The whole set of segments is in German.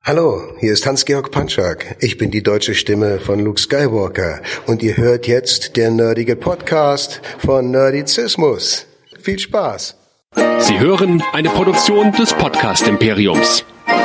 Hallo, hier ist Hans-Georg Panczak. Ich bin die deutsche Stimme von Luke Skywalker und ihr hört jetzt der nerdige Podcast von Nerdizismus. Viel Spaß! Sie hören eine Produktion des Podcast-Imperiums.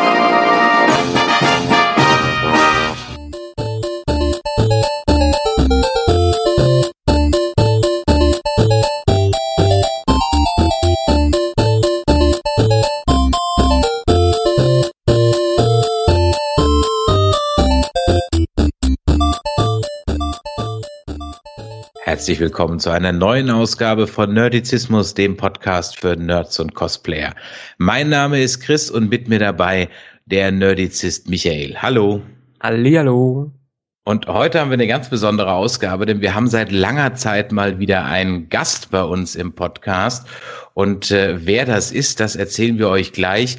Herzlich willkommen zu einer neuen Ausgabe von Nerdizismus, dem Podcast für Nerds und Cosplayer. Mein Name ist Chris und mit mir dabei der Nerdizist Michael. Hallo. Hallihallo. Und heute haben wir eine ganz besondere Ausgabe, denn wir haben seit langer Zeit mal wieder einen Gast bei uns im Podcast. Und wer das ist, das erzählen wir euch gleich.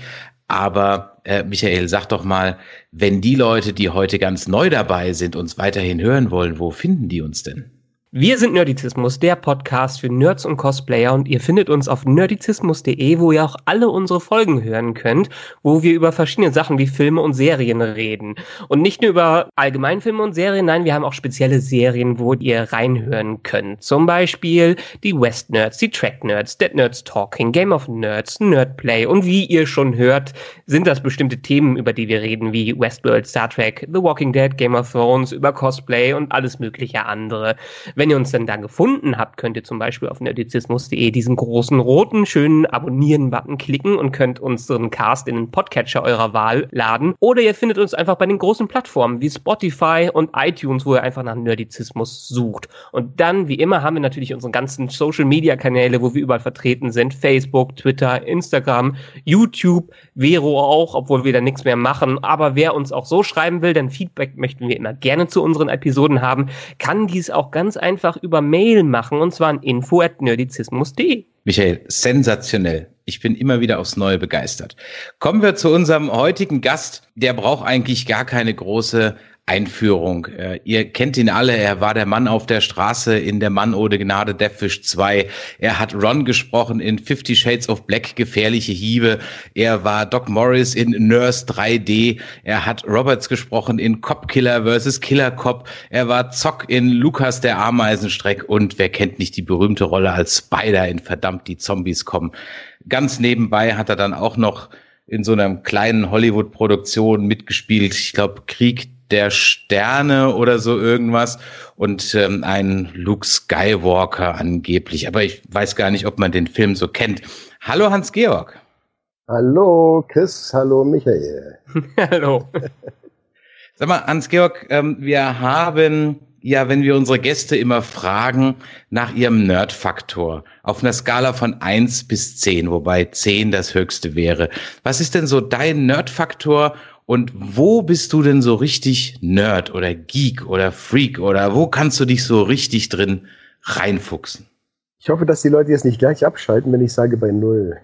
Aber Michael, sag doch mal, wenn die Leute, die heute ganz neu dabei sind, uns weiterhin hören wollen, wo finden die uns denn? Wir sind Nerdizismus, der Podcast für Nerds und Cosplayer, und ihr findet uns auf nerdizismus.de, wo ihr auch alle unsere Folgen hören könnt, wo wir über verschiedene Sachen wie Filme und Serien reden. Und nicht nur über Allgemeinfilme und Serien, nein, wir haben auch spezielle Serien, wo ihr reinhören könnt. Zum Beispiel die West Nerds, die Track Nerds, Dead Nerds Talking, Game of Nerds, Nerdplay, und wie ihr schon hört, sind das bestimmte Themen, über die wir reden, wie Westworld, Star Trek, The Walking Dead, Game of Thrones, über Cosplay und alles mögliche andere. Wenn ihr uns dann da gefunden habt, könnt ihr zum Beispiel auf nerdizismus.de diesen großen roten, schönen Abonnieren-Button klicken und könnt unseren Cast in den Podcatcher eurer Wahl laden. Oder ihr findet uns einfach bei den großen Plattformen wie Spotify und iTunes, wo ihr einfach nach Nerdizismus sucht. Und dann, wie immer, haben wir natürlich unsere ganzen Social-Media-Kanäle, wo wir überall vertreten sind. Facebook, Twitter, Instagram, YouTube, Vero auch, obwohl wir da nichts mehr machen. Aber wer uns auch so schreiben will, denn Feedback möchten wir immer gerne zu unseren Episoden haben, kann dies auch ganz einfach über Mail machen, und zwar an info@nerdizismus.de. Michael, sensationell. Ich bin immer wieder aufs Neue begeistert. Kommen wir zu unserem heutigen Gast. Der braucht eigentlich gar keine große Einführung. Ihr kennt ihn alle. Er war der Mann auf der Straße in Der Mann ohne Gnade, Deathwish 2. Er hat Ron gesprochen in 50 Shades of Black, Gefährliche Hiebe. Er war Doc Morris in Nurse 3D. Er hat Roberts gesprochen in Cop Killer vs. Killer Cop. Er war Zock in Lukas der Ameisenstreck. Und wer kennt nicht die berühmte Rolle als Spider in Verdammt, die Zombies kommen. Ganz nebenbei hat er dann auch noch in so einer kleinen Hollywood-Produktion mitgespielt. Ich glaube, Krieg der Sterne oder so irgendwas, und ein Luke Skywalker angeblich. Aber ich weiß gar nicht, ob man den Film so kennt. Hallo Hans-Georg. Hallo Chris, hallo Michael. Hallo. Sag mal, Hans-Georg, wir haben ja, wenn wir unsere Gäste immer fragen nach ihrem Nerd-Faktor, auf einer Skala von 1 bis 10, wobei 10 das höchste wäre. Was ist denn so dein Nerd-Faktor? Und wo bist du denn so richtig Nerd oder Geek oder Freak, oder wo kannst du dich so richtig drin reinfuchsen? Ich hoffe, dass die Leute jetzt nicht gleich abschalten, wenn ich sage bei 0.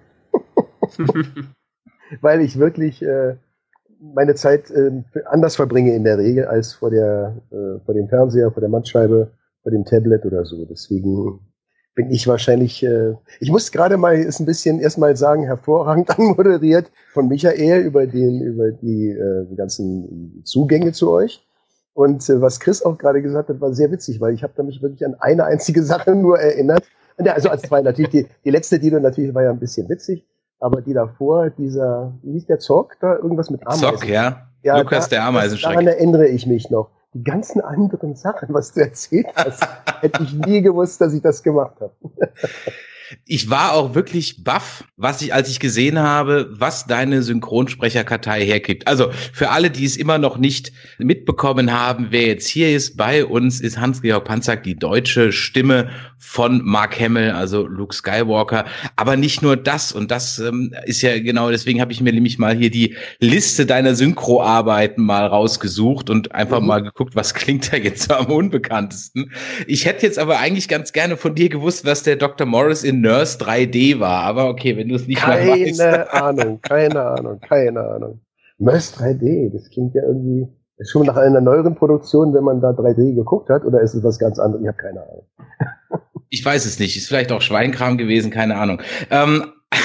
Weil ich wirklich meine Zeit anders verbringe in der Regel als vor dem Fernseher, vor der Mattscheibe, vor dem Tablet oder so. Deswegen bin ich wahrscheinlich, ich muss gerade mal ist ein bisschen erstmal sagen, hervorragend anmoderiert von Michael über die ganzen Zugänge zu euch. Und was Chris auch gerade gesagt hat, war sehr witzig, weil ich habe mich wirklich an eine einzige Sache nur erinnert. Also als zwei natürlich, die letzte, die du natürlich war ja ein bisschen witzig, aber die davor, wie hieß der Zock da? Irgendwas mit Ameisen. Zock, ja. Lukas der Ameisenstreck. Daran erinnere ich mich noch. Die ganzen anderen Sachen, was du erzählt hast, hätte ich nie gewusst, dass ich das gemacht habe. Ich war auch wirklich baff, als ich gesehen habe, was deine Synchronsprecherkartei hergibt. Also für alle, die es immer noch nicht mitbekommen haben, wer jetzt hier ist, bei uns ist Hans-Georg Panczak, die deutsche Stimme von Mark Hamill, also Luke Skywalker. Aber nicht nur das, und das ist ja genau, deswegen habe ich mir nämlich mal hier die Liste deiner Synchroarbeiten mal rausgesucht und einfach mal geguckt, was klingt da jetzt so am unbekanntesten. Ich hätte jetzt aber eigentlich ganz gerne von dir gewusst, was der Dr. Morris in Nurse 3D war, aber okay, wenn du es nicht mehr weißt. Keine Ahnung. Nurse 3D, das klingt ja irgendwie, ist schon nach einer neueren Produktion, wenn man da 3D geguckt hat, oder ist es was ganz anderes? Ich habe keine Ahnung. Ich weiß es nicht, ist vielleicht auch Schweinkram gewesen, keine Ahnung.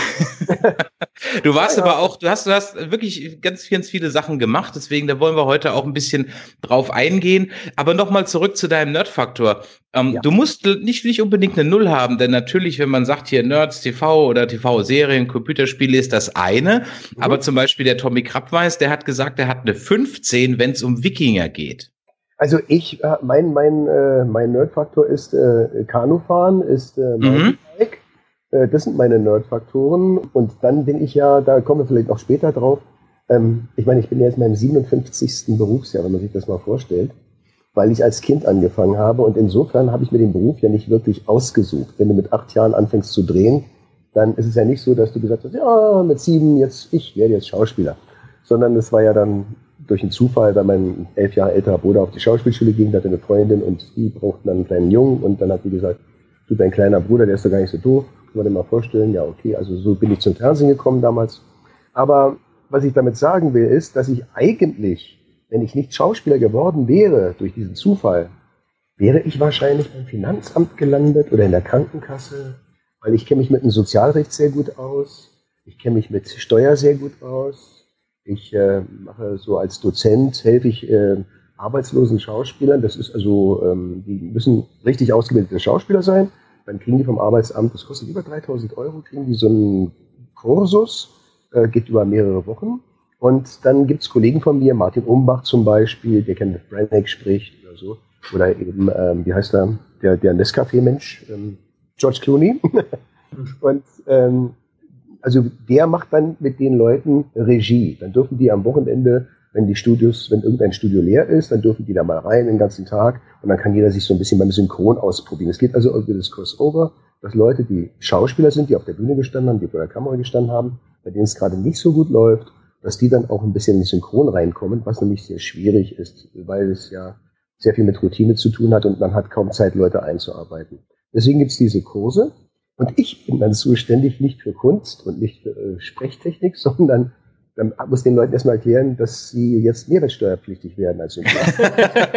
Du warst aber auch, du hast wirklich ganz, ganz viele Sachen gemacht, deswegen, da wollen wir heute auch ein bisschen drauf eingehen. Aber nochmal zurück zu deinem Nerdfaktor. Du musst nicht unbedingt eine Null haben, denn natürlich, wenn man sagt hier Nerds TV oder TV-Serien, Computerspiele ist das eine. Aber zum Beispiel der Tommy Krabweis, der hat gesagt, er hat eine 15, wenn es um Wikinger geht. Also mein Nerdfaktor ist Kanufahren, ist Mountainbike. Das sind meine Nerdfaktoren. Und dann bin ich ja, da kommen wir vielleicht auch später drauf. Ich meine, ich bin jetzt in meinem 57. Berufsjahr, wenn man sich das mal vorstellt, weil ich als Kind angefangen habe. Und insofern habe ich mir den Beruf ja nicht wirklich ausgesucht. Wenn du mit 8 Jahren anfängst zu drehen, dann ist es ja nicht so, dass du gesagt hast, ja, mit 7 ich werde jetzt Schauspieler. Sondern es war ja dann durch einen Zufall, weil mein 11 Jahre älterer Bruder auf die Schauspielschule ging, hatte eine Freundin und die brauchten dann einen kleinen Jungen und dann hat die gesagt, du, dein kleiner Bruder, der ist doch gar nicht so doof, kann man dir mal vorstellen, ja okay, also so bin ich zum Fernsehen gekommen damals. Aber was ich damit sagen will, ist, dass ich eigentlich, wenn ich nicht Schauspieler geworden wäre, durch diesen Zufall, wäre ich wahrscheinlich beim Finanzamt gelandet oder in der Krankenkasse, weil ich kenne mich mit dem Sozialrecht sehr gut aus, ich kenne mich mit Steuer sehr gut aus. Ich mache so als Dozent, helfe ich arbeitslosen Schauspielern. Das ist also, die müssen richtig ausgebildete Schauspieler sein. Dann kriegen die vom Arbeitsamt, das kostet über 3.000 €, kriegen die so einen Kursus, geht über mehrere Wochen. Und dann gibt's Kollegen von mir, Martin Umbach zum Beispiel, der Kenneth Branagh spricht oder so. Oder eben, wie heißt er, der Nescafé-Mensch, George Clooney. Und also der macht dann mit den Leuten Regie. Dann dürfen die am Wochenende, wenn irgendein Studio leer ist, dann dürfen die da mal rein den ganzen Tag und dann kann jeder sich so ein bisschen beim Synchron ausprobieren. Es geht also irgendwie das Crossover, dass Leute, die Schauspieler sind, die auf der Bühne gestanden haben, die vor der Kamera gestanden haben, bei denen es gerade nicht so gut läuft, dass die dann auch ein bisschen in den Synchron reinkommen, was nämlich sehr schwierig ist, weil es ja sehr viel mit Routine zu tun hat und man hat kaum Zeit, Leute einzuarbeiten. Deswegen gibt's diese Kurse. Und ich bin dann zuständig nicht für Kunst und nicht für Sprechtechnik, sondern dann muss den Leuten erstmal erklären, dass sie jetzt mehrwertsteuerpflichtig werden als Synchron.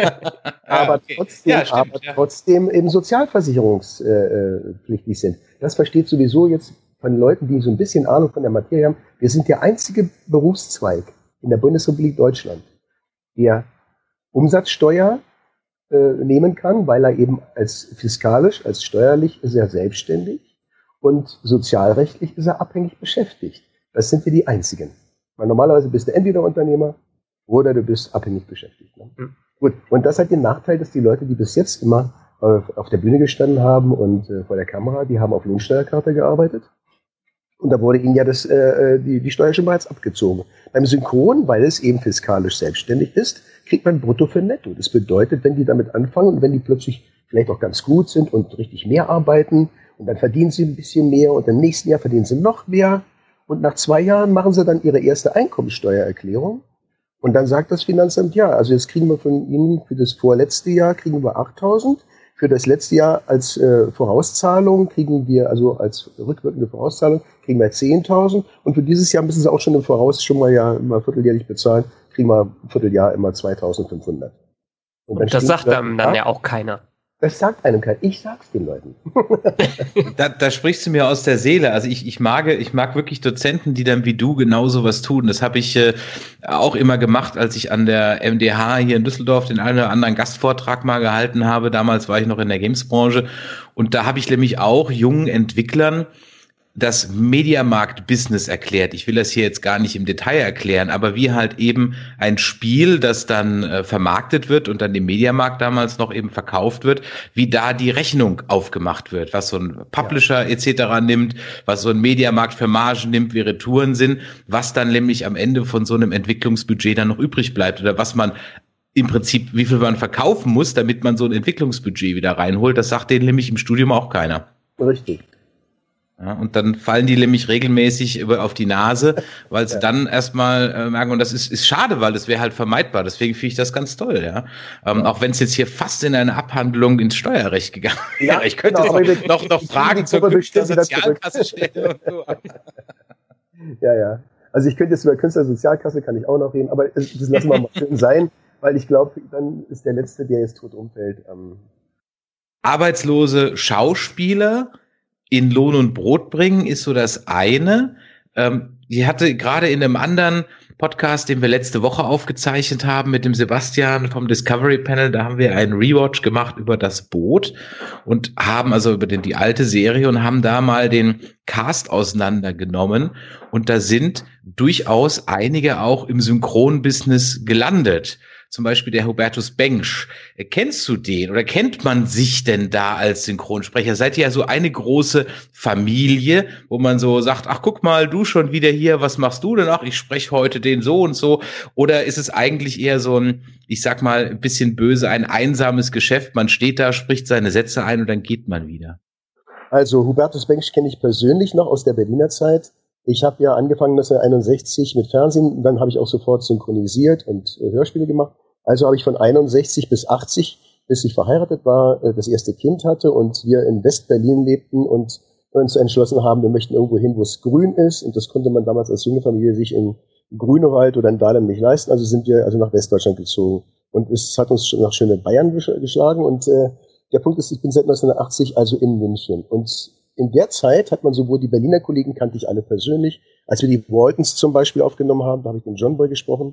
aber trotzdem eben sozialversicherungspflichtig sind. Das versteht sowieso jetzt von Leuten, die so ein bisschen Ahnung von der Materie haben. Wir sind der einzige Berufszweig in der Bundesrepublik Deutschland, der Umsatzsteuer nehmen kann, weil er eben als steuerlich ist er selbstständig und sozialrechtlich ist er abhängig beschäftigt. Das sind wir die Einzigen. Weil normalerweise bist du entweder Unternehmer oder du bist abhängig beschäftigt. Ne? Gut. Und das hat den Nachteil, dass die Leute, die bis jetzt immer auf der Bühne gestanden haben und vor der Kamera, die haben auf Lohnsteuerkarte gearbeitet. Und da wurde ihnen ja die Steuer schon bereits abgezogen. Beim Synchron, weil es eben fiskalisch selbstständig ist, kriegt man Brutto für Netto. Das bedeutet, wenn die damit anfangen und wenn die plötzlich vielleicht auch ganz gut sind und richtig mehr arbeiten und dann verdienen sie ein bisschen mehr und im nächsten Jahr verdienen sie noch mehr und nach 2 Jahren machen sie dann ihre erste Einkommensteuererklärung und dann sagt das Finanzamt, ja, also jetzt kriegen wir von Ihnen für das vorletzte Jahr kriegen wir 8.000, für das letzte Jahr als Vorauszahlung kriegen wir, also als rückwirkende Vorauszahlung, kriegen wir 10.000 und für dieses Jahr müssen sie auch schon im Voraus schon mal vierteljährlich bezahlen, kriegen wir im Vierteljahr immer 2.500. Und das sagt einem dann ja auch keiner. Das sagt einem keiner. Ich sag's den Leuten. Da sprichst du mir aus der Seele. Also ich mag wirklich Dozenten, die dann wie du genauso was tun. Das habe ich auch immer gemacht, als ich an der MDH hier in Düsseldorf den einen oder anderen Gastvortrag mal gehalten habe. Damals war ich noch in der Gamesbranche. Und da habe ich nämlich auch jungen Entwicklern das Mediamarkt-Business erklärt. Ich will das hier jetzt gar nicht im Detail erklären, aber wie halt eben ein Spiel, das dann vermarktet wird und dann dem Mediamarkt damals noch eben verkauft wird, wie da die Rechnung aufgemacht wird, was so ein Publisher etc. nimmt, was so ein Mediamarkt für Margen nimmt, wie Retouren sind, was dann nämlich am Ende von so einem Entwicklungsbudget dann noch übrig bleibt oder was man im Prinzip, wie viel man verkaufen muss, damit man so ein Entwicklungsbudget wieder reinholt. Das sagt denen nämlich im Studium auch keiner. Richtig. Ja, und dann fallen die nämlich regelmäßig auf die Nase, weil sie dann erstmal merken, und das ist schade, weil das wäre halt vermeidbar. Deswegen finde ich das ganz toll, ja. Auch wenn es jetzt hier fast in eine Abhandlung ins Steuerrecht gegangen wäre. Ja, ich könnte noch Fragen zur Künstlersozialkasse stellen und so. Ja. Also ich könnte jetzt über Künstlersozialkasse kann ich auch noch reden, aber das lassen wir mal schön sein, weil ich glaube, dann ist der Letzte, der jetzt tot umfällt. Arbeitslose Schauspieler in Lohn und Brot bringen, ist so das eine. Die hatte gerade in einem anderen Podcast, den wir letzte Woche aufgezeichnet haben mit dem Sebastian vom Discovery Panel, da haben wir einen Rewatch gemacht über das Boot und haben also über die alte Serie und haben da mal den Cast auseinandergenommen und da sind durchaus einige auch im Synchronbusiness gelandet. Zum Beispiel der Hubertus Bengsch. Kennst du den oder kennt man sich denn da als Synchronsprecher? Seid ihr ja so eine große Familie, wo man so sagt, ach guck mal, du schon wieder hier, was machst du denn? Ach, ich spreche heute den so und so. Oder ist es eigentlich eher so ein, ich sag mal ein bisschen böse, ein einsames Geschäft? Man steht da, spricht seine Sätze ein und dann geht man wieder. Also Hubertus Bengsch kenne ich persönlich noch aus der Berliner Zeit. Ich habe ja angefangen 1961 mit Fernsehen, dann habe ich auch sofort synchronisiert und Hörspiele gemacht. Also habe ich von 61 bis 80, bis ich verheiratet war, das erste Kind hatte und wir in West-Berlin lebten und uns entschlossen haben, wir möchten irgendwo hin, wo es grün ist. Und das konnte man damals als junge Familie sich in Grünewald oder in Dahlem nicht leisten. Also sind wir also nach Westdeutschland gezogen. Und es hat uns nach schöne Bayern geschlagen. Und der Punkt ist, ich bin seit 1980 also in München. Und in der Zeit hat man sowohl die Berliner Kollegen, kannte ich alle persönlich, als wir die Waltons zum Beispiel aufgenommen haben, da habe ich mit John Boy gesprochen,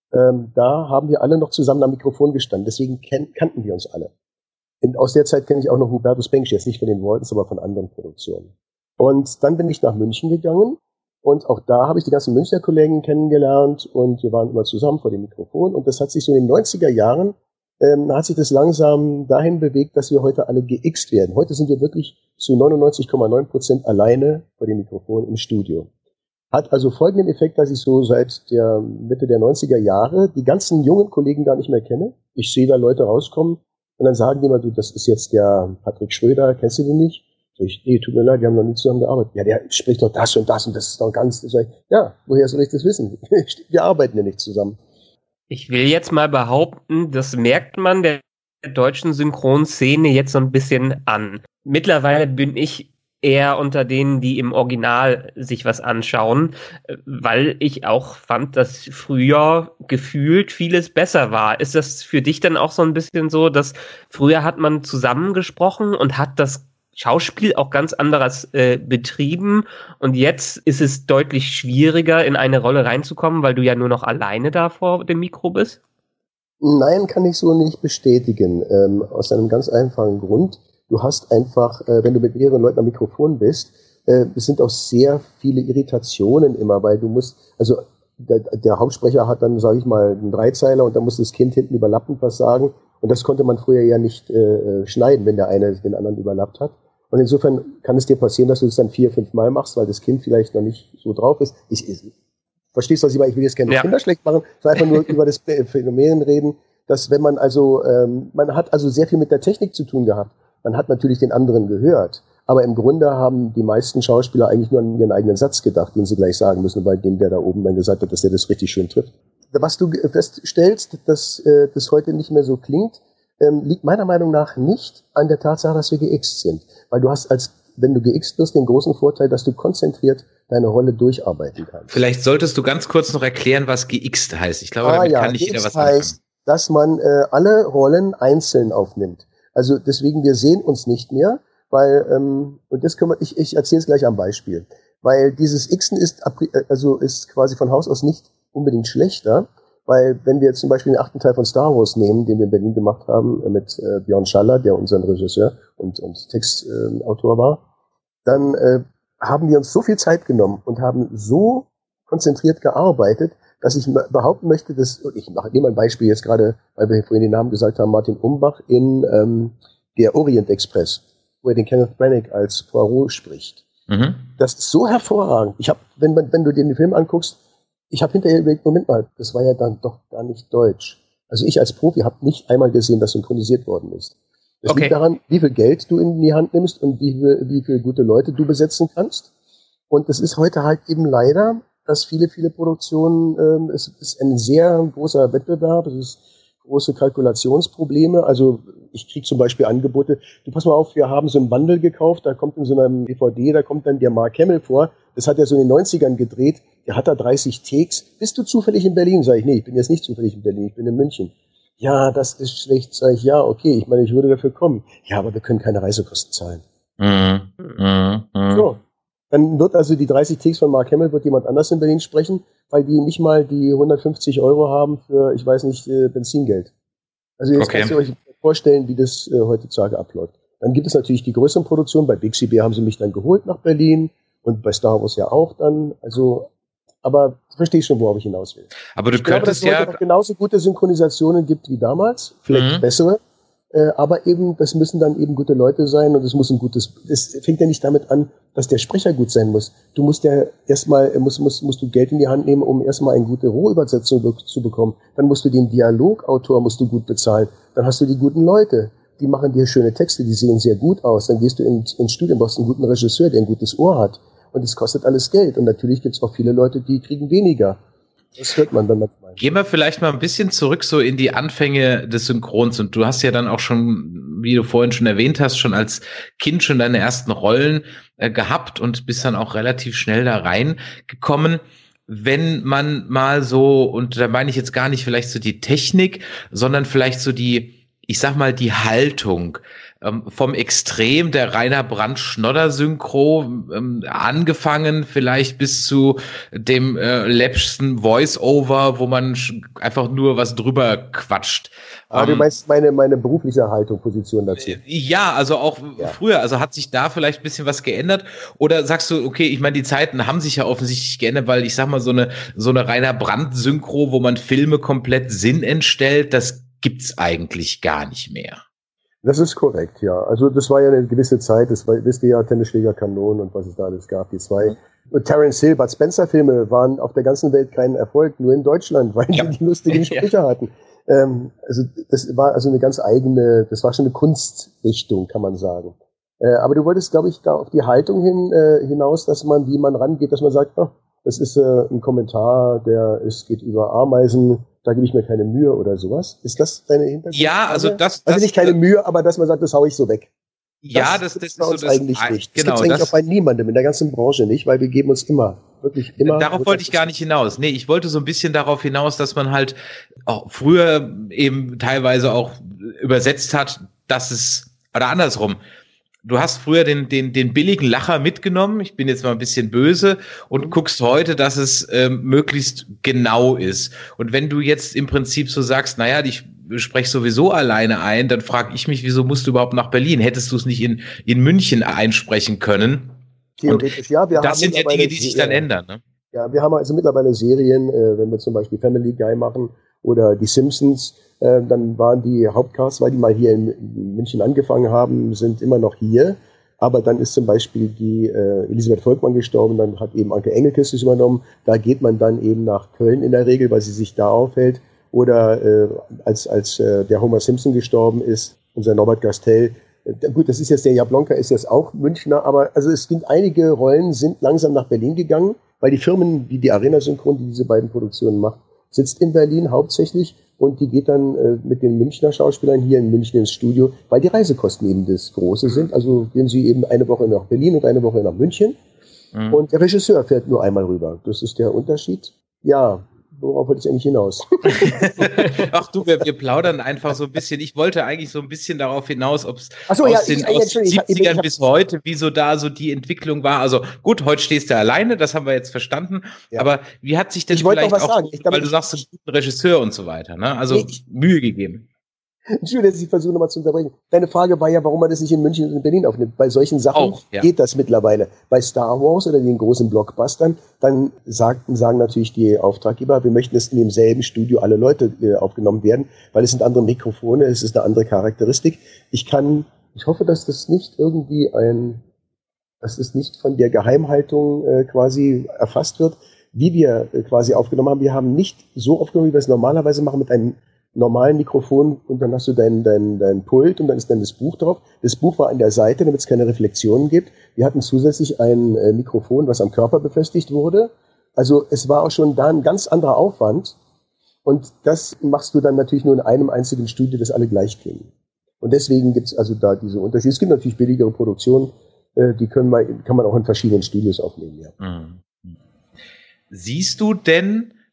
da haben wir alle noch zusammen am Mikrofon gestanden, deswegen kannten wir uns alle. Und aus der Zeit kenne ich auch noch Hubertus Bengsch, jetzt nicht von den Waltons, aber von anderen Produktionen. Und dann bin ich nach München gegangen und auch da habe ich die ganzen Münchner Kollegen kennengelernt und wir waren immer zusammen vor dem Mikrofon und das hat sich so in den 90er Jahren hat sich das langsam dahin bewegt, dass wir heute alle geixt werden. Heute sind wir wirklich zu 99,9% alleine vor dem Mikrofon im Studio. Hat also folgenden Effekt, dass ich so seit der Mitte der 90er Jahre die ganzen jungen Kollegen gar nicht mehr kenne. Ich sehe da Leute rauskommen und dann sagen die mal, du, das ist jetzt der Patrick Schröder, kennst du den nicht? Sag ich, nee, tut mir leid, wir haben noch nie zusammen gearbeitet. Ja, der spricht doch das und das ist doch ganz, sag ich, ja, woher soll ich das wissen? Wir arbeiten ja nicht zusammen. Ich will jetzt mal behaupten, das merkt man der deutschen Synchronszene jetzt so ein bisschen an. Mittlerweile bin ich eher unter denen, die im Original sich was anschauen, weil ich auch fand, dass früher gefühlt vieles besser war. Ist das für dich dann auch so ein bisschen so, dass früher hat man zusammengesprochen und hat das Schauspiel auch ganz anderes betrieben und jetzt ist es deutlich schwieriger, in eine Rolle reinzukommen, weil du ja nur noch alleine da vor dem Mikro bist? Nein, kann ich so nicht bestätigen. Aus einem ganz einfachen Grund. Du hast einfach, wenn du mit mehreren Leuten am Mikrofon bist, es sind auch sehr viele Irritationen immer, weil du musst, also der Hauptsprecher hat dann, sage ich mal, einen Dreizeiler und dann muss das Kind hinten überlappend was sagen und das konnte man früher ja nicht schneiden, wenn der eine den anderen überlappt hat. Und insofern kann es dir passieren, dass du es dann 4-5 Mal machst, weil das Kind vielleicht noch nicht so drauf ist. Verstehst du, was ich meine? Ich will jetzt keine Kinder schlecht machen, sondern einfach nur über das Phänomen reden, dass wenn man also, man hat also sehr viel mit der Technik zu tun gehabt. Man hat natürlich den anderen gehört. Aber im Grunde haben die meisten Schauspieler eigentlich nur an ihren eigenen Satz gedacht, den sie gleich sagen müssen, bei dem der da oben dann gesagt hat, dass der das richtig schön trifft. Was du feststellst, dass das heute nicht mehr so klingt, liegt meiner Meinung nach nicht an der Tatsache, dass wir geixt sind. Weil du hast wenn du geixt wirst, den großen Vorteil, dass du konzentriert deine Rolle durcharbeiten kannst. Vielleicht solltest du ganz kurz noch erklären, was geixt heißt. Ich glaube, damit kann nicht jeder was anfangen. Heißt, dass man alle Rollen einzeln aufnimmt. Also deswegen, wir sehen uns nicht mehr, weil, und das ich erzähle es gleich am Beispiel. Weil dieses Xen ist quasi von Haus aus nicht unbedingt schlechter, weil wenn wir jetzt zum Beispiel den 8. Teil von Star Wars nehmen, den wir in Berlin gemacht haben, mit Björn Schaller, der unseren Regisseur und Textautor war, dann haben wir uns so viel Zeit genommen und haben so konzentriert gearbeitet, dass ich behaupten möchte, dass, ich nehme ein Beispiel jetzt gerade, weil wir vorhin den Namen gesagt haben, Martin Umbach in der Orient Express, wo er den Kenneth Branagh als Poirot spricht. Mhm. Das ist so hervorragend. Wenn du dir den Film anguckst, ich habe hinterher überlegt, Moment mal, das war ja dann doch gar nicht deutsch. Also ich als Profi habe nicht einmal gesehen, dass synchronisiert worden ist. Das liegt daran, wie viel Geld du in die Hand nimmst und wie viele gute Leute du besetzen kannst. Und das ist heute halt eben leider, dass viele Produktionen, es ist ein sehr großer Wettbewerb, es ist große Kalkulationsprobleme. Also ich kriege zum Beispiel Angebote, du pass mal auf, wir haben so ein Bundle gekauft, da kommt in so einem DVD, da kommt dann der Mark Hamill vor, das hat er so in den 90ern gedreht, der hat da 30 Takes. Bist du zufällig in Berlin? Sag ich, nee, ich bin jetzt nicht zufällig in Berlin, ich bin in München. Ja, das ist schlecht. Sag ich, ja, okay, ich meine, ich würde dafür kommen. Ja, aber wir können keine Reisekosten zahlen. So. Dann wird also die 30 Takes von Mark Hamill wird jemand anders in Berlin sprechen, weil die nicht mal die 150 € haben für, ich weiß nicht, Benzingeld. Also jetzt kannst ihr euch vorstellen, wie das heutzutage abläuft. Dann gibt es natürlich die größeren Produktionen. Bei Bixby Bear haben sie mich dann geholt nach Berlin und bei Star Wars ja auch dann. Also, aber verstehe ich schon, worauf ich hinaus will. Aber du ich glaube, dass es heute noch genauso gute Synchronisationen gibt wie damals, vielleicht bessere. Aber eben, das müssen dann eben gute Leute sein und es muss das fängt ja nicht damit an, dass der Sprecher gut sein muss. Du musst ja erstmal, musst du Geld in die Hand nehmen, um erstmal eine gute Rohübersetzung zu bekommen. Dann musst du den Dialogautor gut bezahlen. Dann hast du die guten Leute. Die machen dir schöne Texte, die sehen sehr gut aus. Dann gehst du ins Studio, brauchst einen guten Regisseur, der ein gutes Ohr hat. Und es kostet alles Geld. Und natürlich gibt es auch viele Leute, die kriegen weniger. Das hört man dann manchmal. Gehen wir vielleicht mal ein bisschen zurück so in die Anfänge des Synchrons. Und du hast ja dann auch schon, wie du vorhin schon erwähnt hast, schon als Kind schon deine ersten Rollen gehabt und bist dann auch relativ schnell da reingekommen. Wenn man mal so, und da meine ich jetzt gar nicht vielleicht so die Technik, sondern vielleicht so die, ich sag mal, die Haltung vom Extrem der Rainer Brandt-Schnodder-Synchro angefangen vielleicht bis zu dem läppschsten Voice-Over, wo man einfach nur was drüber quatscht. Aber du meinst meine berufliche Haltung, Position dazu? Ja, also auch früher, also hat sich da vielleicht ein bisschen was geändert? Oder sagst du, okay, ich meine, die Zeiten haben sich ja offensichtlich geändert, weil ich sag mal, so eine Rainer Brandt-Synchro, wo man Filme komplett Sinn entstellt, das gibt's eigentlich gar nicht mehr. Das ist korrekt, ja. Also das war ja eine gewisse Zeit, das war, wisst ihr ja, Tennisschläger, Kanonen und was es da alles gab, die zwei. Und Terence Hill, Bud Spencer Filme waren auf der ganzen Welt kein Erfolg, nur in Deutschland, weil die lustigen Sprüche hatten. Also das war also eine ganz eigene, das war schon eine Kunstrichtung, kann man sagen. Aber du wolltest, glaube ich, da auf die Haltung hinaus, dass man, wie man rangeht, dass man sagt, oh, das ist ein Kommentar, es geht über Ameisen, da gebe ich mir keine Mühe oder sowas. Ist das deine Hintergrund? Ja, also das nicht keine Mühe, aber dass man sagt, das hau ich so weg. Das ist bei uns so eigentlich nicht. Genau, das gibt's eigentlich auch bei niemandem in der ganzen Branche nicht, weil wir geben uns wirklich immer. Darauf wollte ich gar nicht hinaus. Nee, ich wollte so ein bisschen darauf hinaus, dass man halt auch früher eben teilweise auch übersetzt hat, dass es, oder andersrum, du hast früher den billigen Lacher mitgenommen, ich bin jetzt mal ein bisschen böse, und guckst heute, dass es möglichst genau ist. Und wenn du jetzt im Prinzip so sagst, naja, ich spreche sowieso alleine ein, dann frage ich mich, wieso musst du überhaupt nach Berlin? Hättest du es nicht in München einsprechen können? Theoretisch, ja. Das sind ja Dinge, die sich dann ändern, ne? Ja, wir haben also mittlerweile Serien, wenn wir zum Beispiel Family Guy machen oder die Simpsons, dann waren die Hauptcasts, weil die mal hier in München angefangen haben, sind immer noch hier. Aber dann ist zum Beispiel die Elisabeth Volkmann gestorben, dann hat eben Anke Engelkes das übernommen. Da geht man dann eben nach Köln in der Regel, weil sie sich da aufhält. Oder als der Homer Simpson gestorben ist, unser Norbert Gastel, gut, das ist jetzt der Jablonka, ist jetzt auch Münchner, aber also es sind einige Rollen, sind langsam nach Berlin gegangen, weil die Firmen, wie die Arena Synchron, die diese beiden Produktionen macht, sitzt in Berlin hauptsächlich und die geht dann mit den Münchner Schauspielern hier in München ins Studio, weil die Reisekosten eben das Große sind. Also gehen sie eben eine Woche nach Berlin und eine Woche nach München. Und der Regisseur fährt nur einmal rüber. Das ist der Unterschied. Ja, worauf wollte ich eigentlich hinaus? Ach du, wir plaudern einfach so ein bisschen. Ich wollte eigentlich so ein bisschen darauf hinaus, ob es aus den 70ern bis heute, wie so da so die Entwicklung war. Also gut, heute stehst du alleine, das haben wir jetzt verstanden. Ja. Aber wie hat sich denn vielleicht auch, weil du sagst, einen guten Regisseur und so weiter, ne? Also Mühe gegeben. Entschuldigung, dass ich versuche nochmal zu unterbrechen. Deine Frage war ja, warum man das nicht in München und in Berlin aufnimmt. Bei solchen Sachen geht das mittlerweile. Bei Star Wars oder den großen Blockbustern, dann sagen natürlich die Auftraggeber, wir möchten, dass in demselben Studio alle Leute aufgenommen werden, weil es sind andere Mikrofone, es ist eine andere Charakteristik. Ich hoffe, dass das nicht irgendwie dass es nicht von der Geheimhaltung quasi erfasst wird, wie wir quasi aufgenommen haben. Wir haben nicht so aufgenommen, wie wir es normalerweise machen mit einem normalen Mikrofon und dann hast du dein Pult und dann ist dann das Buch drauf. Das Buch war an der Seite, damit es keine Reflexionen gibt. Wir hatten zusätzlich ein Mikrofon, was am Körper befestigt wurde. Also es war auch schon da ein ganz anderer Aufwand und das machst du dann natürlich nur in einem einzigen Studio, das alle gleich klingen. Und deswegen gibt es also da diese Unterschiede. Es gibt natürlich billigere Produktionen, die kann man auch in verschiedenen Studios aufnehmen. Ja. Siehst du denn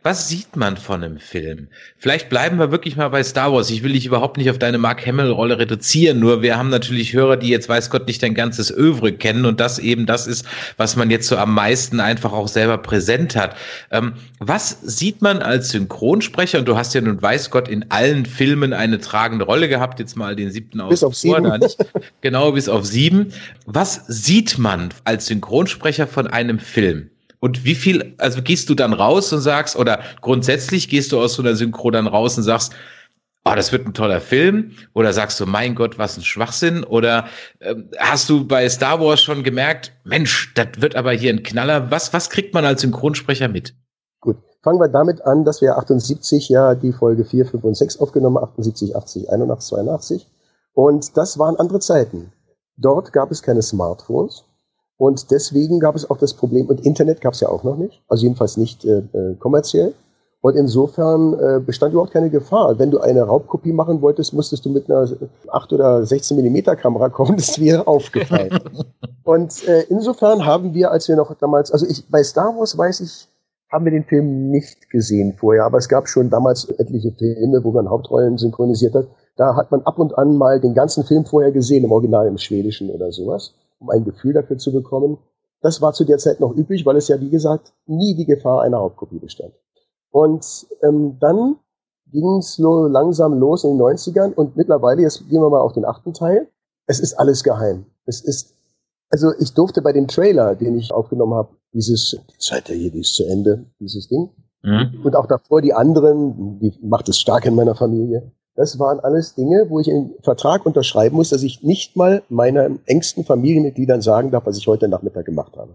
Was sieht man von einem Film? Vielleicht bleiben wir wirklich mal bei Star Wars. Ich will dich überhaupt nicht auf deine Mark Hamill-Rolle reduzieren, nur wir haben natürlich Hörer, die jetzt weiß Gott nicht dein ganzes Œuvre kennen und das eben das ist, was man jetzt so am meisten einfach auch selber präsent hat. Was sieht man als Synchronsprecher? Und du hast ja nun weiß Gott in allen Filmen eine tragende Rolle gehabt, jetzt mal den 7. Bis auf 7. Genau, bis auf 7. Was sieht man als Synchronsprecher von einem Film? Und wie viel, also gehst du dann raus und sagst, oder grundsätzlich gehst du aus so einer Synchro dann raus und sagst, oh, das wird ein toller Film, oder sagst du, mein Gott, was ein Schwachsinn, oder hast du bei Star Wars schon gemerkt, Mensch, das wird aber hier ein Knaller, was kriegt man als Synchronsprecher mit? Gut, fangen wir damit an, dass wir 78 ja die Folge 4, 5 und 6 aufgenommen haben, 78, 80, 81, 82, und das waren andere Zeiten. Dort gab es keine Smartphones. Und deswegen gab es auch das Problem, und Internet gab es ja auch noch nicht, also jedenfalls nicht kommerziell. Und insofern bestand überhaupt keine Gefahr. Wenn du eine Raubkopie machen wolltest, musstest du mit einer 8 oder 16 Millimeter Kamera kommen, das wäre aufgefallen. Und insofern haben wir, als wir noch damals, also bei Star Wars weiß ich, haben wir den Film nicht gesehen vorher, aber es gab schon damals etliche Filme, wo man Hauptrollen synchronisiert hat. Da hat man ab und an mal den ganzen Film vorher gesehen, im Original im Schwedischen oder sowas, um ein Gefühl dafür zu bekommen. Das war zu der Zeit noch üblich, weil es ja, wie gesagt, nie die Gefahr einer Raubkopie bestand. Und dann ging es so langsam los in den 90ern und mittlerweile, jetzt gehen wir mal auf den 8. Teil, es ist alles geheim. Also ich durfte bei dem Trailer, den ich aufgenommen habe, dieses Zeit der Jedi ist zu Ende, dieses Ding. Mhm. Und auch davor die anderen, die macht es stark in meiner Familie. Das waren alles Dinge, wo ich einen Vertrag unterschreiben muss, dass ich nicht mal meinen engsten Familienmitgliedern sagen darf, was ich heute Nachmittag gemacht habe.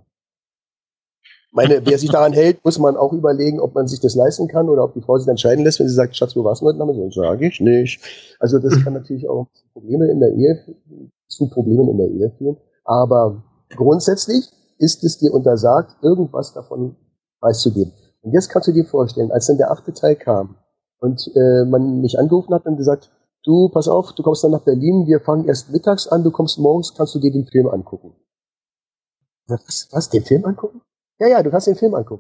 Wer sich daran hält, muss man auch überlegen, ob man sich das leisten kann oder ob die Frau sich entscheiden lässt, wenn sie sagt, Schatz, wo warst du heute Nachmittag? Dann sage ich nicht. Also das kann natürlich auch zu Problemen in der Ehe führen. Aber grundsätzlich ist es dir untersagt, irgendwas davon preiszugeben. Und jetzt kannst du dir vorstellen, als dann der 8. Teil kam, und man mich angerufen hat und gesagt, du, pass auf, du kommst dann nach Berlin, wir fangen erst mittags an, du kommst morgens, kannst du dir den Film angucken. Was, den Film angucken? Ja, du kannst den Film angucken.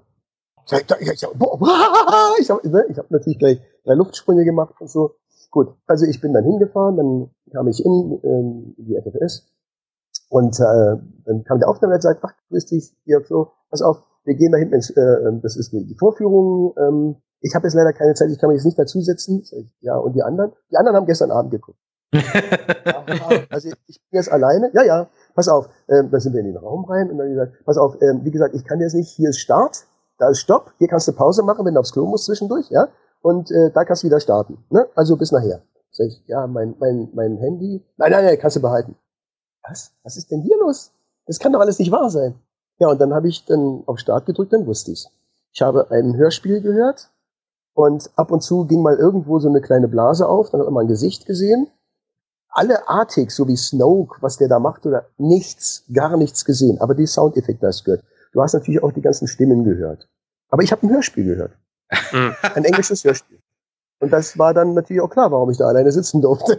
Ich hab natürlich gleich 3 Luftsprünge gemacht und so. Gut, also ich bin dann hingefahren, dann kam ich in die FFS und dann kam der Aufnahme und sagt, ach, grüß dich, Georg, so, pass auf, wir gehen da hinten das ist die Vorführung, ich habe jetzt leider keine Zeit, ich kann mich jetzt nicht dazusetzen. Ja, und die anderen? Die anderen haben gestern Abend geguckt. Also ich bin jetzt alleine. Ja, pass auf. Dann sind wir in den Raum rein und dann gesagt, pass auf, wie gesagt, ich kann jetzt nicht, hier ist Start, da ist Stopp, hier kannst du Pause machen, wenn du aufs Klo musst zwischendurch, ja, und da kannst du wieder starten. Ne? Also bis nachher. Sag ich, ja, mein Handy. Nein, kannst du behalten. Was? Was ist denn hier los? Das kann doch alles nicht wahr sein. Ja, und dann habe ich dann auf Start gedrückt, dann wusste ich's. Ich habe ein Hörspiel gehört. Und ab und zu ging mal irgendwo so eine kleine Blase auf, dann hat man ein Gesicht gesehen. Alle Artigs, so wie Snoke, was der da macht, oder nichts, gar nichts gesehen. Aber die Soundeffekte hast du gehört. Du hast natürlich auch die ganzen Stimmen gehört. Aber ich habe ein Hörspiel gehört. Ein englisches Hörspiel. Und das war dann natürlich auch klar, warum ich da alleine sitzen durfte.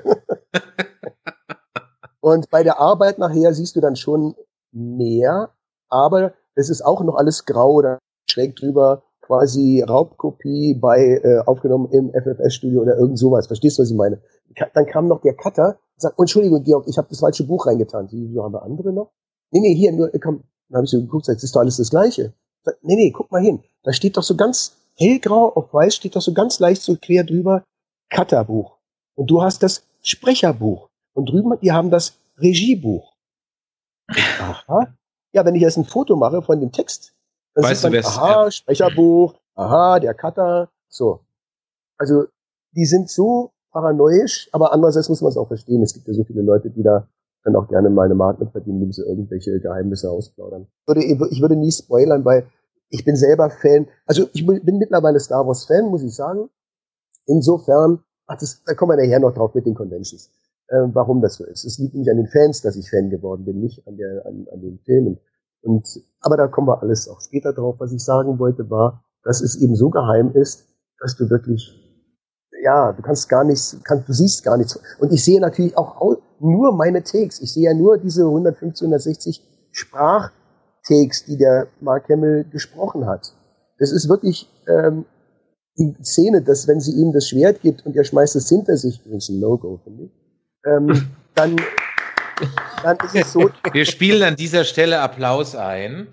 Und bei der Arbeit nachher siehst du dann schon mehr, aber es ist auch noch alles grau oder schräg drüber. Quasi Raubkopie aufgenommen im FFS-Studio oder irgend sowas. Verstehst du, was ich meine? Dann kam noch der Cutter und sagt, oh, Entschuldigung, Georg, ich habe das falsche Buch reingetan. So haben wir andere noch? Nee, hier, nur, komm. Dann habe ich so geguckt, das ist doch alles das Gleiche. Sag, nee, guck mal hin. Da steht doch so ganz hellgrau auf weiß, steht doch so ganz leicht so quer drüber Cutterbuch. Und du hast das Sprecherbuch. Und drüben, die haben das Regiebuch. Aha. Ja, wenn ich jetzt ein Foto mache von dem Text, dann weißt sieht man, ja. Sprecherbuch, der Cutter, so. Also, die sind so paranoisch, aber andererseits muss man es auch verstehen. Es gibt ja so viele Leute, die da dann auch gerne mal eine Mark mit verdienen, indem sie irgendwelche Geheimnisse ausplaudern. Ich würde nie spoilern, weil ich bin selber Fan, also ich bin mittlerweile Star Wars Fan, muss ich sagen. Insofern, da kommen wir nachher noch drauf mit den Conventions, warum das so ist. Es liegt nicht an den Fans, dass ich Fan geworden bin, nicht an den Filmen. Aber da kommen wir alles auch später drauf. Was ich sagen wollte, war, dass es eben so geheim ist, dass du wirklich, du siehst gar nichts. Und ich sehe natürlich auch nur meine Takes. Ich sehe ja nur diese 150, 160 Sprachtakes, die der Mark Hamill gesprochen hat. Das ist wirklich die Szene, dass wenn sie ihm das Schwert gibt und er schmeißt es hinter sich, übrigens ein No-Go, finde ich, dann ist es so. Wir spielen an dieser Stelle Applaus ein.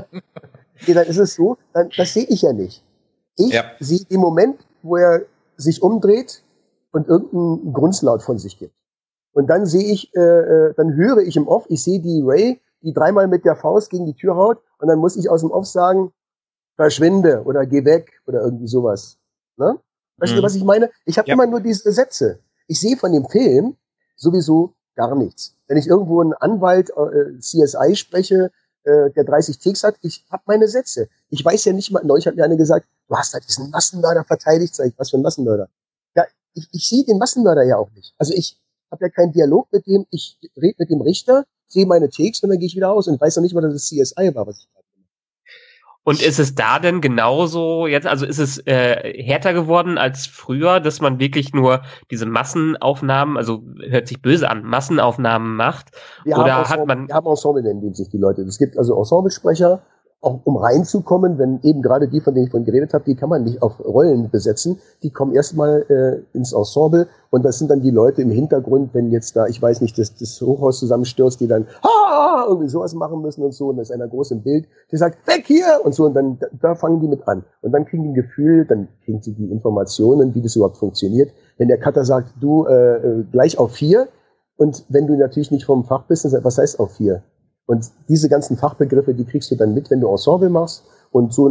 Okay, dann ist es so, das sehe ich ja nicht. Ich sehe den Moment, wo er sich umdreht und irgendeinen Grunzlaut von sich gibt. Und dann sehe ich, dann höre ich im Off, ich sehe die Rey, die dreimal mit der Faust gegen die Tür haut und dann muss ich aus dem Off sagen, verschwinde oder geh weg oder irgendwie sowas. Ne? Weißt du, was ich meine? Ich habe immer nur diese Sätze. Ich sehe von dem Film sowieso gar nichts. Wenn ich irgendwo einen Anwalt CSI spreche, der 30 Ticks hat, ich habe meine Sätze. Ich weiß ja nicht mal, neulich hat mir einer gesagt, du hast da diesen Massenmörder verteidigt, sag ich, was für ein Massenmörder? Ja, ich sehe den Massenmörder ja auch nicht. Also ich habe ja keinen Dialog mit dem, ich rede mit dem Richter, sehe meine Ticks und dann gehe ich wieder aus und weiß noch nicht mal, dass es CSI war, was ich gerade gemacht habe. Und ist es da denn genauso jetzt, also ist es härter geworden als früher, dass man wirklich nur diese Massenaufnahmen, also hört sich böse an, Massenaufnahmen macht? Wir haben Ensemble, nennen sich die Leute. Es gibt also Ensemblesprecher, auch um reinzukommen, wenn eben gerade die, von denen ich vorhin geredet habe, die kann man nicht auf Rollen besetzen, die kommen erstmal ins Ensemble und das sind dann die Leute im Hintergrund, wenn jetzt da, ich weiß nicht, das Hochhaus zusammenstürzt, die dann irgendwie sowas machen müssen und so und da ist einer groß im Bild, die sagt, weg hier und so und dann da fangen die mit an und dann kriegen die ein Gefühl, dann kriegen sie die Informationen, wie das überhaupt funktioniert. Wenn der Cutter sagt, du gleich auf 4 und wenn du natürlich nicht vom Fach bist, dann sagst, was heißt auf 4? Und diese ganzen Fachbegriffe, die kriegst du dann mit, wenn du Ensemble machst. Und so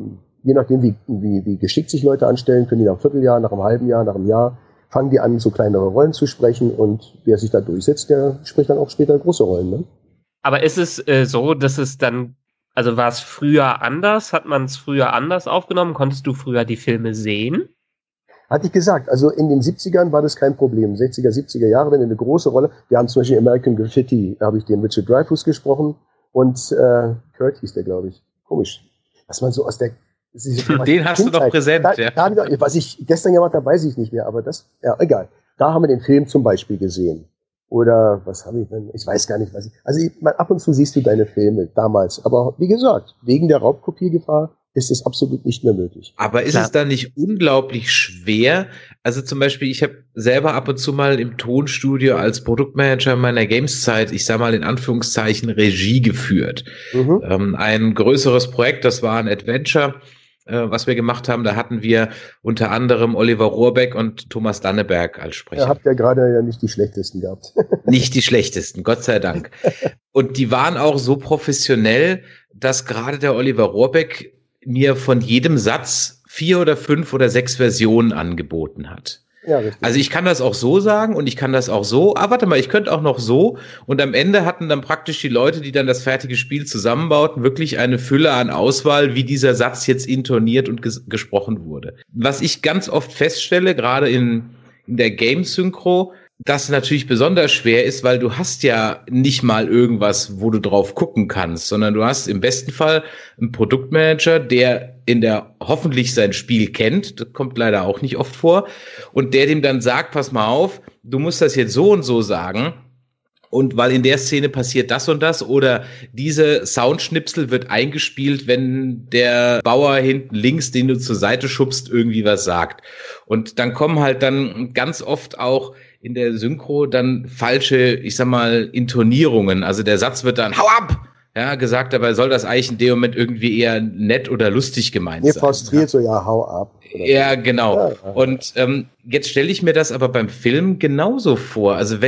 je nachdem, wie geschickt sich Leute anstellen, können die nach einem Vierteljahr, nach einem halben Jahr, nach einem Jahr, fangen die an, so kleinere Rollen zu sprechen. Und wer sich da durchsetzt, der spricht dann auch später große Rollen. Ne? Aber ist es so, dass es dann, also war es früher anders? Hat man es früher anders aufgenommen? Konntest du früher die Filme sehen? Hatte ich gesagt, also in den 70ern war das kein Problem. 60er, 70er Jahre, wenn eine große Rolle, wir haben zum Beispiel American Graffiti, da habe ich den Richard Dreyfuss gesprochen und Kurt hieß der, glaube ich. Komisch. Was man so aus der Den hast du doch präsent, was ich gestern gemacht habe, weiß ich nicht mehr, aber egal. Da haben wir den Film zum Beispiel gesehen. Oder was habe ich denn? Ich weiß gar nicht, ab und zu siehst du deine Filme damals. Aber wie gesagt, wegen der Raubkopiergefahr ist es absolut nicht mehr möglich. Aber ist es dann nicht unglaublich schwer? Also zum Beispiel, ich habe selber ab und zu mal im Tonstudio als Produktmanager meiner Games-Zeit, ich sag mal in Anführungszeichen, Regie geführt. Ein größeres Projekt, das war ein Adventure, was wir gemacht haben. Da hatten wir unter anderem Oliver Rohrbeck und Thomas Danneberg als Sprecher. Ihr habt ja gerade ja nicht die schlechtesten gehabt. Nicht die schlechtesten, Gott sei Dank. Und die waren auch so professionell, dass gerade der Oliver Rohrbeck mir von jedem Satz 4 oder 5 oder 6 Versionen angeboten hat. Ja, richtig. Also ich kann das auch so sagen und ich kann das auch so, warte mal, ich könnte auch noch so und am Ende hatten dann praktisch die Leute, die dann das fertige Spiel zusammenbauten, wirklich eine Fülle an Auswahl, wie dieser Satz jetzt intoniert und gesprochen wurde. Was ich ganz oft feststelle, gerade in der Game-Synchro, das natürlich besonders schwer ist, weil du hast ja nicht mal irgendwas, wo du drauf gucken kannst, sondern du hast im besten Fall einen Produktmanager, der hoffentlich sein Spiel kennt, das kommt leider auch nicht oft vor, und der dem dann sagt, pass mal auf, du musst das jetzt so und so sagen, und weil in der Szene passiert das und das oder diese Soundschnipsel wird eingespielt, wenn der Bauer hinten links, den du zur Seite schubst, irgendwie was sagt. Und dann kommen halt dann ganz oft auch in der Synchro dann falsche, ich sag mal, Intonierungen. Also der Satz wird dann, hau ab! Ja, gesagt, dabei soll das eigentlich in dem Moment irgendwie eher nett oder lustig gemeint sein. Frustriert so, ja, hau ab. Ja, genau. Ja. Und jetzt stelle ich mir das aber beim Film genauso vor. Also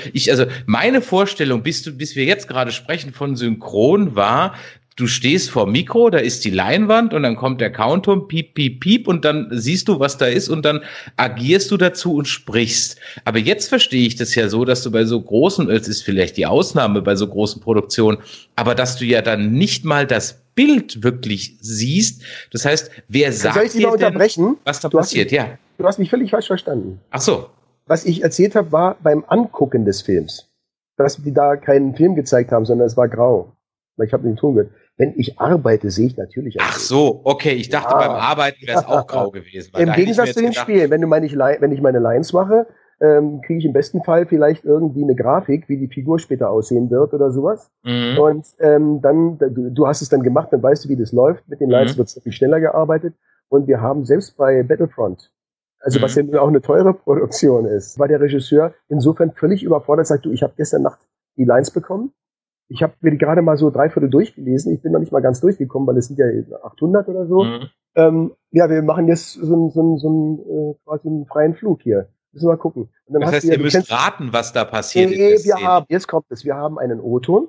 meine Vorstellung, bis wir jetzt gerade sprechen von Synchron war, du stehst vor dem Mikro, da ist die Leinwand und dann kommt der Countdown, piep, piep, piep und dann siehst du, was da ist und dann agierst du dazu und sprichst. Aber jetzt verstehe ich das ja so, dass du bei so großen, es ist vielleicht die Ausnahme bei so großen Produktionen, aber dass du ja dann nicht mal das Bild wirklich siehst. Das heißt, wer sagt dir denn, was da passiert? Ja. Du hast mich völlig falsch verstanden. Ach so. Was ich erzählt habe, war beim Angucken des Films. Dass die da keinen Film gezeigt haben, sondern es war grau. Ich habe den Ton gehört. Wenn ich arbeite, sehe ich natürlich. Ach so, okay. Ich dachte, beim Arbeiten wäre es auch grau gewesen. Im Gegensatz zu den Spielen. Wenn ich meine Lines mache, kriege ich im besten Fall vielleicht irgendwie eine Grafik, wie die Figur später aussehen wird oder sowas. Mhm. Und dann, du hast es dann gemacht, dann weißt du, wie das läuft. Mit den Lines wird es viel schneller gearbeitet. Und wir haben selbst bei Battlefront, also was ja auch eine teure Produktion ist, war der Regisseur insofern völlig überfordert, sagt, du, ich habe gestern Nacht die Lines bekommen. Ich habe mir die gerade mal so 3/4 durchgelesen. Ich bin noch nicht mal ganz durchgekommen, weil es sind ja 800 oder so. Ja, wir machen jetzt quasi einen freien Flug hier. Müssen wir mal gucken. Und dann das heißt, ihr müsst raten, was da passiert ist. Jetzt kommt es. Wir haben einen O-Ton,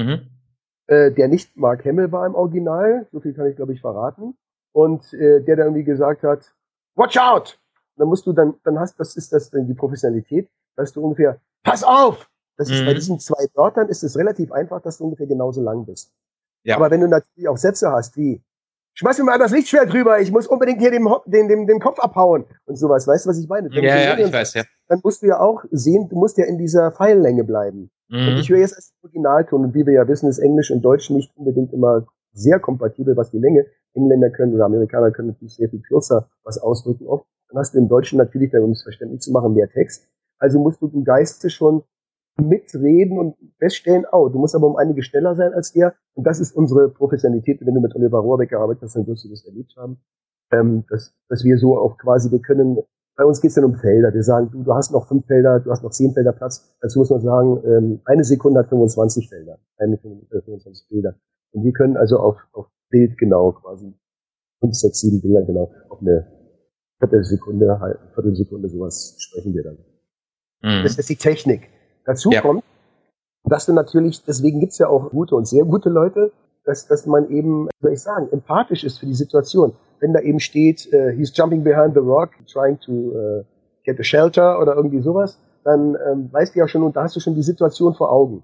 der nicht Mark Hamill war im Original. So viel kann ich, glaube ich, verraten. Und der da irgendwie gesagt hat, watch out! Dann musst du das ist die Professionalität, dass du ungefähr, pass auf! Das ist bei diesen 2 Wörtern ist es relativ einfach, dass du ungefähr genauso lang bist. Ja. Aber wenn du natürlich auch Sätze hast wie, schmeiß mir mal das Lichtschwert drüber, ich muss unbedingt hier den Kopf abhauen und sowas, weißt du, was ich meine? Ja, ich weiß, ja. Dann musst du ja auch sehen, du musst ja in dieser Pfeillänge bleiben. Und ich höre jetzt als Originalton, und wie wir ja wissen, ist Englisch und Deutsch nicht unbedingt immer sehr kompatibel, was die Länge. Engländer können oder Amerikaner können natürlich sehr viel kürzer was ausdrücken oft. Dann hast du im Deutschen natürlich, um es verständlich zu machen, mehr Text. Also musst du im Geiste schon mitreden und feststellen, du musst aber um einige schneller sein als er. Und das ist unsere Professionalität. Wenn du mit Oliver Rohrbeck gearbeitet hast, dann wirst du das erlebt haben. Dass wir so auch quasi, bei uns geht's dann um Felder. Wir sagen, du hast noch 5 Felder, du hast noch 10 Felder Platz. Dazu muss man sagen, eine Sekunde hat 25 Felder. 25 Bilder. Und wir können also auf Bild genau quasi 5, 6, 7 Bilder genau auf eine Viertelsekunde sowas sprechen wir dann. Das ist die Technik. Dazu kommt, dass du natürlich, deswegen gibt's ja auch gute und sehr gute Leute, dass man eben, wie soll ich sagen, empathisch ist für die Situation. Wenn da eben steht, he's jumping behind the rock, trying to get a shelter oder irgendwie sowas, dann weißt du ja schon, und da hast du schon die Situation vor Augen.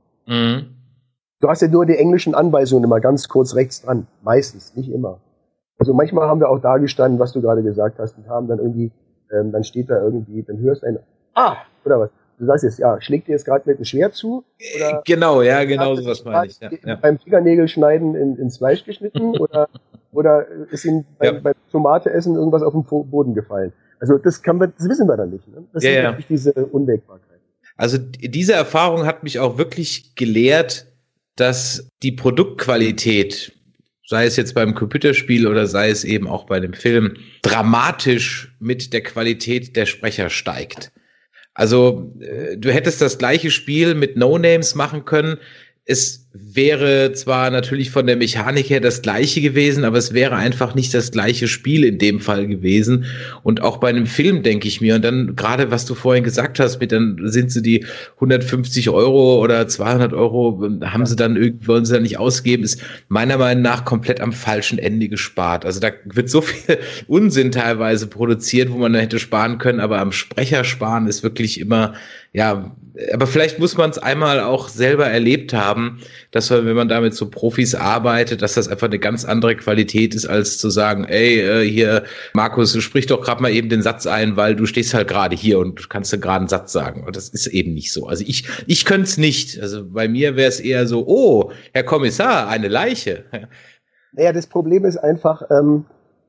Du hast ja nur die englischen Anweisungen immer ganz kurz rechts dran. Meistens, nicht immer. Also manchmal haben wir auch da gestanden, was du gerade gesagt hast, und haben dann irgendwie, dann steht da irgendwie, dann hörst du ein oder was. Du sagst jetzt, schlägt dir jetzt gerade mit dem Schwert zu? Oder genau, sowas meine ich. Ja. Beim Fingernägelschneiden ins Fleisch geschnitten oder ist ihm beim Tomateessen irgendwas auf den Boden gefallen? Also das wissen wir dann nicht. Ne? Das ist wirklich diese Unwägbarkeit. Also diese Erfahrung hat mich auch wirklich gelehrt, dass die Produktqualität, sei es jetzt beim Computerspiel oder sei es eben auch bei dem Film, dramatisch mit der Qualität der Sprecher steigt. Also du hättest das gleiche Spiel mit No-Names machen können. Es wäre zwar natürlich von der Mechanik her das gleiche gewesen, aber es wäre einfach nicht das gleiche Spiel in dem Fall gewesen. Und auch bei einem Film denke ich mir, und dann gerade was du vorhin gesagt hast, dann sind sie die 150 € oder 200 € haben sie dann wollen sie dann nicht ausgeben, ist meiner Meinung nach komplett am falschen Ende gespart. Also da wird so viel Unsinn teilweise produziert, wo man hätte sparen können, aber am Sprecher sparen ist wirklich immer, aber vielleicht muss man es einmal auch selber erlebt haben, dass wenn man da mit so Profis arbeitet, dass das einfach eine ganz andere Qualität ist, als zu sagen, hier, Markus, du sprich doch gerade mal eben den Satz ein, weil du stehst halt gerade hier und kannst dann gerade einen Satz sagen. Und das ist eben nicht so. Also ich könnte es nicht. Also bei mir wäre es eher so, Herr Kommissar, eine Leiche. Naja, das Problem ist einfach, dann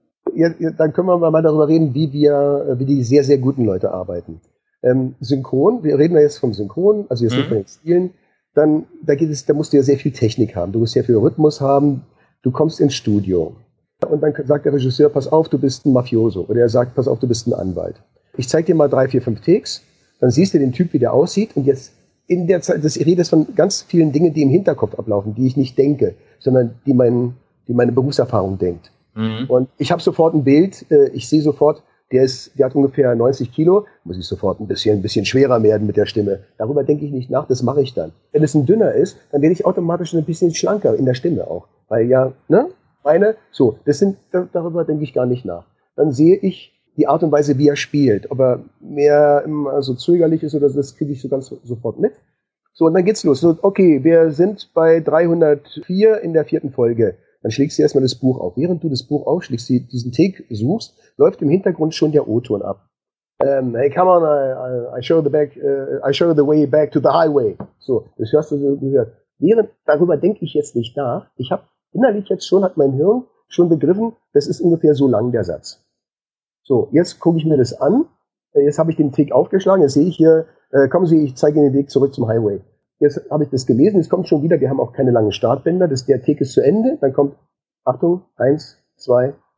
können wir mal darüber reden, wie die sehr, sehr guten Leute arbeiten. Synchron, wir reden ja jetzt vom Synchron, also jetzt nicht von den Stilen, da musst du ja sehr viel Technik haben, du musst sehr viel Rhythmus haben, du kommst ins Studio und dann sagt der Regisseur, pass auf, du bist ein Mafioso, oder er sagt, pass auf, du bist ein Anwalt. Ich zeig dir mal 3, 4, 5 Takes, dann siehst du den Typ, wie der aussieht, und jetzt in der Zeit, ich rede von ganz vielen Dingen, die im Hinterkopf ablaufen, die ich nicht denke, sondern die meine Berufserfahrung denkt. Und ich habe sofort ein Bild, ich sehe sofort, der hat ungefähr 90 Kilo, muss ich sofort ein bisschen schwerer werden mit der Stimme. Darüber denke ich nicht nach, das mache ich dann. Wenn es ein dünner ist, dann werde ich automatisch ein bisschen schlanker in der Stimme auch. Weil darüber denke ich gar nicht nach. Dann sehe ich die Art und Weise, wie er spielt. Ob er mehr so zögerlich ist oder so, das kriege ich so ganz sofort mit. So, und dann geht's los. So, okay, wir sind bei 304 in der 4. Folge. Dann schlägst du erstmal das Buch auf. Während du das Buch aufschlägst, diesen Take suchst, läuft im Hintergrund schon der O-Ton ab. Hey, come on, I show the way back to the highway. So, das hast du so gehört. Darüber denke ich jetzt nicht nach. Ich habe innerlich hat mein Hirn schon begriffen, das ist ungefähr so lang, der Satz. So, jetzt gucke ich mir das an. Jetzt habe ich den Take aufgeschlagen. Jetzt sehe ich hier, kommen Sie, ich zeige Ihnen den Weg zurück zum Highway. Jetzt habe ich das gelesen, es kommt schon wieder, wir haben auch keine langen Startbänder, der Take ist zu Ende, dann kommt, Achtung, 1, 2,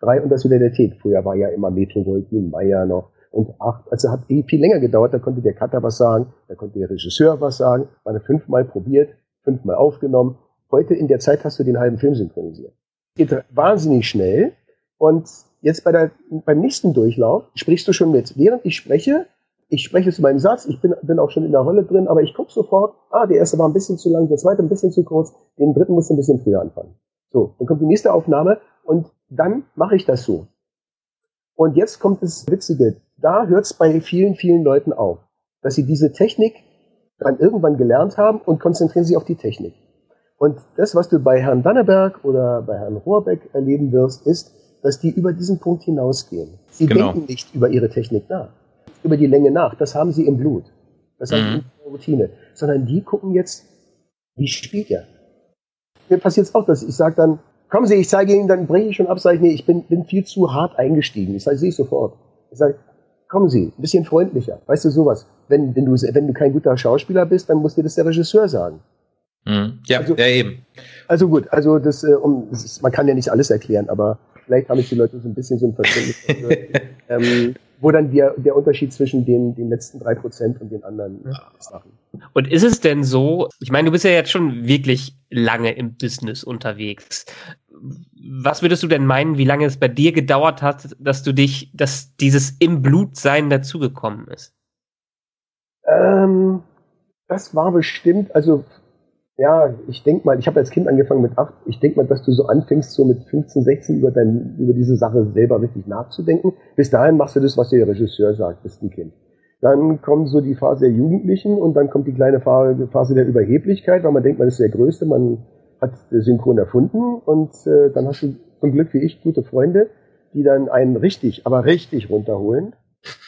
3 und das Solidarität. Früher war ja immer Metro-Goldwyn Mayer noch und 8. Also hat viel länger gedauert, da konnte der Cutter was sagen, da konnte der Regisseur was sagen, man hat 5-mal probiert, 5-mal aufgenommen. Heute in der Zeit hast du den halben Film synchronisiert. Geht wahnsinnig schnell und jetzt beim nächsten Durchlauf sprichst du schon mit. Während ich spreche zu meinem Satz, ich bin auch schon in der Rolle drin, aber ich gucke sofort, der erste war ein bisschen zu lang, der zweite ein bisschen zu kurz, den dritten musst du ein bisschen früher anfangen. So, dann kommt die nächste Aufnahme und dann mache ich das so. Und jetzt kommt das Witzige, da hört es bei vielen, vielen Leuten auf, dass sie diese Technik dann irgendwann gelernt haben und konzentrieren sich auf die Technik. Und das, was du bei Herrn Danneberg oder bei Herrn Rohrbeck erleben wirst, ist, dass die über diesen Punkt hinausgehen. Sie denken nicht über ihre Technik nach, über die Länge nach. Das haben sie im Blut. Das haben sie in der Routine. Sondern die gucken jetzt, wie spielt er? Mir passiert es auch, dass ich sage dann, kommen Sie, ich zeige Ihnen, dann breche ich schon ab, sage ich, nee, ich bin viel zu hart eingestiegen. Ich sage, sehe ich sofort. Ich sage, kommen Sie, ein bisschen freundlicher. Weißt du, sowas. Wenn du kein guter Schauspieler bist, dann muss dir das der Regisseur sagen. Ja, also, ja, eben. Also gut, also man kann ja nicht alles erklären, aber vielleicht haben die Leute so ein bisschen so ein Verständnis, wo dann der Unterschied zwischen den letzten 3% und den anderen Sachen. Und ist es denn so, ich meine, du bist ja jetzt schon wirklich lange im Business unterwegs. Was würdest du denn meinen, wie lange es bei dir gedauert hat, dass dieses im Blutsein dazugekommen ist? Das war bestimmt, also ja, ich denke mal, ich habe als Kind angefangen mit 8, ich denke mal, dass du so anfängst, so mit 15, 16 über diese Sache selber richtig nachzudenken. Bis dahin machst du das, was dir der Regisseur sagt, bist ein Kind. Dann kommt so die Phase der Jugendlichen und dann kommt die kleine Phase der Überheblichkeit, weil man denkt, man ist der Größte, man hat Synchron erfunden und dann hast du zum Glück wie ich gute Freunde, die dann einen richtig runterholen,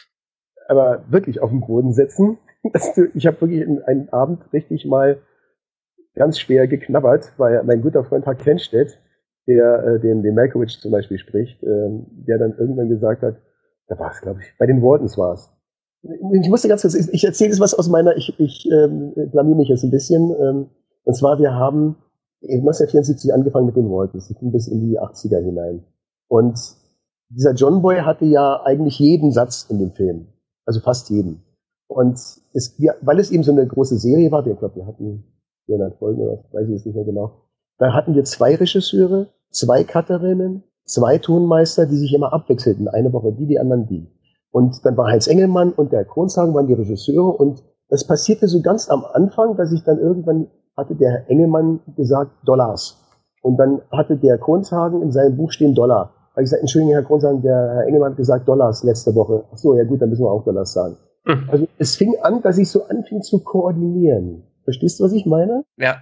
aber wirklich auf den Boden setzen. Ich habe wirklich einen Abend richtig mal ganz schwer geknabbert, weil mein guter Freund Hack Klenstedt, der den Malkovich zum Beispiel spricht, der dann irgendwann gesagt hat, da war es, glaube ich, bei den Waltons war es. Ich musste ganz kurz, ich erzähle jetzt was aus meiner, ich blamier mich jetzt ein bisschen, und zwar wir haben 1974 angefangen mit den Waltons, ich bin bis in die 80er hinein. Und dieser John Boy hatte ja eigentlich jeden Satz in dem Film, also fast jeden. Und weil es eben so eine große Serie war, ich glaube, wir hatten 400 Folgen oder weiß ich jetzt nicht mehr genau. Da hatten wir 2 Regisseure, 2 Cutterinnen, 2 Tonmeister, die sich immer abwechselten. Eine Woche die anderen die. Und dann war Heinz Engelmann und der Kronshagen waren die Regisseure und das passierte so ganz am Anfang, dass ich dann irgendwann hatte der Herr Engelmann gesagt Dollars. Und dann hatte der Kronshagen in seinem Buch stehen Dollar. Da habe ich gesagt, Entschuldigung, Herr Kronshagen, der Herr Engelmann hat gesagt Dollars letzte Woche. Ach so, ja gut, dann müssen wir auch Dollars sagen. Also es fing an, dass ich so anfing zu koordinieren. Verstehst du, was ich meine? Ja.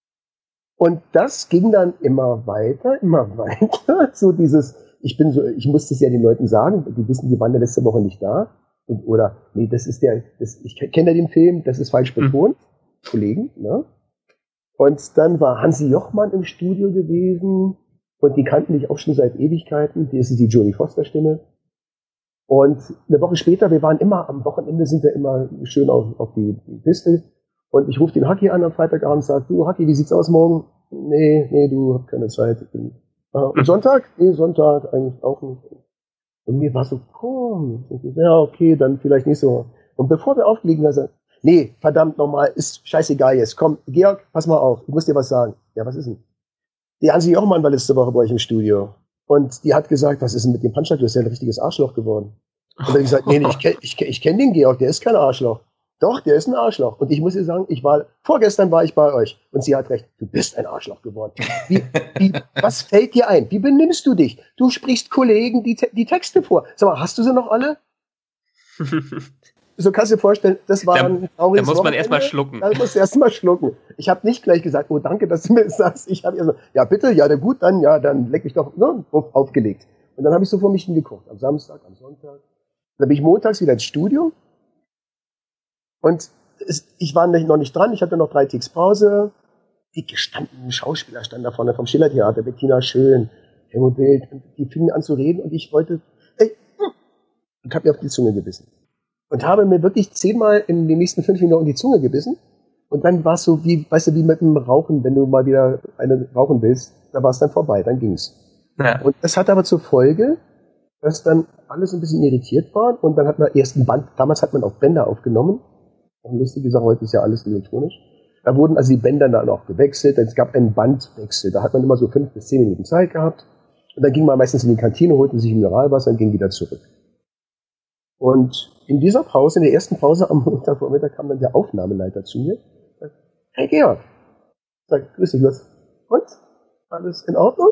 Und das ging dann immer weiter. So dieses, ich musste es ja den Leuten sagen, die wissen, die waren ja letzte Woche nicht da. Nee, ich kenne ja den Film, das ist falsch betont. Kollegen, ne? Und dann war Hansi Jochmann im Studio gewesen und die kannten mich auch schon seit Ewigkeiten. Das ist die Jodie Foster Stimme. Und eine Woche später, wir waren immer, am Wochenende sind wir immer schön auf die Piste. Und ich rufe den Haki an am Freitagabend und sage, du Haki, wie sieht's aus morgen? Nee, du hast keine Zeit. Und Sonntag? Nee, Sonntag eigentlich auch nicht. Und mir war so, komm, ja, okay, dann vielleicht nicht so. Und bevor wir aufgelegen haben, nee, verdammt nochmal, ist scheißegal jetzt. Komm, Georg, pass mal auf, ich muss dir was sagen. Ja, was ist denn? Die Hansi Jochmann war letzte Woche bei euch im Studio. Und die hat gesagt, was ist denn mit dem Punchak? Du bist ja ein richtiges Arschloch geworden. Und dann habe ich gesagt, nee, ich kenn den Georg, der ist kein Arschloch. Doch, der ist ein Arschloch. Und ich muss dir sagen, vorgestern war ich bei euch. Und sie hat recht, du bist ein Arschloch geworden. Was fällt dir ein? Wie benimmst du dich? Du sprichst Kollegen die Texte vor. Sag mal, hast du sie noch alle? So kannst du dir vorstellen, das war ein trauriges Da muss man erstmal schlucken. Da musst du erstmal schlucken. Ich habe nicht gleich gesagt, oh danke, dass du mir das sagst. Ich habe so, ja bitte, ja gut, dann leck mich doch, ne, aufgelegt. Und dann habe ich so vor mich hingeguckt. Am Samstag, am Sonntag. Dann bin ich montags wieder ins Studio. Und ich war noch nicht dran, ich hatte noch 3 Ticks Pause. Die gestandenen Schauspieler standen da vorne vom Schillertheater, Bettina Schön, Helmut Wild, die fingen an zu reden und ich wollte, und habe mir auf die Zunge gebissen. Und habe mir wirklich 10-mal in den nächsten 5 Minuten die Zunge gebissen. Und dann war es so wie, weißt du, wie mit dem Rauchen, wenn du mal wieder eine rauchen willst, da war es dann vorbei, dann ging's. Ja. Und das hat aber zur Folge, dass dann alles ein bisschen irritiert war und dann hat man erst ein Band, damals hat man auch Bänder aufgenommen. Eine lustige Sache, heute ist ja alles elektronisch. Da wurden also die Bänder dann auch gewechselt, es gab einen Bandwechsel, da hat man immer so 5 bis 10 Minuten Zeit gehabt und dann ging man meistens in die Kantine, holte sich Mineralwasser und ging wieder zurück. Und in dieser Pause, in der ersten Pause am Montagvormittag kam dann der Aufnahmeleiter zu mir und sagt, hey Georg, sagt, grüß dich, was? Und? Alles in Ordnung?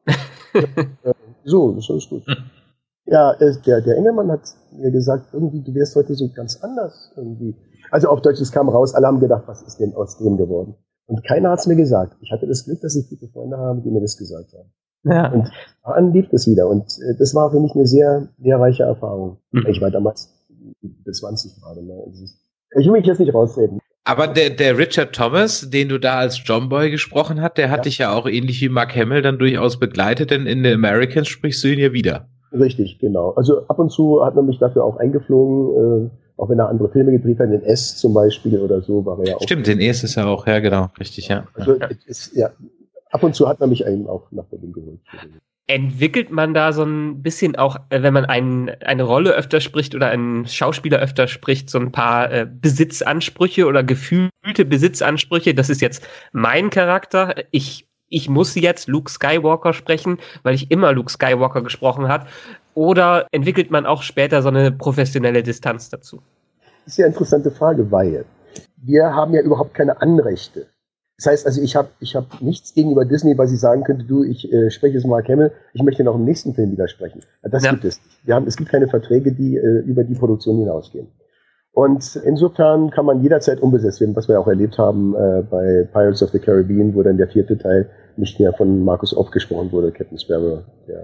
So, das ist alles gut. Ja, der Engelmann hat mir gesagt, irgendwie, du wärst heute so ganz anders irgendwie. Also auf Deutsch, es kam raus, alle haben gedacht, was ist denn aus dem geworden? Und keiner hat es mir gesagt. Ich hatte das Glück, dass ich gute Freunde habe, die mir das gesagt haben. Ja. Und dann lief es wieder. Und das war für mich eine sehr lehrreiche Erfahrung. Ich war damals bis 20 gerade. Ne? Ich will mich jetzt nicht rausreden. Aber der Richard Thomas, den du da als John Boy gesprochen hast, der hat dich ja auch ähnlich wie Mark Hamill dann durchaus begleitet, denn in The Americans sprichst du ihn ja wieder. Richtig, genau. Also ab und zu hat man mich dafür auch eingeflogen, auch wenn er andere Filme gedreht hat, den S zum Beispiel oder so, war er ja auch. Stimmt, den S ist ja auch, ja genau, richtig, ja. Also ja, ab und zu hat man mich eben auch nach Berlin geholt. Entwickelt man da so ein bisschen auch, wenn man eine Rolle öfter spricht oder einen Schauspieler öfter spricht, so ein paar Besitzansprüche oder gefühlte Besitzansprüche? Das ist jetzt mein Charakter. Ich muss jetzt Luke Skywalker sprechen, weil ich immer Luke Skywalker gesprochen habe. Oder entwickelt man auch später so eine professionelle Distanz dazu? Das ist ja eine interessante Frage, weil wir haben ja überhaupt keine Anrechte. Das heißt also, ich hab nichts gegenüber Disney, was ich sagen könnte, ich spreche jetzt Mark Hamill, ich möchte noch im nächsten Film widersprechen. Das gibt es nicht. Es gibt keine Verträge, die über die Produktion hinausgehen. Und insofern kann man jederzeit umbesetzt werden, was wir auch erlebt haben bei Pirates of the Caribbean, wo dann der 4. Teil nicht mehr von Marcus Off gesprochen wurde, Captain Sparrow.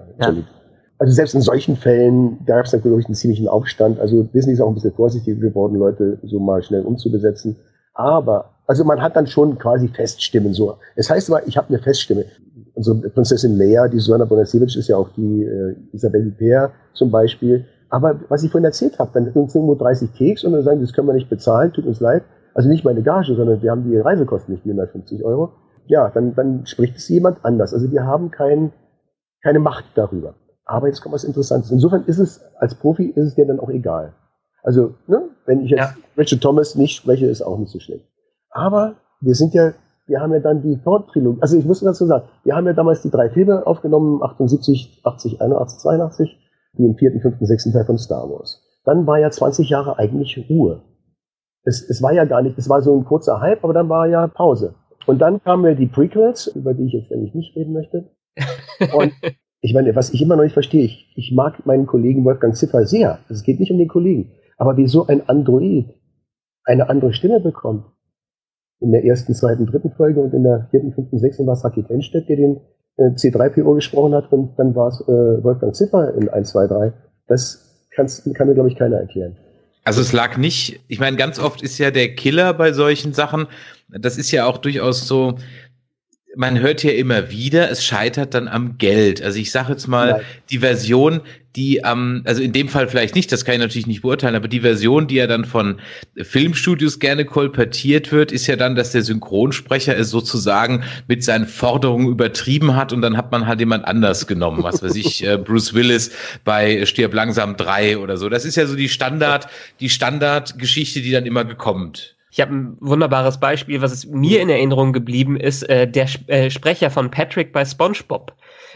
Also selbst in solchen Fällen, da gab es dann, glaube ich, einen ziemlichen Aufstand. Also Disney ist auch ein bisschen vorsichtig geworden, Leute so mal schnell umzubesetzen. Aber, also man hat dann schon quasi Feststimmen. So. Es heißt aber, ich habe eine Feststimme. Unsere Prinzessin Leia, die Susanna Bonasiewicz, ist ja auch die Isabelle Huppert zum Beispiel. Aber was ich vorhin erzählt habe, dann sind irgendwo 30 Takes und dann sagen, das können wir nicht bezahlen, tut uns leid. Also nicht meine Gage, sondern wir haben die Reisekosten nicht, die 150 €. Ja, dann spricht es jemand anders. Also wir haben keine Macht darüber. Aber jetzt kommt was Interessantes. Insofern ist es, als Profi ist es dir dann auch egal. Also, ne, wenn ich jetzt Richard Thomas nicht spreche, ist auch nicht so schlecht. Aber wir haben ja dann die Ford-Trilogie, also ich muss dazu sagen, wir haben ja damals die 3 Filme aufgenommen, 78, 80, 81, 82, die im 4., 5., 6. Teil von Star Wars. Dann war ja 20 Jahre eigentlich Ruhe. Es war ja gar nicht, es war so ein kurzer Hype, aber dann war ja Pause. Und dann kamen ja die Prequels, über die ich jetzt eigentlich nicht reden möchte. Und ich meine, was ich immer noch nicht verstehe, ich mag meinen Kollegen Wolfgang Ziffer sehr. Es geht nicht um den Kollegen. Aber wieso ein Android eine andere Stimme bekommt? In der 1., 2., 3. Folge und in der 4., 5., 6. war es Haki Tenstedt, der den C3PO gesprochen hat und dann war es Wolfgang Ziffer in 1, 2, 3. Das kann mir, glaube ich, keiner erklären. Also es lag nicht, ich meine, ganz oft ist ja der Killer bei solchen Sachen, das ist ja auch durchaus so, man hört ja immer wieder, es scheitert dann am Geld. Also ich sage jetzt mal, die Version, die also in dem Fall vielleicht nicht, das kann ich natürlich nicht beurteilen, aber die Version, die ja dann von Filmstudios gerne kolportiert wird, ist ja dann, dass der Synchronsprecher es sozusagen mit seinen Forderungen übertrieben hat und dann hat man halt jemand anders genommen, was weiß ich, Bruce Willis bei Stirb langsam 3 oder so. Das ist ja so die Standardgeschichte, die dann immer kommt. Ich habe ein wunderbares Beispiel, was es mir in Erinnerung geblieben ist, der Sprecher von Patrick bei SpongeBob.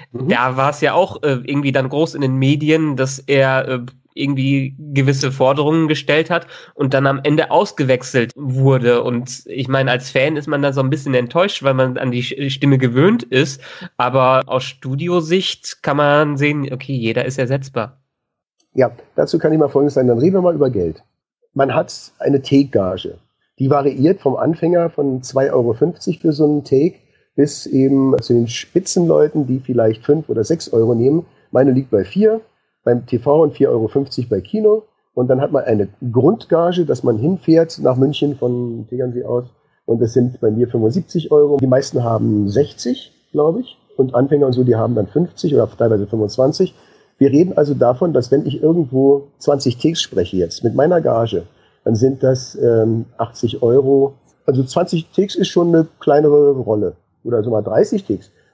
Da war es ja auch irgendwie dann groß in den Medien, dass er irgendwie gewisse Forderungen gestellt hat und dann am Ende ausgewechselt wurde. Und ich meine, als Fan ist man da so ein bisschen enttäuscht, weil man an die Stimme gewöhnt ist. Aber aus Studiosicht kann man sehen, okay, jeder ist ersetzbar. Ja, dazu kann ich mal Folgendes sagen. Dann reden wir mal über Geld. Man hat eine Take-Gage. Die variiert vom Anfänger von 2,50 € für so einen Take bis eben zu den Spitzenleuten, die vielleicht 5 oder 6 € nehmen. Meine liegt bei 4 beim TV und 4,50 € bei Kino. Und dann hat man eine Grundgage, dass man hinfährt nach München von Tegernsee aus. Und das sind bei mir 75 €. Die meisten haben 60, glaube ich. Und Anfänger und so, die haben dann 50 oder teilweise 25. Wir reden also davon, dass wenn ich irgendwo 20 Takes spreche jetzt mit meiner Gage, dann sind das 80 €. Also 20 Takes ist schon eine kleinere Rolle. Oder so mal 30 Takes.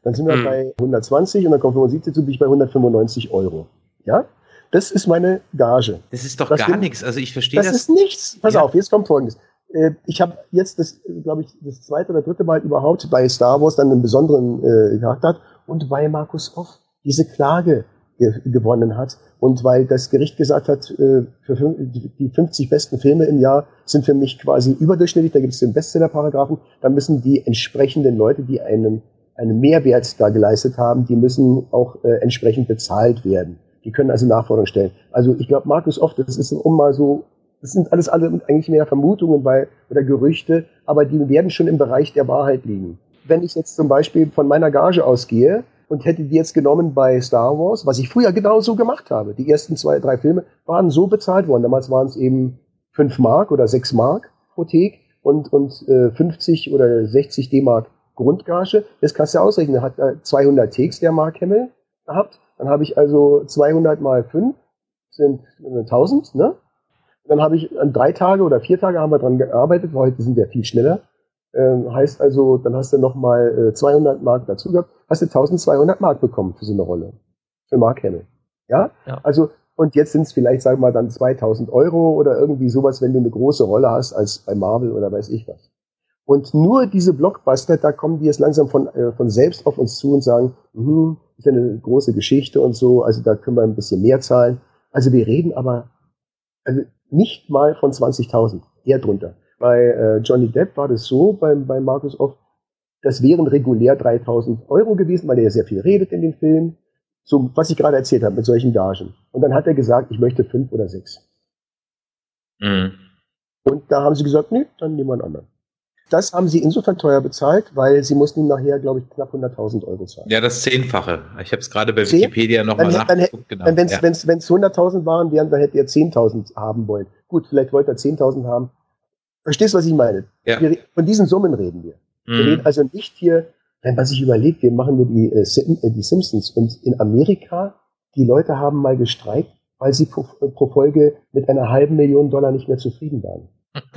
Dann sind wir bei 120 und dann kommt 75, so bin ich bei 195 Euro. Ja? Das ist meine Gage. Das ist doch gar nichts. Also ich verstehe das. Das ist nichts. Pass auf, jetzt kommt Folgendes. Ich habe jetzt das, glaube ich, das zweite oder dritte Mal überhaupt bei Star Wars dann einen besonderen Charakter hat und weil Markus Off diese Klage gewonnen hat und weil das Gericht gesagt hat, die 50 besten Filme im Jahr sind für mich quasi überdurchschnittlich, da gibt es den Bestseller-Paragraphen, da müssen die entsprechenden Leute, die einen Mehrwert da geleistet haben, die müssen auch entsprechend bezahlt werden. Die können also Nachforderungen stellen. Also ich glaube, Markus Off, das ist das sind alles eigentlich mehr Vermutungen oder Gerüchte, aber die werden schon im Bereich der Wahrheit liegen. Wenn ich jetzt zum Beispiel von meiner Gage ausgehe und hätte die jetzt genommen bei Star Wars, was ich früher genauso gemacht habe, die ersten 2, 3 Filme waren so bezahlt worden. Damals waren es eben 5 Mark oder 6 Mark pro Take und 50 oder 60 D-Mark Grundgage. Das kannst du ausrechnen. Er hat 200 Takes, der Mark Hamill, gehabt. Dann habe ich also 200 mal 5, sind 1000, ne? Dann habe ich an 3 Tage oder 4 Tage haben wir dran gearbeitet, weil heute sind wir viel schneller. Heißt also, dann hast du nochmal 200 Mark dazu gehabt, hast du 1200 Mark bekommen für so eine Rolle. Für Mark Hamill. Ja? Also, und jetzt sind es vielleicht, sagen wir mal, dann 2000 Euro oder irgendwie sowas, wenn du eine große Rolle hast, als bei Marvel oder weiß ich was. Und nur diese Blockbuster, da kommen die jetzt langsam von selbst auf uns zu und sagen, ist ja eine große Geschichte und so, also da können wir ein bisschen mehr zahlen. Also wir reden aber nicht mal von 20.000, eher drunter. Bei Johnny Depp war das so, bei Markus Off, das wären regulär 3.000 Euro gewesen, weil er ja sehr viel redet in dem Film, so was ich gerade erzählt habe, mit solchen Gagen. Und dann hat er gesagt, ich möchte 5 oder 6. Mhm. Und da haben sie gesagt, nee, dann nehmen wir einen anderen. Das haben sie insofern teuer bezahlt, weil sie mussten ihm nachher, glaube ich, knapp 100.000 Euro zahlen. Ja, das 10-fache. Ich habe es gerade bei Wikipedia nochmal nachgeguckt. Genau. Wenn es 100.000 waren, dann hätte er 10.000 haben wollen. Gut, vielleicht wollte er 10.000 haben. Verstehst du, was ich meine? Ja. Von diesen Summen reden wir. Wir reden also nicht hier, wenn man sich überlegt, wir machen hier die Simpsons und in Amerika, die Leute haben mal gestreikt, weil sie pro Folge mit einer $500.000 nicht mehr zufrieden waren.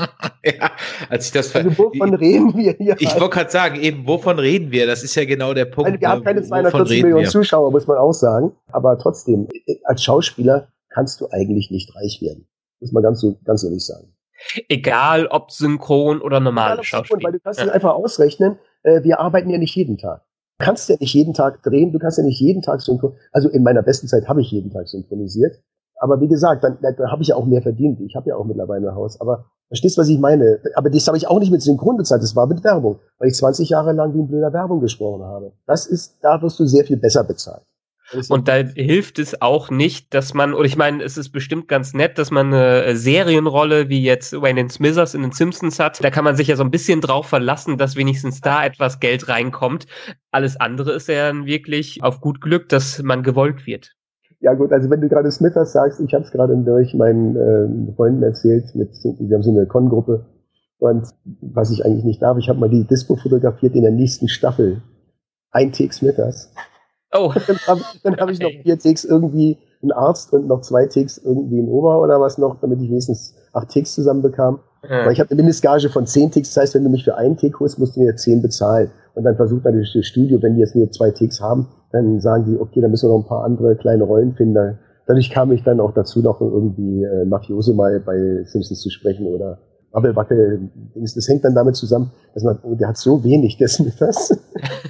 Ja, als ich das also wovon reden wir hier? Ich wollte gerade sagen, eben, wovon reden wir? Das ist ja genau der Punkt. Also wir haben keine 240 Millionen Zuschauer, muss man auch sagen. Aber trotzdem, als Schauspieler kannst du eigentlich nicht reich werden. Muss man ganz ehrlich sagen. Egal, ob synchron oder normale Schauspieler. Weil du kannst es einfach ausrechnen, wir arbeiten ja nicht jeden Tag. Du kannst ja nicht jeden Tag drehen, du kannst ja nicht jeden Tag synchronisieren. Also in meiner besten Zeit habe ich jeden Tag synchronisiert. Aber wie gesagt, da habe ich ja auch mehr verdient. Ich habe ja auch mittlerweile ein Haus. Aber verstehst du, was ich meine? Aber das habe ich auch nicht mit Synchron bezahlt. Das war mit Werbung. Weil ich 20 Jahre lang wie ein blöder Werbung gesprochen habe. Da wirst du sehr viel besser bezahlt. Und da hilft es auch nicht, dass man, oder ich meine, es ist bestimmt ganz nett, dass man eine Serienrolle wie jetzt Wayne Smithers in den Simpsons hat. Da kann man sich ja so ein bisschen drauf verlassen, dass wenigstens da etwas Geld reinkommt. Alles andere ist ja dann wirklich auf gut Glück, dass man gewollt wird. Ja gut, also wenn du gerade Smithers sagst, ich habe es gerade durch meinen Freunden erzählt, wir haben so eine Con-Gruppe und was ich eigentlich nicht darf, ich habe mal die Dispo fotografiert in der nächsten Staffel. Ein Take Smithers. Oh. Dann hab ich noch 4 Takes irgendwie einen Arzt und noch 2 Takes irgendwie ein Ober oder was noch, damit ich wenigstens 8 Takes zusammenbekam. Ja. Weil ich habe eine Mindestgage von 10 Takes, das heißt, wenn du mich für einen Take holst, musst du mir 10 bezahlen. Und dann versucht natürlich das Studio, wenn die jetzt nur 2 Takes haben, dann sagen die, okay, dann müssen wir noch ein paar andere kleine Rollen finden. Dadurch kam ich dann auch dazu, noch irgendwie Mafioso mal bei Simpsons zu sprechen oder Wabbelwackel. Das hängt dann damit zusammen, dass der hat so wenig, der Smithers.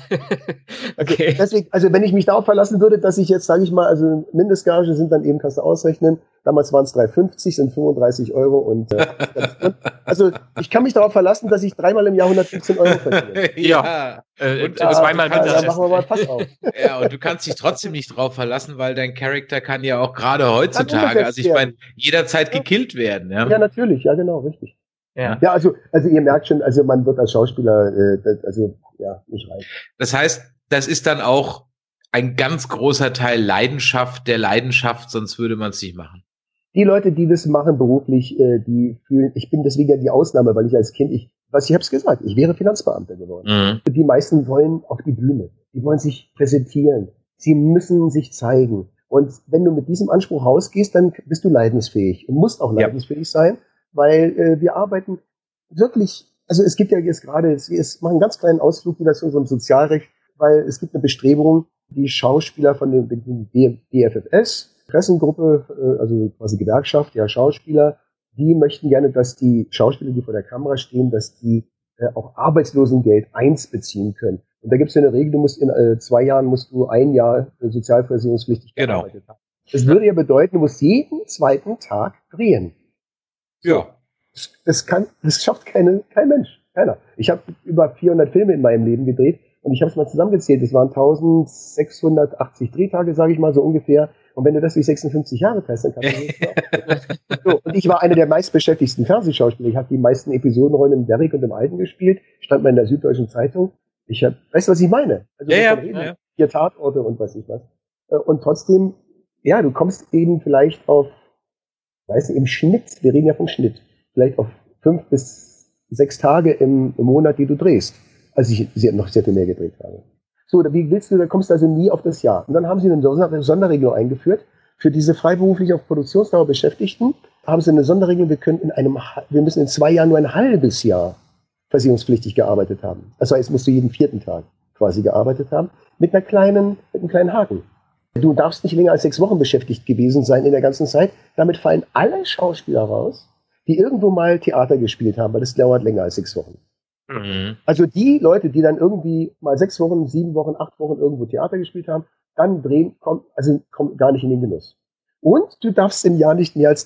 Okay. Deswegen, also wenn ich mich darauf verlassen würde, dass ich jetzt, sage ich mal, also Mindestgage sind dann eben, kannst du ausrechnen, damals waren es 3,50, sind 35 Euro und also ich kann mich darauf verlassen, dass ich 3-mal im Jahr 115 Euro verdiene. Ja. Und zweimal da machen wir mal Pass auf. Ja, und du kannst dich trotzdem nicht drauf verlassen, weil dein Charakter kann ja auch gerade heutzutage, also ich meine, jederzeit gekillt werden. Ja? Ja, natürlich, ja genau, richtig. Ja, also ihr merkt schon, also man wird als Schauspieler, nicht reich. Das heißt, das ist dann auch ein ganz großer Teil der Leidenschaft, sonst würde man es nicht machen. Die Leute, die das machen beruflich, die fühlen, ich bin deswegen ja die Ausnahme, weil ich als Kind, ich hab's gesagt, ich wäre Finanzbeamter geworden. Mhm. Die meisten wollen auf die Bühne, die wollen sich präsentieren, sie müssen sich zeigen. Und wenn du mit diesem Anspruch rausgehst, dann bist du leidensfähig und musst auch leidensfähig sein. Weil wir arbeiten wirklich, also es gibt ja jetzt gerade, es macht einen ganz kleinen Ausflug wieder zu unserem Sozialrecht. weil es gibt eine Bestrebung, die Schauspieler von dem DFFS, Pressengruppe, also quasi Gewerkschaft, ja, Schauspieler, die möchten gerne, dass die Schauspieler, die vor der Kamera stehen, dass die auch Arbeitslosengeld 1 beziehen können. Und da gibt es ja eine Regel, du musst in 2 Jahren musst du 1 Jahr sozialversicherungspflichtig gearbeitet haben. Das würde ja bedeuten, du musst jeden zweiten Tag drehen. Ja. Das schafft kein Mensch. Keiner. Ich habe über 400 Filme in meinem Leben gedreht und ich habe es mal zusammengezählt. Es waren 1680 Drehtage, sage ich mal, so ungefähr. Und wenn du das durch 56 Jahre teilst, dann kannst du das so, und ich war einer der meistbeschäftigsten Fernsehschauspieler. Ich habe die meisten Episodenrollen im Derrick und im Alten gespielt. Stand mal in der Süddeutschen Zeitung. Weißt du, was ich meine? Also, Ja. 4 Tatorte und weiß ich was. Und trotzdem, ja, du kommst eben vielleicht auf, weißt du, im Schnitt, wir reden ja vom Schnitt, vielleicht auf 5 bis 6 Tage im Monat, die du drehst. Als ich noch sehr viel mehr gedreht habe. So, wie willst du, da kommst du also nie auf das Jahr. Und dann haben sie eine Sonderregelung eingeführt. Für diese freiberuflich auf Produktionsdauer Beschäftigten haben sie eine Sonderregelung, wir müssen in 2 Jahren nur ein halbes Jahr versicherungspflichtig gearbeitet haben. Das heißt, musst du jeden 4. Tag quasi gearbeitet haben, mit einem kleinen Haken. Du darfst nicht länger als 6 Wochen beschäftigt gewesen sein in der ganzen Zeit. Damit fallen alle Schauspieler raus, die irgendwo mal Theater gespielt haben, weil das dauert länger als 6 Wochen. Mhm. Also die Leute, die dann irgendwie mal 6 Wochen, 7 Wochen, 8 Wochen irgendwo Theater gespielt haben, dann kommen gar nicht in den Genuss. Und du darfst im Jahr nicht mehr als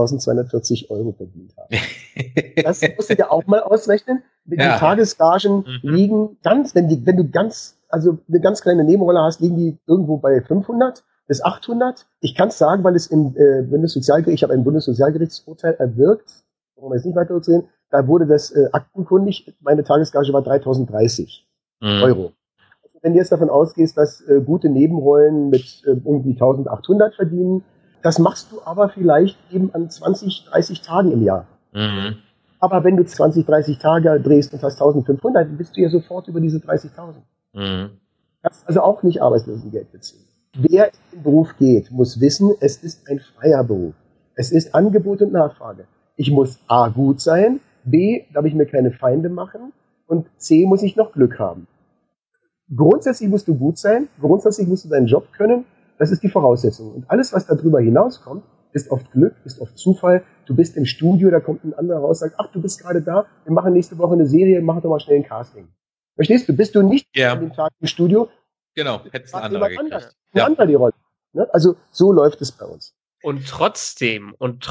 30.240 € verdient haben. Das musst du dir auch mal ausrechnen. Die Tagesgagen liegen wenn du eine ganz kleine Nebenrolle hast, liegen die irgendwo bei 500 bis 800. Ich kann es sagen, weil es im Bundessozialgericht, ich habe ein Bundessozialgerichtsurteil erwirkt, warum wir jetzt nicht weiter sehen, da wurde das aktenkundig, meine Tagesgage war 3.030 €. Also wenn du jetzt davon ausgehst, dass gute Nebenrollen mit irgendwie 1.800 verdienen, das machst du aber vielleicht eben an 20, 30 Tagen im Jahr. Mhm. Aber wenn du 20, 30 Tage drehst und hast 1.500, dann bist du ja sofort über diese 30.000. Mhm. Kannst also auch nicht Arbeitslosengeld beziehen. Wer in den Beruf geht, muss wissen, es ist ein freier Beruf. Es ist Angebot und Nachfrage. Ich muss A, gut sein, B, darf ich mir keine Feinde machen und C, muss ich noch Glück haben. Grundsätzlich musst du gut sein, grundsätzlich musst du deinen Job können, das ist die Voraussetzung. Und alles, was darüber hinauskommt, ist oft Glück, ist oft Zufall. Du bist im Studio, da kommt ein anderer raus, sagt, ach, du bist gerade da, wir machen nächste Woche eine Serie, mach doch mal schnell ein Casting. Verstehst du? Bist du nicht an dem Tag im Studio, genau, hättest du andere gekriegt. Ein anderer die Rolle. Ne? Also so läuft es bei uns. Und trotzdem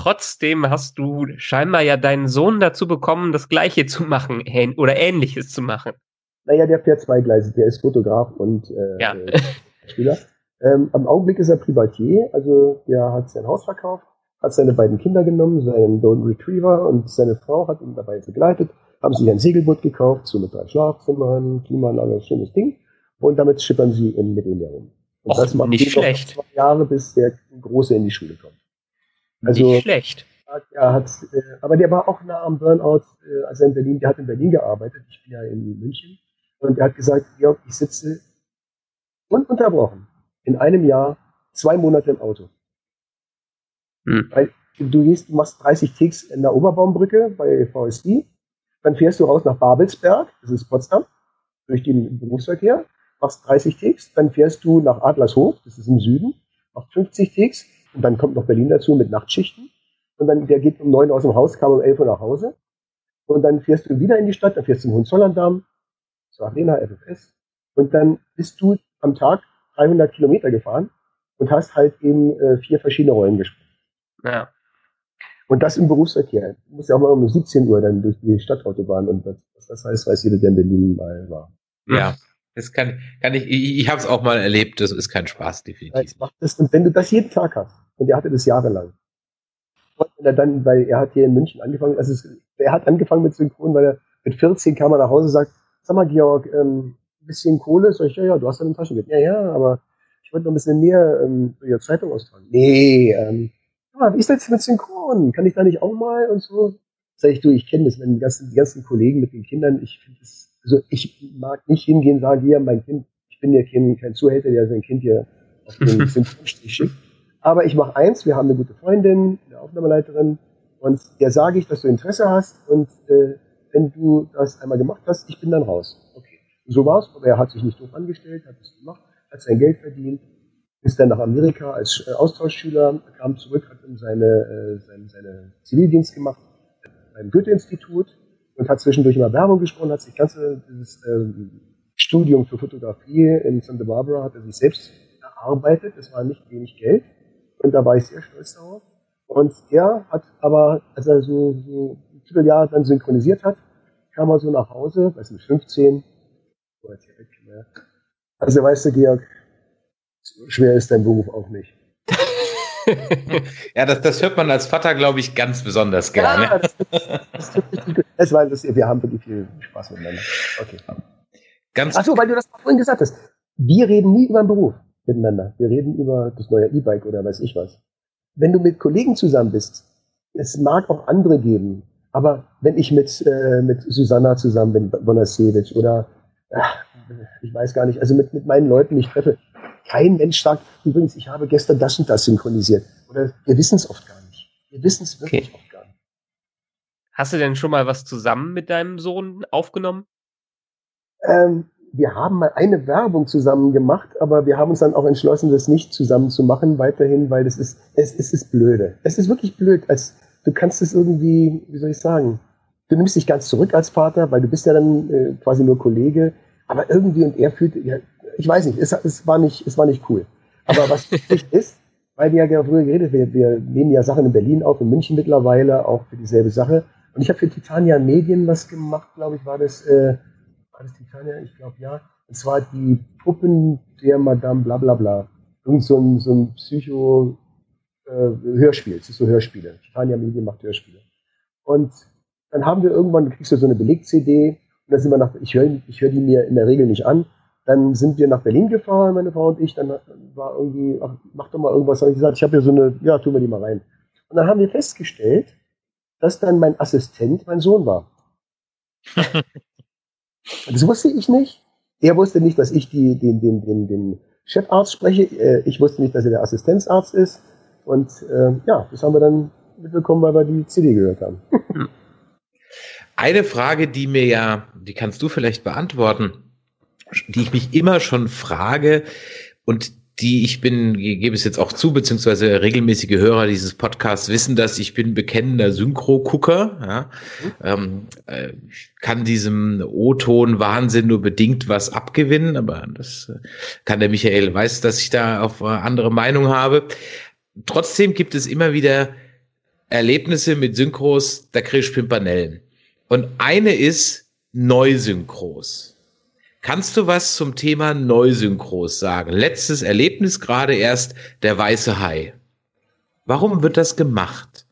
hast du scheinbar ja deinen Sohn dazu bekommen, das Gleiche zu machen oder Ähnliches zu machen. Naja, der fährt zweigleisig, der ist Fotograf und Spieler. Am Augenblick ist er Privatier, also der hat sein Haus verkauft, hat seine beiden Kinder genommen, seinen Golden Retriever und seine Frau hat ihn dabei begleitet, haben sich ein Segelboot gekauft, so mit 3 Schlafzimmern, Klimaanlage, schönes Ding, und damit schippern sie im Mittelmeer rum. Und das macht nicht schlecht. 2 Jahre, bis der Große in die Schule kommt. Also, nicht schlecht. Aber der war auch nah am Burnout, als er der hat in Berlin gearbeitet, ich bin ja in München, und er hat gesagt, Georg, ich sitze ununterbrochen in einem Jahr 2 Monate im Auto. Weil du machst 30 Ticks in der Oberbaumbrücke bei VSD, dann fährst du raus nach Babelsberg, das ist Potsdam, durch den Berufsverkehr, machst 30 Ticks, dann fährst du nach Adlershof, das ist im Süden, machst 50 Ticks und dann kommt noch Berlin dazu mit Nachtschichten und dann der geht um 9 Uhr aus dem Haus, kam um 11 Uhr nach Hause und dann fährst du wieder in die Stadt, dann fährst du zum Hohenzollern-Damm, zur Arena, FFS und dann bist du am Tag 300 Kilometer gefahren und hast halt eben 4 verschiedene Rollen gespielt. Ja. Und das im Berufsverkehr. Du musst ja auch mal um 17 Uhr dann durch die Stadtautobahn und was das heißt, weiß jeder, der in Berlin mal war. Ja, das kann ich habe es auch mal erlebt, das ist kein Spaß, definitiv. Und wenn du das jeden Tag hast, und er hatte das jahrelang, weil er hat hier in München angefangen, er hat angefangen mit Synchron, weil er mit 14 kam er nach Hause und sagt, sag mal Georg, ein bisschen Kohle, sag ich, ja, du hast ja ein Taschengeld. Ja, aber ich wollte noch ein bisschen mehr für Zeitung austragen. Nee, wie ist das jetzt mit Synchron? Kann ich da nicht auch mal und so? Sag ich, du, ich kenne das, wenn die ganzen Kollegen mit den Kindern, ich finde das, also ich mag nicht hingehen und sagen, hier, mein Kind, ich bin ja kein Zuhälter, der sein Kind hier auf den Synchronstrich schickt. Aber ich mache eins, wir haben eine gute Freundin, eine Aufnahmeleiterin, und der sage ich, dass du Interesse hast und wenn du das einmal gemacht hast, ich bin dann raus. Okay. So war's, aber er hat sich nicht doof angestellt, hat es gemacht, hat sein Geld verdient, ist dann nach Amerika als Austauschschüler, kam zurück, hat dann seine Zivildienst gemacht beim Goethe-Institut und hat zwischendurch immer Werbung gesprochen, hat sich dieses Studium für Fotografie in Santa Barbara hat er sich selbst erarbeitet, es war nicht wenig Geld und da war ich sehr stolz darauf. Und er hat aber, als er so ein Vierteljahr dann synchronisiert hat, kam er so nach Hause, weiß nicht, 15, also weißt du, Georg, so schwer ist dein Beruf auch nicht. Ja, das hört man als Vater, glaube ich, ganz besonders gerne. Ja, das tut richtig gut. Es war lustig, wir haben wirklich viel Spaß miteinander. Okay. Achso, weil du das vorhin gesagt hast. Wir reden nie über den Beruf miteinander. Wir reden über das neue E-Bike oder weiß ich was. Wenn du mit Kollegen zusammen bist, es mag auch andere geben, aber wenn ich mit Susanna zusammen bin, Bonasewicz oder ich weiß gar nicht, also mit meinen Leuten mich treffe, kein Mensch sagt, übrigens, ich habe gestern das und das synchronisiert. Oder wir wissen es oft gar nicht. Wir wissen es wirklich oft gar nicht. Hast du denn schon mal was zusammen mit deinem Sohn aufgenommen? Wir haben mal eine Werbung zusammen gemacht, aber wir haben uns dann auch entschlossen, das nicht zusammen zu machen weiterhin, weil es ist blöde. Es ist wirklich blöd. Du kannst es irgendwie, wie soll ich sagen, du nimmst dich ganz zurück als Vater, weil du bist ja dann quasi nur Kollege, aber irgendwie und er fühlt, ja, ich weiß nicht, es war nicht cool. Aber was wichtig ist, weil wir ja früher geredet, wir nehmen ja Sachen in Berlin auf, in München mittlerweile, auch für dieselbe Sache. Und ich habe für Titania Medien was gemacht, glaube ich, war das Titania? Ich glaube, ja. Und zwar die Puppen der Madame Blablabla. Irgend so ein Psycho-Hörspiel. Es ist so Hörspiele. Titania Medien macht Hörspiele. Und dann haben wir irgendwann, kriegst du so eine Beleg-CD, und dann sind wir ich höre die mir in der Regel nicht an. Dann sind wir nach Berlin gefahren, meine Frau und ich. Dann war irgendwie, mach doch mal irgendwas. Habe ich gesagt, ich habe hier tun wir die mal rein. Und dann haben wir festgestellt, dass dann mein Assistent mein Sohn war. Das wusste ich nicht. Er wusste nicht, dass ich den Chefarzt spreche. Ich wusste nicht, dass er der Assistenzarzt ist. Und das haben wir dann mitbekommen, weil wir die CD gehört haben. Eine Frage, die kannst du vielleicht beantworten, die ich mich immer schon frage und ich gebe es jetzt auch zu, beziehungsweise regelmäßige Hörer dieses Podcasts wissen, dass ich bin bekennender Synchro-Gucker. Ja. Ich kann diesem O-Ton-Wahnsinn nur bedingt was abgewinnen, aber das kann der Michael, weiß, dass ich da auf andere Meinung habe. Trotzdem gibt es immer wieder Erlebnisse mit Synchros, da kriege ich Pimpanellen. Und eine ist Neusynchros. Kannst du was zum Thema Neusynchros sagen? Letztes Erlebnis gerade erst, der weiße Hai. Warum wird das gemacht?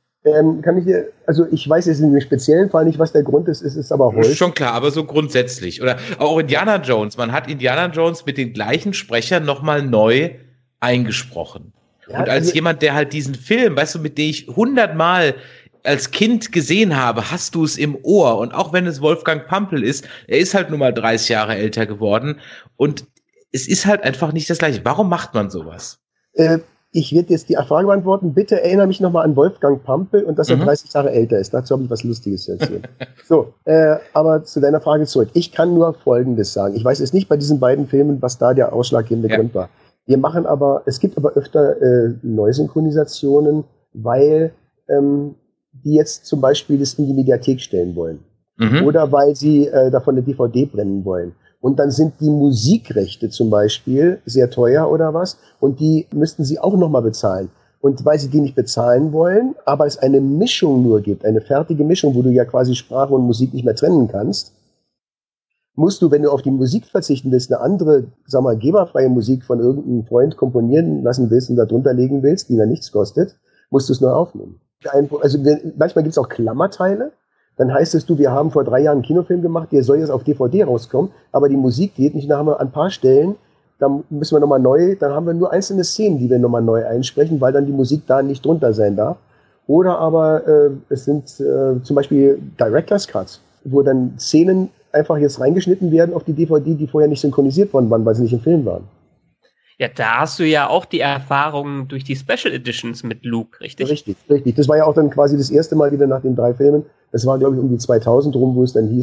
Ich weiß jetzt in dem speziellen Fall nicht, was der Grund ist, es ist aber Holz. Ist schon klar, aber so grundsätzlich. Oder auch Indiana Jones. Man hat Indiana Jones mit den gleichen Sprechern nochmal neu eingesprochen. Ja, und als jemand, der halt diesen Film, weißt du, mit dem ich 100-mal als Kind gesehen habe, hast du es im Ohr. Und auch wenn es Wolfgang Pampel ist, er ist halt nun mal 30 Jahre älter geworden. Und es ist halt einfach nicht das Gleiche. Warum macht man sowas? Ich werde jetzt die Frage beantworten. Bitte erinnere mich nochmal an Wolfgang Pampel und dass er 30 Jahre älter ist. Dazu habe ich was Lustiges zu erzählen. So, aber zu deiner Frage zurück. Ich kann nur Folgendes sagen. Ich weiß jetzt nicht bei diesen beiden Filmen, was da der ausschlaggebende Grund war. Es gibt aber öfter Neusynchronisationen, weil die jetzt zum Beispiel das in die Mediathek stellen wollen. Oder weil sie davon eine DVD brennen wollen. Und dann sind die Musikrechte zum Beispiel sehr teuer oder was. Und die müssten sie auch nochmal bezahlen. Und weil sie die nicht bezahlen wollen, aber es eine Mischung nur gibt, eine fertige Mischung, wo du ja quasi Sprache und Musik nicht mehr trennen kannst, musst du, wenn du auf die Musik verzichten willst, eine andere, geberfreie Musik von irgendeinem Freund komponieren lassen willst und da drunter legen willst, die dann nichts kostet, musst du es neu aufnehmen. Manchmal gibt es auch Klammerteile. Dann heißt es, wir haben vor 3 Jahren einen Kinofilm gemacht, der soll jetzt auf DVD rauskommen, aber die Musik geht nicht. Da haben wir an ein paar Stellen, da müssen wir nochmal neu, dann haben wir nur einzelne Szenen, die wir nochmal neu einsprechen, weil dann die Musik da nicht drunter sein darf. Oder aber es sind zum Beispiel Director's Cuts, wo dann Szenen einfach jetzt reingeschnitten werden auf die DVD, die vorher nicht synchronisiert worden waren, weil sie nicht im Film waren. Ja, da hast du ja auch die Erfahrung durch die Special Editions mit Luke, richtig? Richtig. Das war ja auch dann quasi das erste Mal wieder nach den 3 Filmen. Das war, glaube ich, um die 2000 rum, wo es dann hieß,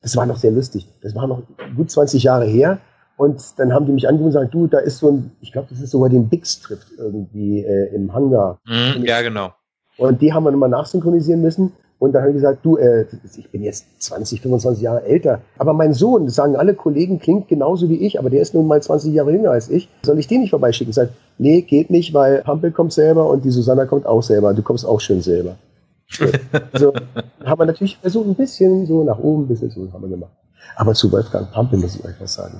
Das war noch sehr lustig. Das war noch gut 20 Jahre her. Und dann haben die mich angerufen und gesagt, du, da ist so ein, ich glaube, das ist sogar den Bix trifft irgendwie im Hangar. Ja, genau. Und die haben wir nochmal nachsynchronisieren müssen. Und dann haben die gesagt, du, ich bin jetzt 20, 25 Jahre älter. Aber mein Sohn, das sagen alle Kollegen, klingt genauso wie ich, aber der ist nun mal 20 Jahre jünger als ich. Soll ich den nicht vorbeischicken? Ich sage, nee, geht nicht, weil Pampel kommt selber und die Susanna kommt auch selber. Du kommst auch schön selber. Also haben wir natürlich versucht, ein bisschen so nach oben, ein bisschen so haben wir gemacht. Aber zu Wolfgang Pampel muss ich euch was sagen.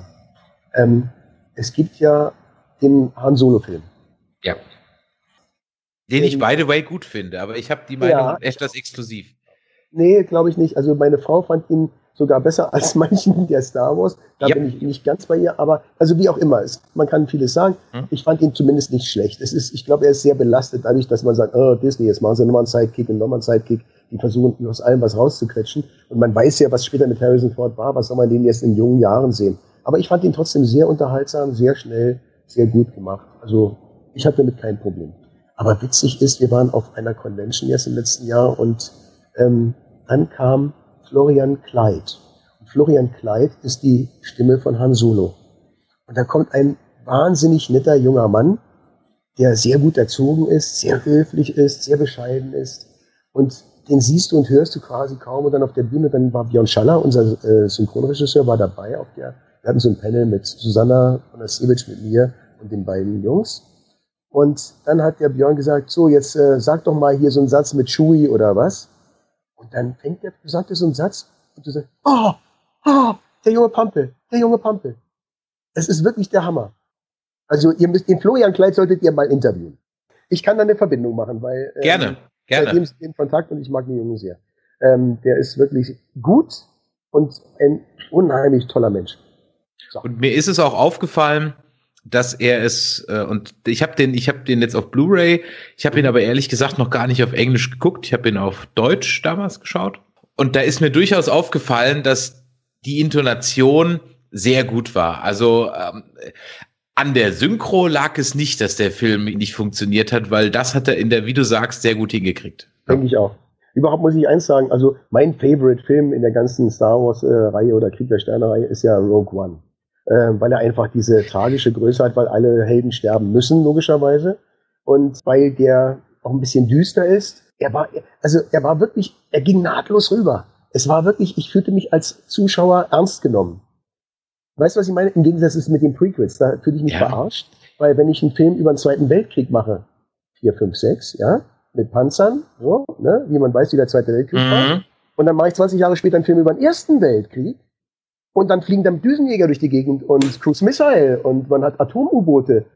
Es gibt ja den Han Solo-Film. Ja. Den ich, by the way, gut finde, aber ich habe die Meinung etwas exklusiv. Nee, glaube ich nicht. Also meine Frau fand ihn sogar besser als manchen der Star Wars. Da bin ich nicht ganz bei ihr, aber also wie auch immer, man kann vieles sagen. Ich fand ihn zumindest nicht schlecht. Ich glaube, er ist sehr belastet dadurch, dass man sagt, oh, Disney, jetzt machen sie nochmal einen Sidekick und nochmal einen Sidekick. Die versuchen aus allem was rauszuquetschen. Und man weiß ja, was später mit Harrison Ford war, was soll man den jetzt in jungen Jahren sehen. Aber ich fand ihn trotzdem sehr unterhaltsam, sehr schnell, sehr gut gemacht. Also ich hatte damit kein Problem. Aber witzig ist, wir waren auf einer Convention jetzt im letzten Jahr und dann kam Florian Kleid. Und Florian Kleid ist die Stimme von Han Solo. Und da kommt ein wahnsinnig netter junger Mann, der sehr gut erzogen ist, sehr höflich ist, sehr bescheiden ist. Und den siehst du und hörst du quasi kaum. Und dann auf der Bühne, dann war Björn Schaller, unser Synchronregisseur, war dabei. Wir hatten so ein Panel mit Susanna von der Seewitsch, mit mir und den beiden Jungs. Und dann hat der Björn gesagt, so, jetzt sag doch mal hier so einen Satz mit Chewie oder was. Und dann sagt er so einen Satz und du sagst, der junge Pampel. Es ist wirklich der Hammer. Also ihr müsst den Florian Kleid solltet ihr mal interviewen. Ich kann da eine Verbindung machen, weil Gerne. Seitdem ist in Kontakt und ich mag den Jungen sehr. Der ist wirklich gut und ein unheimlich toller Mensch. So. Und mir ist es auch aufgefallen, dass er es, und ich habe den jetzt auf Blu-ray, ich habe ihn aber ehrlich gesagt noch gar nicht auf Englisch geguckt, ich habe ihn auf Deutsch damals geschaut. Und da ist mir durchaus aufgefallen, dass die Intonation sehr gut war. Also an der Synchro lag es nicht, dass der Film nicht funktioniert hat, weil das hat er wie du sagst, sehr gut hingekriegt. Denke ich auch. Überhaupt muss ich eins sagen, also mein Favorite-Film in der ganzen Star Wars-Reihe oder Krieg der Sterne-Reihe ist ja Rogue One. Weil er einfach diese tragische Größe hat, weil alle Helden sterben müssen, logischerweise. Und weil der auch ein bisschen düster ist. Er ging nahtlos rüber. Es war wirklich, ich fühlte mich als Zuschauer ernst genommen. Weißt du, was ich meine? Im Gegensatz ist mit den Prequels, da fühle ich mich verarscht. Weil wenn ich einen Film über den Zweiten Weltkrieg mache, 4, 5, 6, mit Panzern, so, ne, wie man weiß, wie der Zweite Weltkrieg war. Und dann mache ich 20 Jahre später einen Film über den Ersten Weltkrieg. Und dann fliegen dann Düsenjäger durch die Gegend und Cruise Missile und man hat Atom-U-Boote.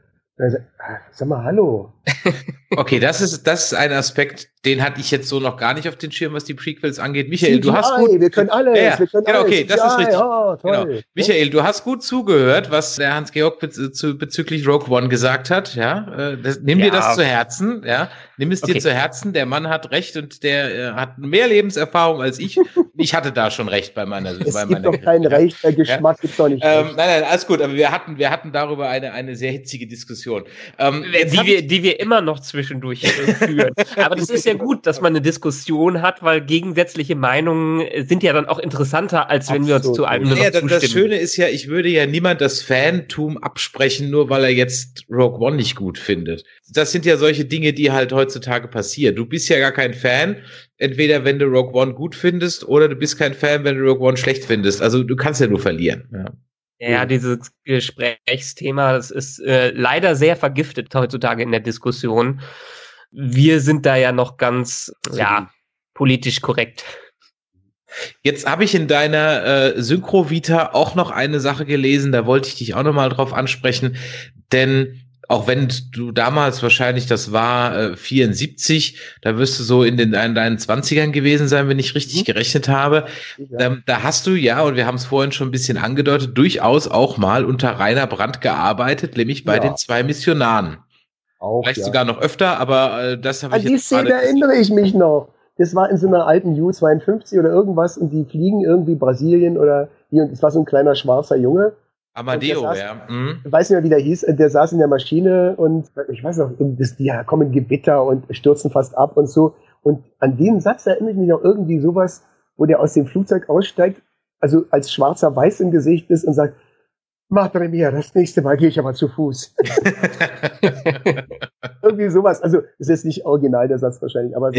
Sag mal, hallo. Okay, das ist ein Aspekt, den hatte ich jetzt so noch gar nicht auf den Schirm, was die Prequels angeht. Michael, CGI, du hast gut... Wir können alles. Ja, wir können genau, alles. okay, das ist richtig. Ja, toll. Genau. Michael, du hast gut zugehört, was der Hans-Georg bezüglich Rogue One gesagt hat. Ja, nimm dir das zu Herzen. Ja, nimm es dir zu Herzen. Der Mann hat recht und der hat mehr Lebenserfahrung als ich. Ich hatte da schon recht bei meiner. Es gibt doch kein Recht, der Geschmack gibt doch nicht. Nein, alles gut. Aber wir hatten darüber eine sehr hitzige Diskussion, die wir immer noch zwischendurch führen. Aber das ist ja gut, dass man eine Diskussion hat, weil gegensätzliche Meinungen sind ja dann auch interessanter, als wenn wir uns zu einem nur noch zustimmen. Das Schöne ist ja, ich würde ja niemand das Fantum absprechen, nur weil er jetzt Rogue One nicht gut findet. Das sind ja solche Dinge, die halt heutzutage passieren. Du bist ja gar kein Fan, entweder wenn du Rogue One gut findest oder du bist kein Fan, wenn du Rogue One schlecht findest. Also du kannst ja nur verlieren. Ja, dieses Gesprächsthema, das ist leider sehr vergiftet heutzutage in der Diskussion. Wir sind da ja noch ganz, politisch korrekt. Jetzt habe ich in deiner Synchro-Vita auch noch eine Sache gelesen, da wollte ich dich auch noch mal drauf ansprechen, denn auch wenn du damals wahrscheinlich, das war 74, da wirst du so in deinen 20ern gewesen sein, wenn ich richtig gerechnet habe. Ja. Da hast du, und wir haben es vorhin schon ein bisschen angedeutet, durchaus auch mal unter Rainer Brandt gearbeitet, nämlich bei den 2 Missionaren. Auch, vielleicht sogar noch öfter, aber das habe ich jetzt. An die Szene erinnere ich mich noch. Das war in so einer alten U-52 oder irgendwas und die fliegen irgendwie Brasilien oder hier und es war so ein kleiner schwarzer Junge. Amadeo, Ich weiß nicht mehr, wie der hieß, der saß in der Maschine und ich weiß noch, die kommen Gewitter und stürzen fast ab und so. Und an den Satz erinnere ich mich noch irgendwie sowas, wo der aus dem Flugzeug aussteigt also als schwarzer Weiß im Gesicht bist und sagst, Madre mia, das nächste Mal gehe ich aber zu Fuß. Irgendwie sowas. Also, es ist nicht original, der Satz wahrscheinlich, aber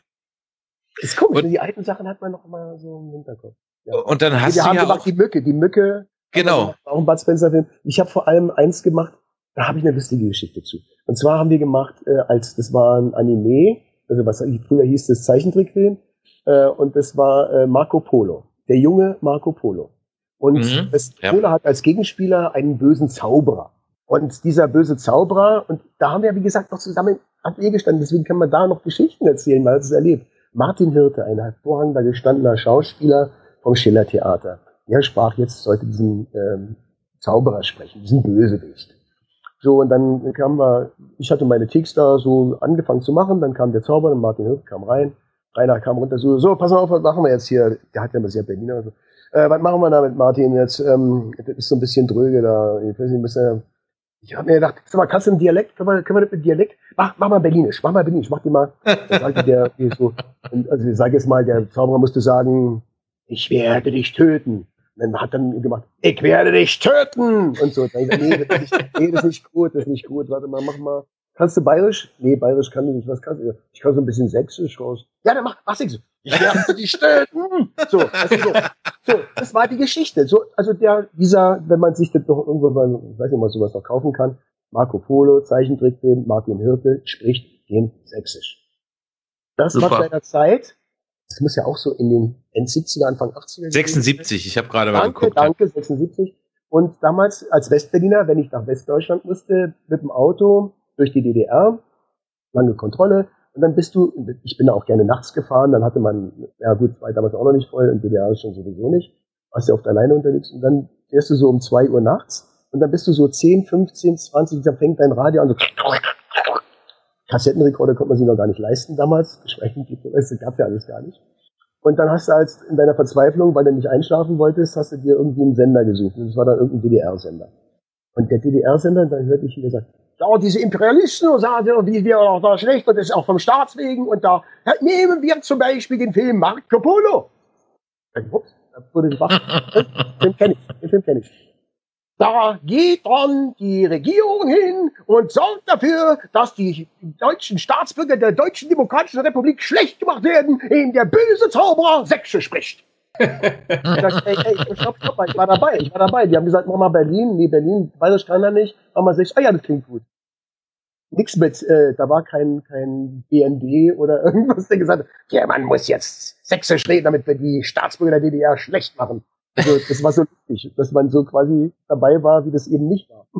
ist komisch. Und die alten Sachen hat man noch mal so im Hinterkopf. Ja. Und dann hast wir du haben ja gemacht auch die Mücke. Genau. Auch ein Bud Spencer-Film. Ich habe vor allem eins gemacht, da habe ich eine lustige Geschichte zu. Und zwar haben wir gemacht, das war ein Anime, also was früher hieß das Zeichentrickfilm, und das war Marco Polo. Der junge Marco Polo. Und Polo hat als Gegenspieler einen bösen Zauberer. Und dieser böse Zauberer, und da haben wir, wie gesagt, noch zusammen am Ehe gestanden, deswegen kann man da noch Geschichten erzählen, weil es erlebt. Martin Hirte, ein hervorragender gestandener Schauspieler vom Schillertheater. Er sprach jetzt, sollte diesen Zauberer sprechen, diesen Bösewicht. So, und dann ich hatte meine Ticks da so angefangen zu machen, dann kam der Zauberer, Martin Hirte kam rein, Rainer kam runter, so, pass mal auf, was machen wir jetzt hier? Der hat ja immer sehr Berliner. So. Was machen wir da mit Martin jetzt? Das ist so ein bisschen dröge da. Ich weiß nicht, ich habe mir gedacht, sag mal, kannst du einen Dialekt? Können wir das mit Dialekt? Mach mal Berlinisch, mach die mal. Dann sagte der so, also ich sage jetzt mal, der Zauberer musste sagen, ich werde dich töten. Und dann hat dann gemacht, ich werde dich töten! Und so. Dann ich, nee, das ist nicht gut. Warte mal, mach mal. Kannst du Bayerisch? Nee, Bayerisch kann ich nicht. Was kannst du? Ich kann so ein bisschen Sächsisch raus. Ja, dann mach Sächsisch. Ich werde dich töten! So, das war die Geschichte. So, also wenn man sich das noch irgendwann, ich weiß nicht, mal sowas noch kaufen kann, Marco Polo, Zeichentrickfilm, Martin Hirte spricht den Sächsisch. Das war zu einer Zeit, das muss ja auch so in den End-70er, Anfang 80er 76, ich habe gerade mal geguckt. Danke, 76. Und damals als Westberliner, wenn ich nach Westdeutschland musste, mit dem Auto durch die DDR, lange Kontrolle, und dann ich bin da auch gerne nachts gefahren, dann hatte man, ja gut, war damals auch noch nicht voll, und DDR ist schon sowieso nicht, warst ja oft alleine unterwegs, und dann fährst du so um 2 Uhr nachts, und dann bist du so 10, 15, 20, dann fängt dein Radio an, so Kassettenrekorder konnte man sich noch gar nicht leisten damals, geschweige denn, das gab's ja alles gar nicht. Und dann hast du in deiner Verzweiflung, weil du nicht einschlafen wolltest, hast du dir irgendwie einen Sender gesucht. Und das war dann irgendein DDR-Sender. Und der DDR-Sender, dann hörte ich wieder sagen, ja, diese Imperialisten, wie wir auch da schlecht, und das ist auch vom Staatswegen, und da nehmen wir zum Beispiel den Film Marco Polo. Ups, da wurde ich wach. Den Film kenn ich. Da geht dann die Regierung hin und sorgt dafür, dass die deutschen Staatsbürger der Deutschen Demokratischen Republik schlecht gemacht werden, indem der böse Zauberer Sächsisch spricht. Stopp, ich war dabei. Die haben gesagt, mach mal Berlin. Nee, Berlin, Bayerisch kann er nicht. Mach mal Sächsisch. Ah ja, das klingt gut. Nix mit, da war kein BND oder irgendwas, der gesagt hat, ja, man muss jetzt Sächsisch reden, damit wir die Staatsbürger der DDR schlecht machen. Also, das war so lustig, dass man so quasi dabei war, wie das eben nicht war.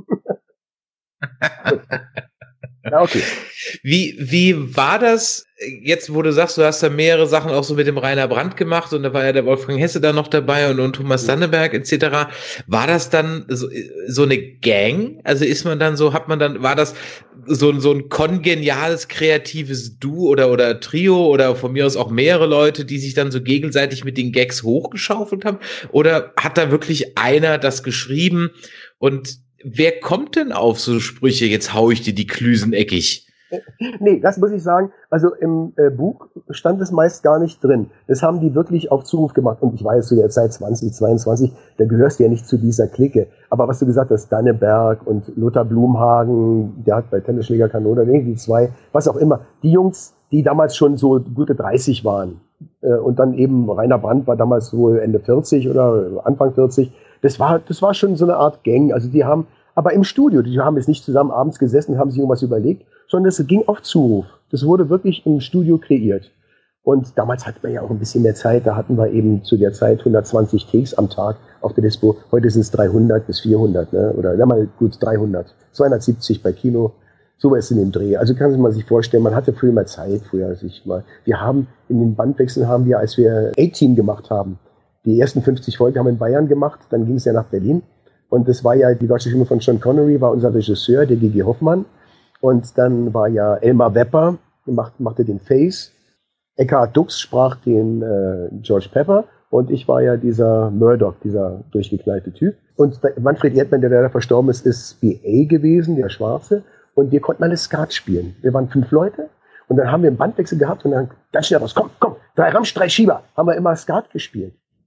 Ja, okay. Wie war das jetzt, wo du sagst, du hast da mehrere Sachen auch so mit dem Rainer Brandt gemacht und da war ja der Wolfgang Hesse da noch dabei und Thomas Danneberg etc. War das dann so eine Gang? Also war das so ein kongeniales, kreatives Duo oder Trio oder von mir aus auch mehrere Leute, die sich dann so gegenseitig mit den Gags hochgeschaufelt haben? Oder hat da wirklich einer das geschrieben? Und wer kommt denn auf so Sprüche, jetzt hau ich dir die Klüsen eckig? Nee, das muss ich sagen. Also im Buch stand es meist gar nicht drin. Das haben die wirklich auf Zuruf gemacht. Und ich weiß, zu der Zeit 2022, da gehörst du ja nicht zu dieser Clique. Aber was du gesagt hast, Danneberg und Lothar Blumhagen, der hat bei Tennisschläger Kanone, die zwei, was auch immer. Die Jungs, die damals schon so gute 30 waren. Und dann eben Rainer Brandt war damals wohl Ende 40 oder Anfang 40. Das war schon so eine Art Gang. Also die haben, aber im Studio, die haben jetzt nicht zusammen abends gesessen und haben sich irgendwas überlegt, sondern es ging auf Zuruf. Das wurde wirklich im Studio kreiert. Und damals hatten wir ja auch ein bisschen mehr Zeit. Da hatten wir eben zu der Zeit 120 Takes am Tag auf der Dispo. Heute sind es 300 bis 400, ne? Oder ja mal gut 300. 270 bei Kino. So was in dem Dreh. Also kann man sich vorstellen, man hatte früher mal Zeit. Wir haben in den Bandwechseln als wir A-Team gemacht haben, die ersten 50 Folgen haben wir in Bayern gemacht, dann ging es ja nach Berlin. Und das war ja die deutsche Stimme von Sean Connery, war unser Regisseur, der G.G. Hoffmann. Und dann war ja Elmar Wepper, machte den Face. Eckhard Dux sprach den George Pepper. Und ich war ja dieser Murdoch, dieser durchgeknallte Typ. Und Manfred Erdmann, der leider verstorben ist BA gewesen, der Schwarze. Und wir konnten alle Skat spielen. Wir waren 5 Leute. Und dann haben wir einen Bandwechsel gehabt und dann ganz schnell raus. Komm, 3 Ramsch, 3 Schieber. Haben wir immer Skat gespielt.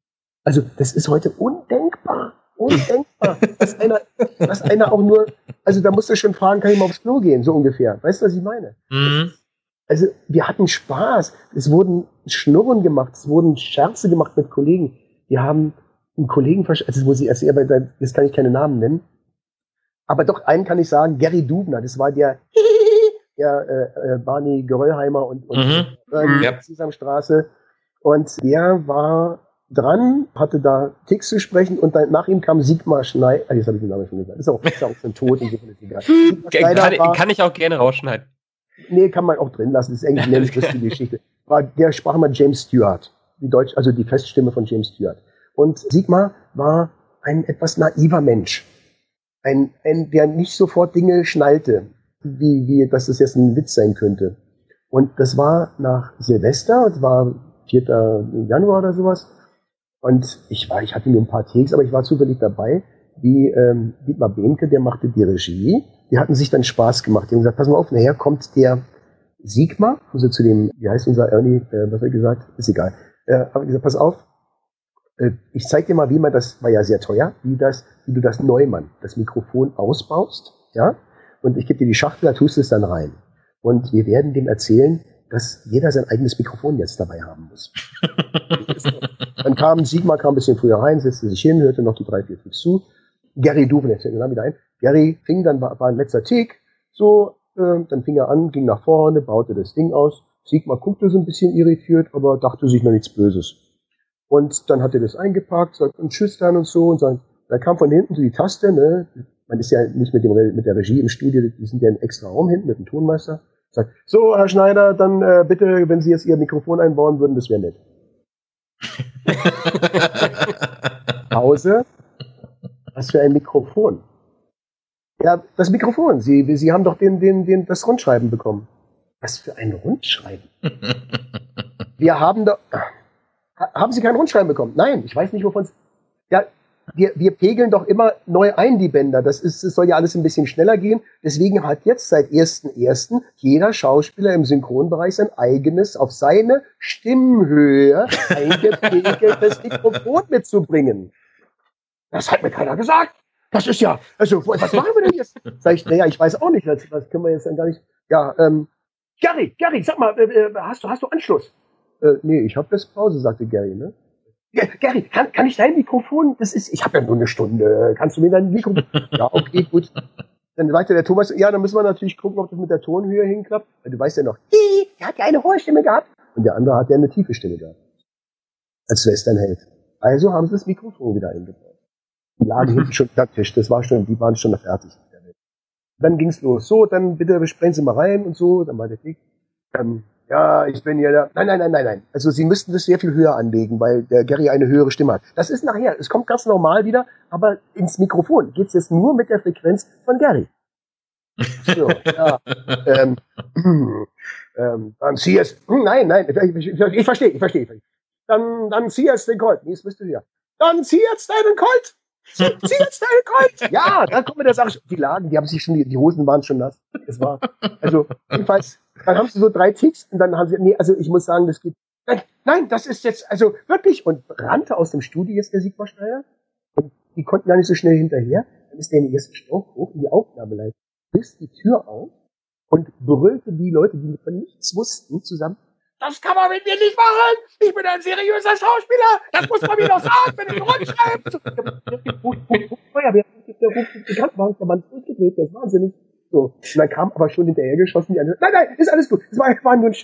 Also das ist heute undenkbar. Undenkbar. dass einer auch nur, also da musst du schon fragen, kann ich mal aufs Klo gehen, so ungefähr. Weißt du, was ich meine? Mhm. Also wir hatten Spaß. Es wurden Schnurren gemacht, es wurden Scherze gemacht mit Kollegen. Wir haben einen Kollegen, also das muss ich erst, aber das kann ich keine Namen nennen. Aber doch einen kann ich sagen, Gary Dubner, das war der Barney Geröllheimer und Sesamstraße. Und der war dran, hatte da Ticks zu sprechen und dann nach ihm kam Sigmar Schneider. Jetzt habe ich den Namen schon gesagt. Ist auch schon tot. Kann ich auch gerne rausschneiden. Nee, kann man auch drin lassen. Das ist eigentlich eine lustige Geschichte. Der sprach mal James Stewart, also die Feststimme von James Stewart. Und Sigmar war ein etwas naiver Mensch. Der nicht sofort Dinge schnallte, wie dass das jetzt ein Witz sein könnte. Und das war nach Silvester, das war 4. Januar oder sowas. Und ich hatte nur ein paar Takes, aber ich war zufällig dabei, wie Dietmar Behmke, der machte die Regie. Die hatten sich dann Spaß gemacht. Die haben gesagt, pass mal auf, nachher kommt der Sigmar, also zu dem, wie heißt unser Ernie, was hat er gesagt? Ist egal. Haben gesagt, pass auf, ich zeig dir mal, wie man das, war ja sehr teuer, wie du das Neumann, das Mikrofon ausbaust, ja? Und ich gebe dir die Schachtel, da tust du es dann rein. Und wir werden dem erzählen, dass jeder sein eigenes Mikrofon jetzt dabei haben muss. Dann Sigmar kam ein bisschen früher rein, setzte sich hin, hörte noch die 3, 4 Ticks zu. Gary Dubner, jetzt fällt mir wieder ein. Gary fing dann, war ein letzter Tick, so, dann fing er an, ging nach vorne, baute das Ding aus. Sigmar guckte so ein bisschen irritiert, aber dachte sich noch nichts Böses. Und dann hat er das eingepackt, sagt und tschüss dann und so, und da kam von hinten so die Taste, ne? Man ist ja nicht mit der Regie im Studio, die sind ja im extra Raum hinten mit dem Tonmeister. Sagt, so, Herr Schneider, dann bitte, wenn Sie jetzt Ihr Mikrofon einbauen würden, das wäre nett. Pause. Was für ein Mikrofon? Ja, das Mikrofon. Sie haben doch das Rundschreiben bekommen. Was für ein Rundschreiben? Wir haben doch... Haben Sie kein Rundschreiben bekommen? Nein, ich weiß nicht, wovon es... Ja, wir pegeln doch immer neu ein, die Bänder. Es soll ja alles ein bisschen schneller gehen. Deswegen hat jetzt seit 1.1. jeder Schauspieler im Synchronbereich sein eigenes, auf seine Stimmhöhe eingepegeltes Mikrofon mitzubringen. Das hat mir keiner gesagt. Das ist ja, also, was machen wir denn jetzt? Sag ich, naja, ich weiß auch nicht, das können wir jetzt dann gar nicht. Ja, Gary, sag mal, hast du Anschluss? Nee, ich habe das Pause, sagte Gary, ne? Gary, kann ich dein Mikrofon? Ich habe ja nur eine Stunde. Kannst du mir dein Mikrofon? Ja, okay, gut. Dann weiter der Thomas, ja, dann müssen wir natürlich gucken, ob das mit der Tonhöhe hinklappt. Weil du weißt ja noch, der hat ja eine hohe Stimme gehabt. Und der andere hat ja eine tiefe Stimme gehabt. Als Westernheld. Also haben sie das Mikrofon wieder eingebaut. Die lagen hinten schon am Tisch, die waren schon fertig. Dann ging's los. So, dann bitte sprechen Sie mal rein und so. Dann war der Tick. Ja, ich bin hier da. Nein. Also Sie müssten das sehr viel höher anlegen, weil der Gary eine höhere Stimme hat. Das ist nachher, es kommt ganz normal wieder, aber ins Mikrofon geht's jetzt nur mit der Frequenz von Gary. So, ja. Dann zieh es. Nein, ich verstehe. Dann zieh jetzt den Colt. Nee, das bist du ja. Dann zieh jetzt deinen Colt. Zieh jetzt deinen Colt. Ja, dann kommt mir der Sache. Die haben sich schon, die Hosen waren schon nass. Es war, also, jedenfalls, dann haben sie so 3 Ticks und dann haben sie, nee, also ich muss sagen, das geht, nein, das ist jetzt, also wirklich, und rannte aus dem Studio jetzt der Sigmar Schneider und die konnten gar nicht so schnell hinterher. Dann ist der in den ersten Stock hoch in die Aufnahmeleitung, riss die Tür auf und brüllte die Leute, die von nichts wussten, zusammen. Das kann man mit mir nicht machen! Ich bin ein seriöser Schauspieler! Das muss man mir doch sagen, wenn ich rundschreibe! Feuerwehr, der ruft die Krankenwagen, der Mann ist durchgedreht, der ist wahnsinnig. So. Und dann kam aber schon hinterher geschossen, die andere, nein, ist alles gut. Es war nur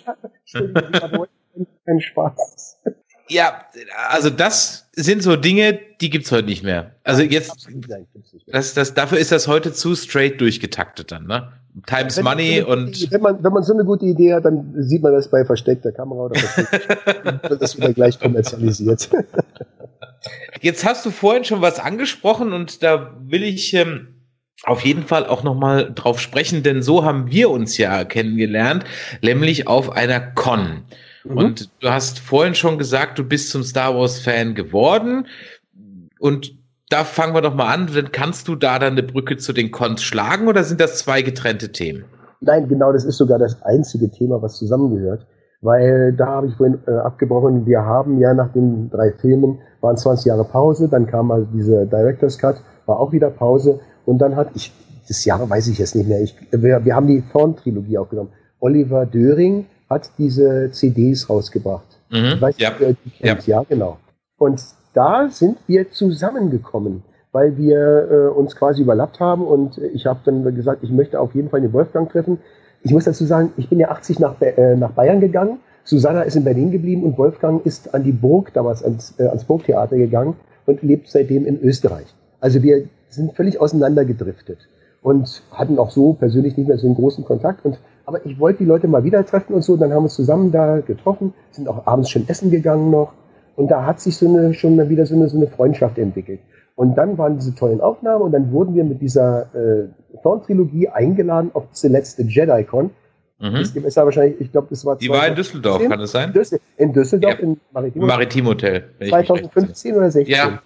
ein Spaß. Ja, also das sind so Dinge, die gibt's heute nicht mehr. Also jetzt, dafür ist das heute zu straight durchgetaktet dann, ne? Times Money und... Wenn man so eine gute Idee hat, dann sieht man das bei versteckter Kamera oder wird das wieder gleich kommerzialisiert. Jetzt hast du vorhin schon was angesprochen und da will ich auf jeden Fall auch nochmal drauf sprechen, denn so haben wir uns ja kennengelernt, nämlich auf einer Con. Und du hast vorhin schon gesagt, du bist zum Star Wars Fan geworden und da fangen wir doch mal an. Dann kannst du da dann eine Brücke zu den Cons schlagen oder sind das 2 getrennte Themen? Nein, genau, das ist sogar das einzige Thema, was zusammengehört. weil da habe ich vorhin abgebrochen, wir haben ja nach den 3 Filmen, waren 20 Jahre Pause, dann kam mal dieser Director's Cut, war auch wieder Pause und dann das Jahr weiß ich jetzt nicht mehr, wir haben die Thorn-Trilogie aufgenommen. Oliver Döring hat diese CDs rausgebracht. Ich weiß nicht, wer die kennt. Ja, genau. Und da sind wir zusammengekommen, weil wir uns quasi überlappt haben und ich habe dann gesagt, ich möchte auf jeden Fall den Wolfgang treffen. Ich muss dazu sagen, ich bin ja 80 nach Bayern gegangen, Susanna ist in Berlin geblieben und Wolfgang ist an die Burg, damals ans Burgtheater gegangen und lebt seitdem in Österreich. Also wir sind völlig auseinandergedriftet und hatten auch so persönlich nicht mehr so einen großen Kontakt. Aber ich wollte die Leute mal wieder treffen und so, dann haben wir uns zusammen da getroffen, sind auch abends schön essen gegangen noch und da hat sich schon mal wieder so eine Freundschaft entwickelt. Und dann waren diese tollen Aufnahmen und dann wurden wir mit dieser Thorn-Trilogie eingeladen auf die letzte JediCon. Das ist ja wahrscheinlich, ich glaube, das war... Die war in Düsseldorf, kann das sein? In Düsseldorf, ja. Im Maritim Hotel. 2015 oder 16? Ja,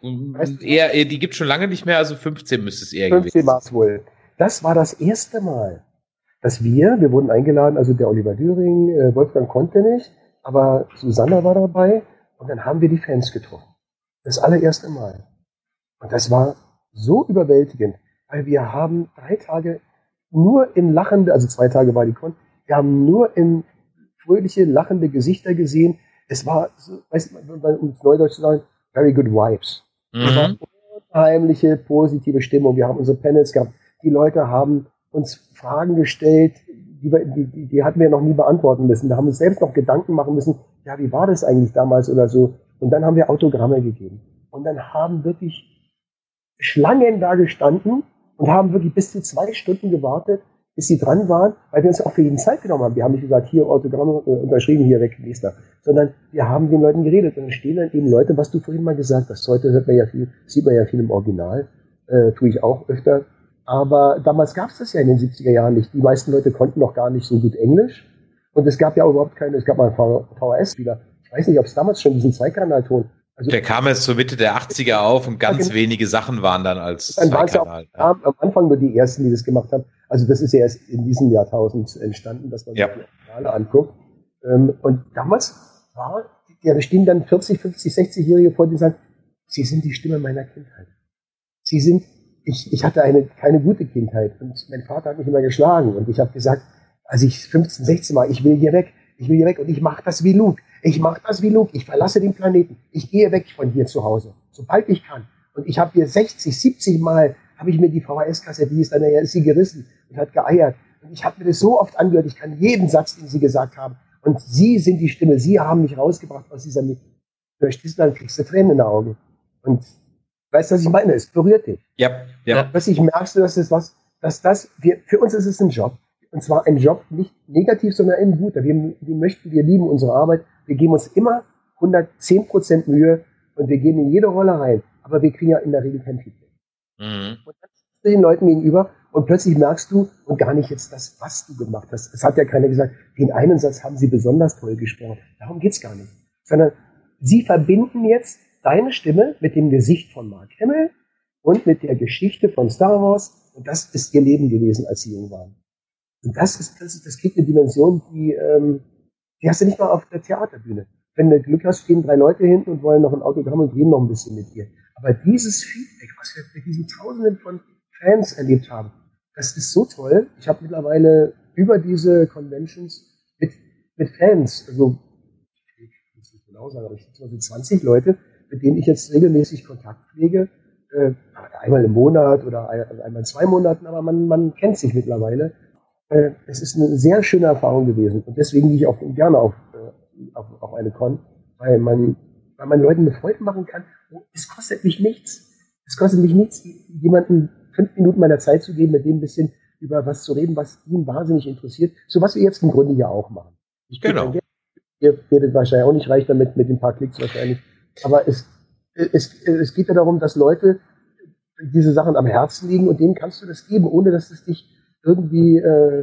die gibt es schon lange nicht mehr, also 15 müsste es eher gewesen sein. 15 war es wohl. Das war das erste Mal, dass wir wurden eingeladen, also der Oliver Döring, Wolfgang konnte nicht, aber Susanna war dabei und dann haben wir die Fans getroffen. Das allererste Mal. Und das war so überwältigend, weil wir haben 3 Tage nur in lachende, also 2 Tage war die Con, wir haben nur in fröhliche, lachende Gesichter gesehen. Es war, so, um es neudeutsch zu sagen, very good vibes. Es war unheimliche, positive Stimmung. Wir haben unsere Panels gehabt. Die Leute haben uns Fragen gestellt, die hatten wir noch nie beantworten müssen. Da haben wir uns selbst noch Gedanken machen müssen, ja, wie war das eigentlich damals oder so. Und dann haben wir Autogramme gegeben. Und dann haben wirklich Schlangen da gestanden und haben wirklich bis zu 2 Stunden gewartet, bis sie dran waren, weil wir uns auch für jeden Zeit genommen haben. Wir haben nicht gesagt, hier Autogramme unterschrieben, hier weg, nächster. Sondern wir haben den Leuten geredet. Und dann stehen dann eben Leute, was du vorhin mal gesagt hast. Heute hört man ja viel, sieht man ja viel im Original. Tue ich auch öfter. Aber damals gab es das ja in den 70er Jahren nicht. Die meisten Leute konnten noch gar nicht so gut Englisch. Und es gab ja auch überhaupt es gab mal einen VHS-Spieler. Ich weiß nicht, ob es damals schon diesen Zweikanalton. Also, der kam erst zur Mitte der 80er auf und ganz wenige Sachen waren dann als Zweikanal. Ja am Anfang nur die ersten, die das gemacht haben. Also das ist ja erst in diesem Jahrtausend entstanden, dass man sich die Originale anguckt. Und damals da stehen dann 40, 50, 60-Jährige vor, die sagen, Sie sind die Stimme meiner Kindheit. Ich hatte keine gute Kindheit und mein Vater hat mich immer geschlagen und ich habe gesagt, als ich 15, 16 war, ich will hier weg und ich mache das wie Luke. Ich verlasse den Planeten. Ich gehe weg von hier zu Hause, sobald ich kann. Und ich habe hier 60, 70 Mal, habe ich mir die VHS-Kassette, die ist dann ist sie gerissen und hat geeiert. Und ich habe mir das so oft angehört, ich kann jeden Satz, den sie gesagt haben. Und Sie sind die Stimme, Sie haben mich rausgebracht aus dieser dann kriegst du Tränen in den Augen. Und weißt du, was ich meine? Es berührt dich. Ja. Plötzlich merkst du, für uns ist es ein Job. Und zwar ein Job nicht negativ, sondern ein guter. Wir lieben unsere Arbeit. Wir geben uns immer 110% Mühe und wir gehen in jede Rolle rein. Aber wir kriegen ja in der Regel kein Feedback. Und dann sitzt du den Leuten gegenüber und plötzlich merkst du, und gar nicht jetzt das, was du gemacht hast. Es hat ja keiner gesagt, den einen Satz haben sie besonders toll gesprochen. Darum geht's gar nicht. Sondern sie verbinden jetzt deine Stimme mit dem Gesicht von Mark Hamill und mit der Geschichte von Star Wars. Und das ist ihr Leben gewesen, als sie jung waren. Und das kriegt eine Dimension, die hast du nicht mal auf der Theaterbühne. Wenn du Glück hast, stehen 3 Leute hinten und wollen noch ein Autogramm und reden noch ein bisschen mit dir. Aber dieses Feedback, was wir mit diesen Tausenden von Fans erlebt haben, das ist so toll. Ich habe mittlerweile über diese Conventions mit Fans, also ich muss nicht genau sagen, aber ich habe so 20 Leute, mit denen ich jetzt regelmäßig Kontakt pflege. Einmal im Monat oder einmal in 2 Monaten, aber man kennt sich mittlerweile. Es ist eine sehr schöne Erfahrung gewesen und deswegen gehe ich auch gerne auf eine Con, weil man Leuten eine Freude machen kann. Es kostet mich nichts. Es kostet mich nichts, jemandem 5 Minuten meiner Zeit zu geben, mit dem ein bisschen über was zu reden, was ihn wahnsinnig interessiert. So was wir jetzt im Grunde ja auch machen. Genau. Ihr werdet wahrscheinlich auch nicht reich damit mit ein paar Klicks wahrscheinlich. Aber es geht ja darum, dass Leute diese Sachen am Herzen liegen und denen kannst du das geben, ohne dass es dich irgendwie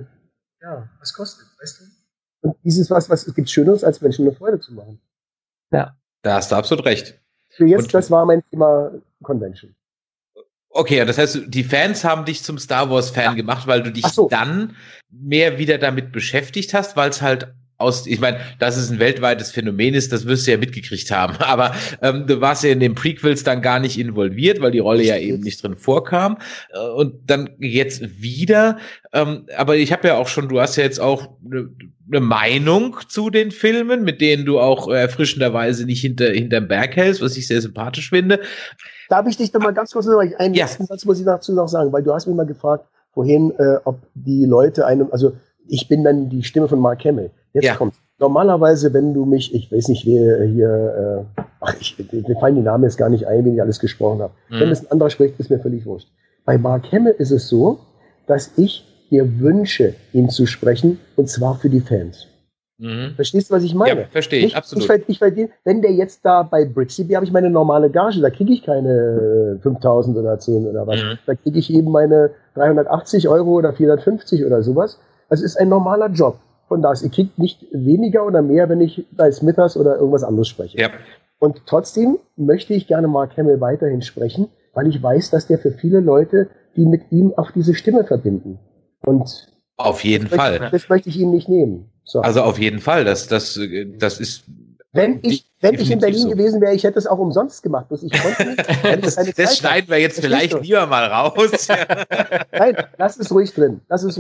was kostet, weißt du? Und dieses es gibt Schöneres, als Menschen eine Freude zu machen. Ja. Da hast du absolut recht. Für jetzt, das war mein Thema Convention. Okay, das heißt, die Fans haben dich zum Star Wars Fan gemacht, weil du dich dann mehr wieder damit beschäftigt hast, weil es halt ich meine, dass es ein weltweites Phänomen ist, das wirst du ja mitgekriegt haben. Aber du warst ja in den Prequels dann gar nicht involviert, weil die Rolle ja eben nicht drin vorkam. Und dann jetzt wieder. Aber ich habe ja auch schon, du hast ja jetzt auch eine Meinung zu den Filmen, mit denen du auch erfrischenderweise nicht hinterm Berg hältst, was ich sehr sympathisch finde. Darf ich dich doch mal ganz kurz noch einen letzten Satz muss ich dazu noch sagen, weil du hast mich mal gefragt, vorhin, ob die Leute also ich bin dann die Stimme von Mark Hamill. Jetzt kommt. Normalerweise, wenn du mich, ich weiß nicht, wer hier, mir fallen die Namen jetzt gar nicht ein, wen ich alles gesprochen habe. Wenn es ein anderer spricht, ist mir völlig wurscht. Bei Mark Hamill ist es so, dass ich mir wünsche, ihn zu sprechen, und zwar für die Fans. Verstehst du, was ich meine? Ja, verstehe ich, absolut. Ich verdiene, wenn der jetzt da bei Brixby, habe ich meine normale Gage, da kriege ich keine 5.000 oder 10 oder was. Da kriege ich eben meine 380 € oder 450 oder sowas. Also ist ein normaler Job. Von da aus, ihr kriegt nicht weniger oder mehr, wenn ich als mittags oder irgendwas anderes spreche. Ja. Und trotzdem möchte ich gerne Mark Hamill weiterhin sprechen, weil ich weiß, dass der für viele Leute, die mit ihm auch diese Stimme verbinden. Und auf jeden Fall. Das möchte ich ihm nicht nehmen. So. Also auf jeden Fall, das ist. Wenn ich in Berlin gewesen wäre, ich hätte es auch umsonst gemacht. Bloß ich konnte nicht, weil ich keine Zeit das schneiden wir jetzt vielleicht lieber mal raus. Nein, lass es ruhig drin.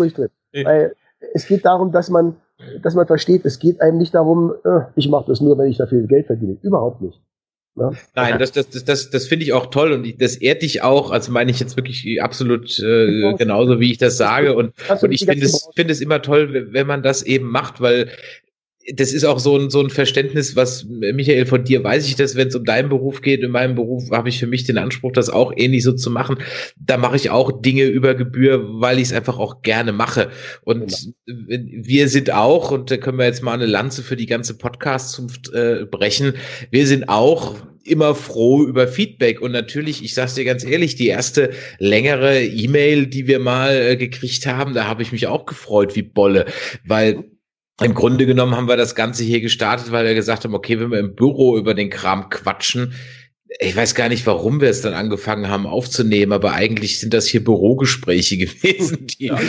Weil es geht darum, dass man versteht, es geht einem nicht darum, ich mache das nur, wenn ich dafür Geld verdiene. Überhaupt nicht. Ja? Nein, das finde ich auch toll, und das ehrt dich auch, also meine ich jetzt wirklich absolut genauso, wie ich das sage, und ich finde es immer toll, wenn man das eben macht, weil das ist auch so ein Verständnis, was, Michael, von dir weiß ich das, wenn es um deinen Beruf geht. In meinem Beruf habe ich für mich den Anspruch, das auch ähnlich so zu machen. Da mache ich auch Dinge über Gebühr, weil ich es einfach auch gerne mache. Und wir sind auch, und da können wir jetzt mal eine Lanze für die ganze Podcast-Zunft brechen, wir sind auch immer froh über Feedback. Und natürlich, ich sag's dir ganz ehrlich, die erste längere E-Mail, die wir mal gekriegt haben, da habe ich mich auch gefreut wie Bolle, weil im Grunde genommen haben wir das Ganze hier gestartet, weil wir gesagt haben, okay, wenn wir im Büro über den Kram quatschen, ich weiß gar nicht, warum wir es dann angefangen haben aufzunehmen, aber eigentlich sind das hier Bürogespräche gewesen,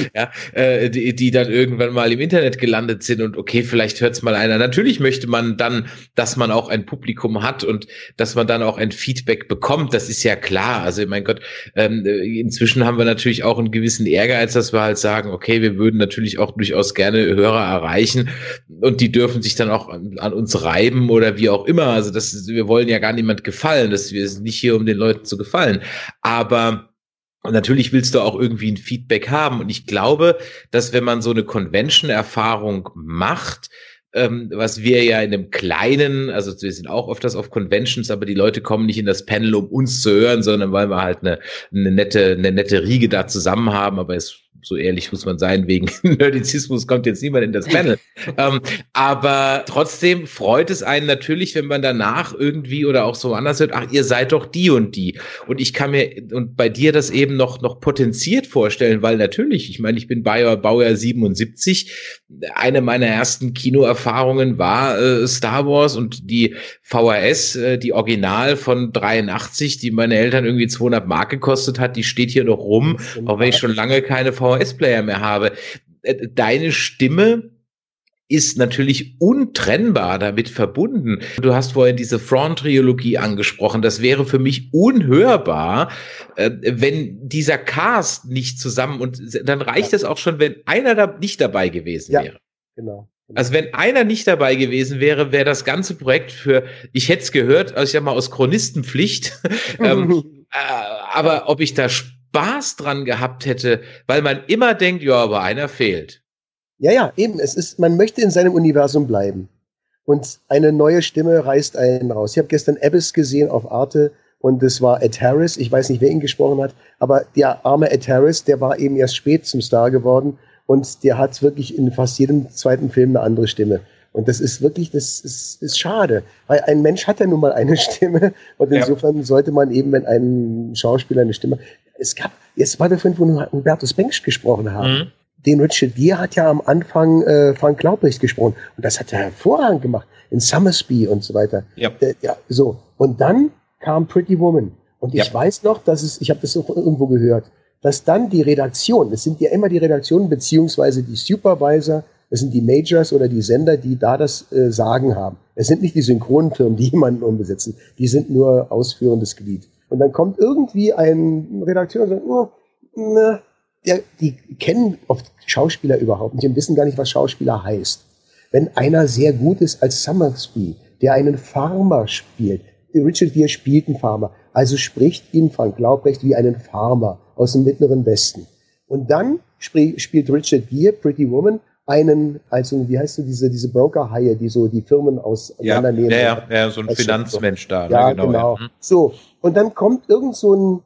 die dann irgendwann mal im Internet gelandet sind, und okay, vielleicht hört es mal einer. Natürlich möchte man dann, dass man auch ein Publikum hat und dass man dann auch ein Feedback bekommt, das ist ja klar. Also mein Gott, inzwischen haben wir natürlich auch einen gewissen Ehrgeiz, dass wir halt sagen, okay, wir würden natürlich auch durchaus gerne Hörer erreichen, und die dürfen sich dann auch an uns reiben oder wie auch immer. Also wir wollen ja gar niemand gefallen. Wir sind nicht hier, um den Leuten zu gefallen. Aber natürlich willst du auch irgendwie ein Feedback haben. Und ich glaube, dass wenn man so eine Convention-Erfahrung macht, was wir ja in einem kleinen, also wir sind auch öfters auf Conventions, aber die Leute kommen nicht in das Panel, um uns zu hören, sondern weil wir halt eine nette Riege da zusammen haben. Aber so ehrlich muss man sein, wegen Nerdizismus kommt jetzt niemand in das Panel. Aber trotzdem freut es einen natürlich, wenn man danach irgendwie oder auch so anders hört, ach, ihr seid doch die und die. Und ich kann mir und bei dir das eben noch potenziert vorstellen, weil natürlich, ich meine, ich bin Baujahr 77. Eine meiner ersten Kinoerfahrungen war Star Wars, und die VHS, die Original von 83, die meine Eltern irgendwie 200 Mark gekostet hat, die steht hier noch rum, auch wenn ich schon lange keine VHS-Player mehr habe. Deine Stimme ist natürlich untrennbar damit verbunden. Du hast vorhin diese Thrawn-Trilogie angesprochen. Das wäre für mich unhörbar, wenn dieser Cast nicht zusammen, und dann reicht es auch schon, wenn einer da nicht dabei gewesen wäre. Genau. Also wenn einer nicht dabei gewesen wäre, wäre das ganze Projekt ich hätte es gehört, also ich sag mal aus Chronistenpflicht, aber ob ich da Spaß dran gehabt hätte, weil man immer denkt, ja, aber einer fehlt. Ja, eben. Man möchte in seinem Universum bleiben. Und eine neue Stimme reißt einen raus. Ich habe gestern Abyss gesehen auf Arte, und es war Ed Harris. Ich weiß nicht, wer ihn gesprochen hat, aber der arme Ed Harris, der war eben erst spät zum Star geworden, und der hat wirklich in fast jedem zweiten Film eine andere Stimme. Und das ist wirklich, das ist schade, weil ein Mensch hat ja nun mal eine Stimme, und insofern sollte man eben, wenn ein Schauspieler eine Stimme, jetzt war der Film, wo wir Hubertus Bengsch gesprochen haben. Den Richard Gere hat ja am Anfang Frank Laubrecht gesprochen, und das hat er hervorragend gemacht, in Summersby und so weiter. So. Und dann kam Pretty Woman, und ich weiß noch, ich habe das auch irgendwo gehört, dass dann die Redaktion, es sind ja immer die Redaktionen beziehungsweise die Supervisor, Es sind die Majors oder die Sender, die da das Sagen haben. Es sind nicht die Synchronfirmen, die jemanden umbesetzen. Die sind nur ausführendes Glied. Und dann kommt irgendwie ein Redakteur und sagt, die kennen oft Schauspieler überhaupt nicht und wissen gar nicht, was Schauspieler heißt. Wenn einer sehr gut ist als Summersby, der einen Farmer spielt, Richard Gere spielt einen Farmer, also spricht ihn Frank Laubrecht wie einen Farmer aus dem Mittleren Westen. Und dann spielt Richard Gere, Pretty Woman, also wie heißt du, diese Broker-Haie, die so die Firmen auseinandernehmen. Ja, so ein Finanzmensch da. Ja, ne, genau. Ja. So, und dann kommt irgend so ein,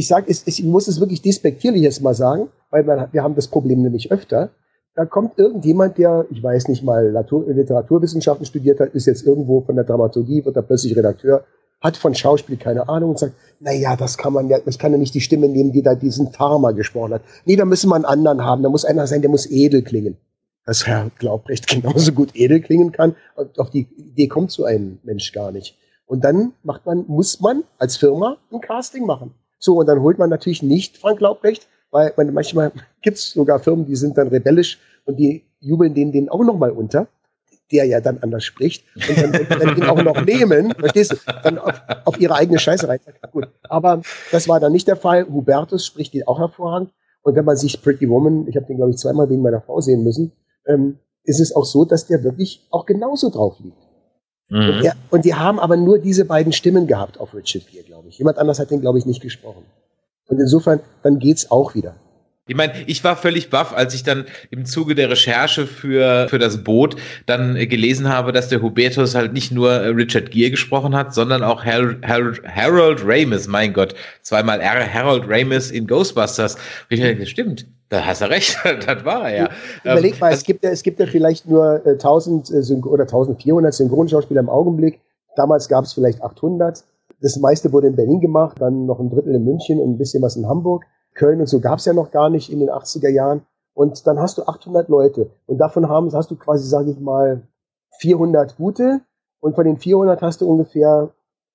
ich muss es wirklich despektierlich jetzt mal sagen, weil wir haben das Problem nämlich öfter. Da kommt irgendjemand, der, ich weiß nicht mal, Literaturwissenschaften studiert hat, ist jetzt irgendwo von der Dramaturgie, wird da plötzlich Redakteur, hat von Schauspiel keine Ahnung und sagt, naja, das kann ja nicht die Stimme nehmen, die da diesen Farmer gesprochen hat. Nee, da müssen wir einen anderen haben, da muss einer sein, der muss edel klingen. Dass Herr Laubrecht genauso gut edel klingen kann, auf die Idee kommt so ein Mensch gar nicht. Und dann muss man als Firma ein Casting machen. So, und dann holt man natürlich nicht Frank Laubrecht, weil manchmal gibt's sogar Firmen, die sind dann rebellisch und die jubeln den auch nochmal unter, der ja dann anders spricht und dann den auch noch nehmen, verstehst du, dann auf ihre eigene Scheiße rein. Gut, aber das war dann nicht der Fall. Hubertus spricht den auch hervorragend. Und wenn man sich Pretty Woman, ich habe den, glaube ich, zweimal wegen meiner Frau sehen müssen, ist es auch so, dass der wirklich auch genauso drauf liegt. Mhm. Und die haben aber nur diese beiden Stimmen gehabt auf Richard Gere, glaube ich. Jemand anders hat den, glaube ich, nicht gesprochen. Und insofern, dann geht's auch wieder. Ich meine, ich war völlig baff, als ich dann im Zuge der Recherche für das Boot dann gelesen habe, dass der Hubertus halt nicht nur Richard Gere gesprochen hat, sondern auch Harold Ramis, mein Gott, zweimal Harold Ramis in Ghostbusters. Und ich dachte, stimmt, da hast du recht, das war er ja. Überleg mal, es gibt ja vielleicht nur 1000 oder 1400 Synchronschauspieler im Augenblick. Damals gab es vielleicht 800. Das meiste wurde in Berlin gemacht, dann noch ein Drittel in München und ein bisschen was in Hamburg. Köln und so gab es ja noch gar nicht in den 80er Jahren. Und dann hast du 800 Leute. Und davon hast du quasi, sage ich mal, 400 gute. Und von den 400 hast du ungefähr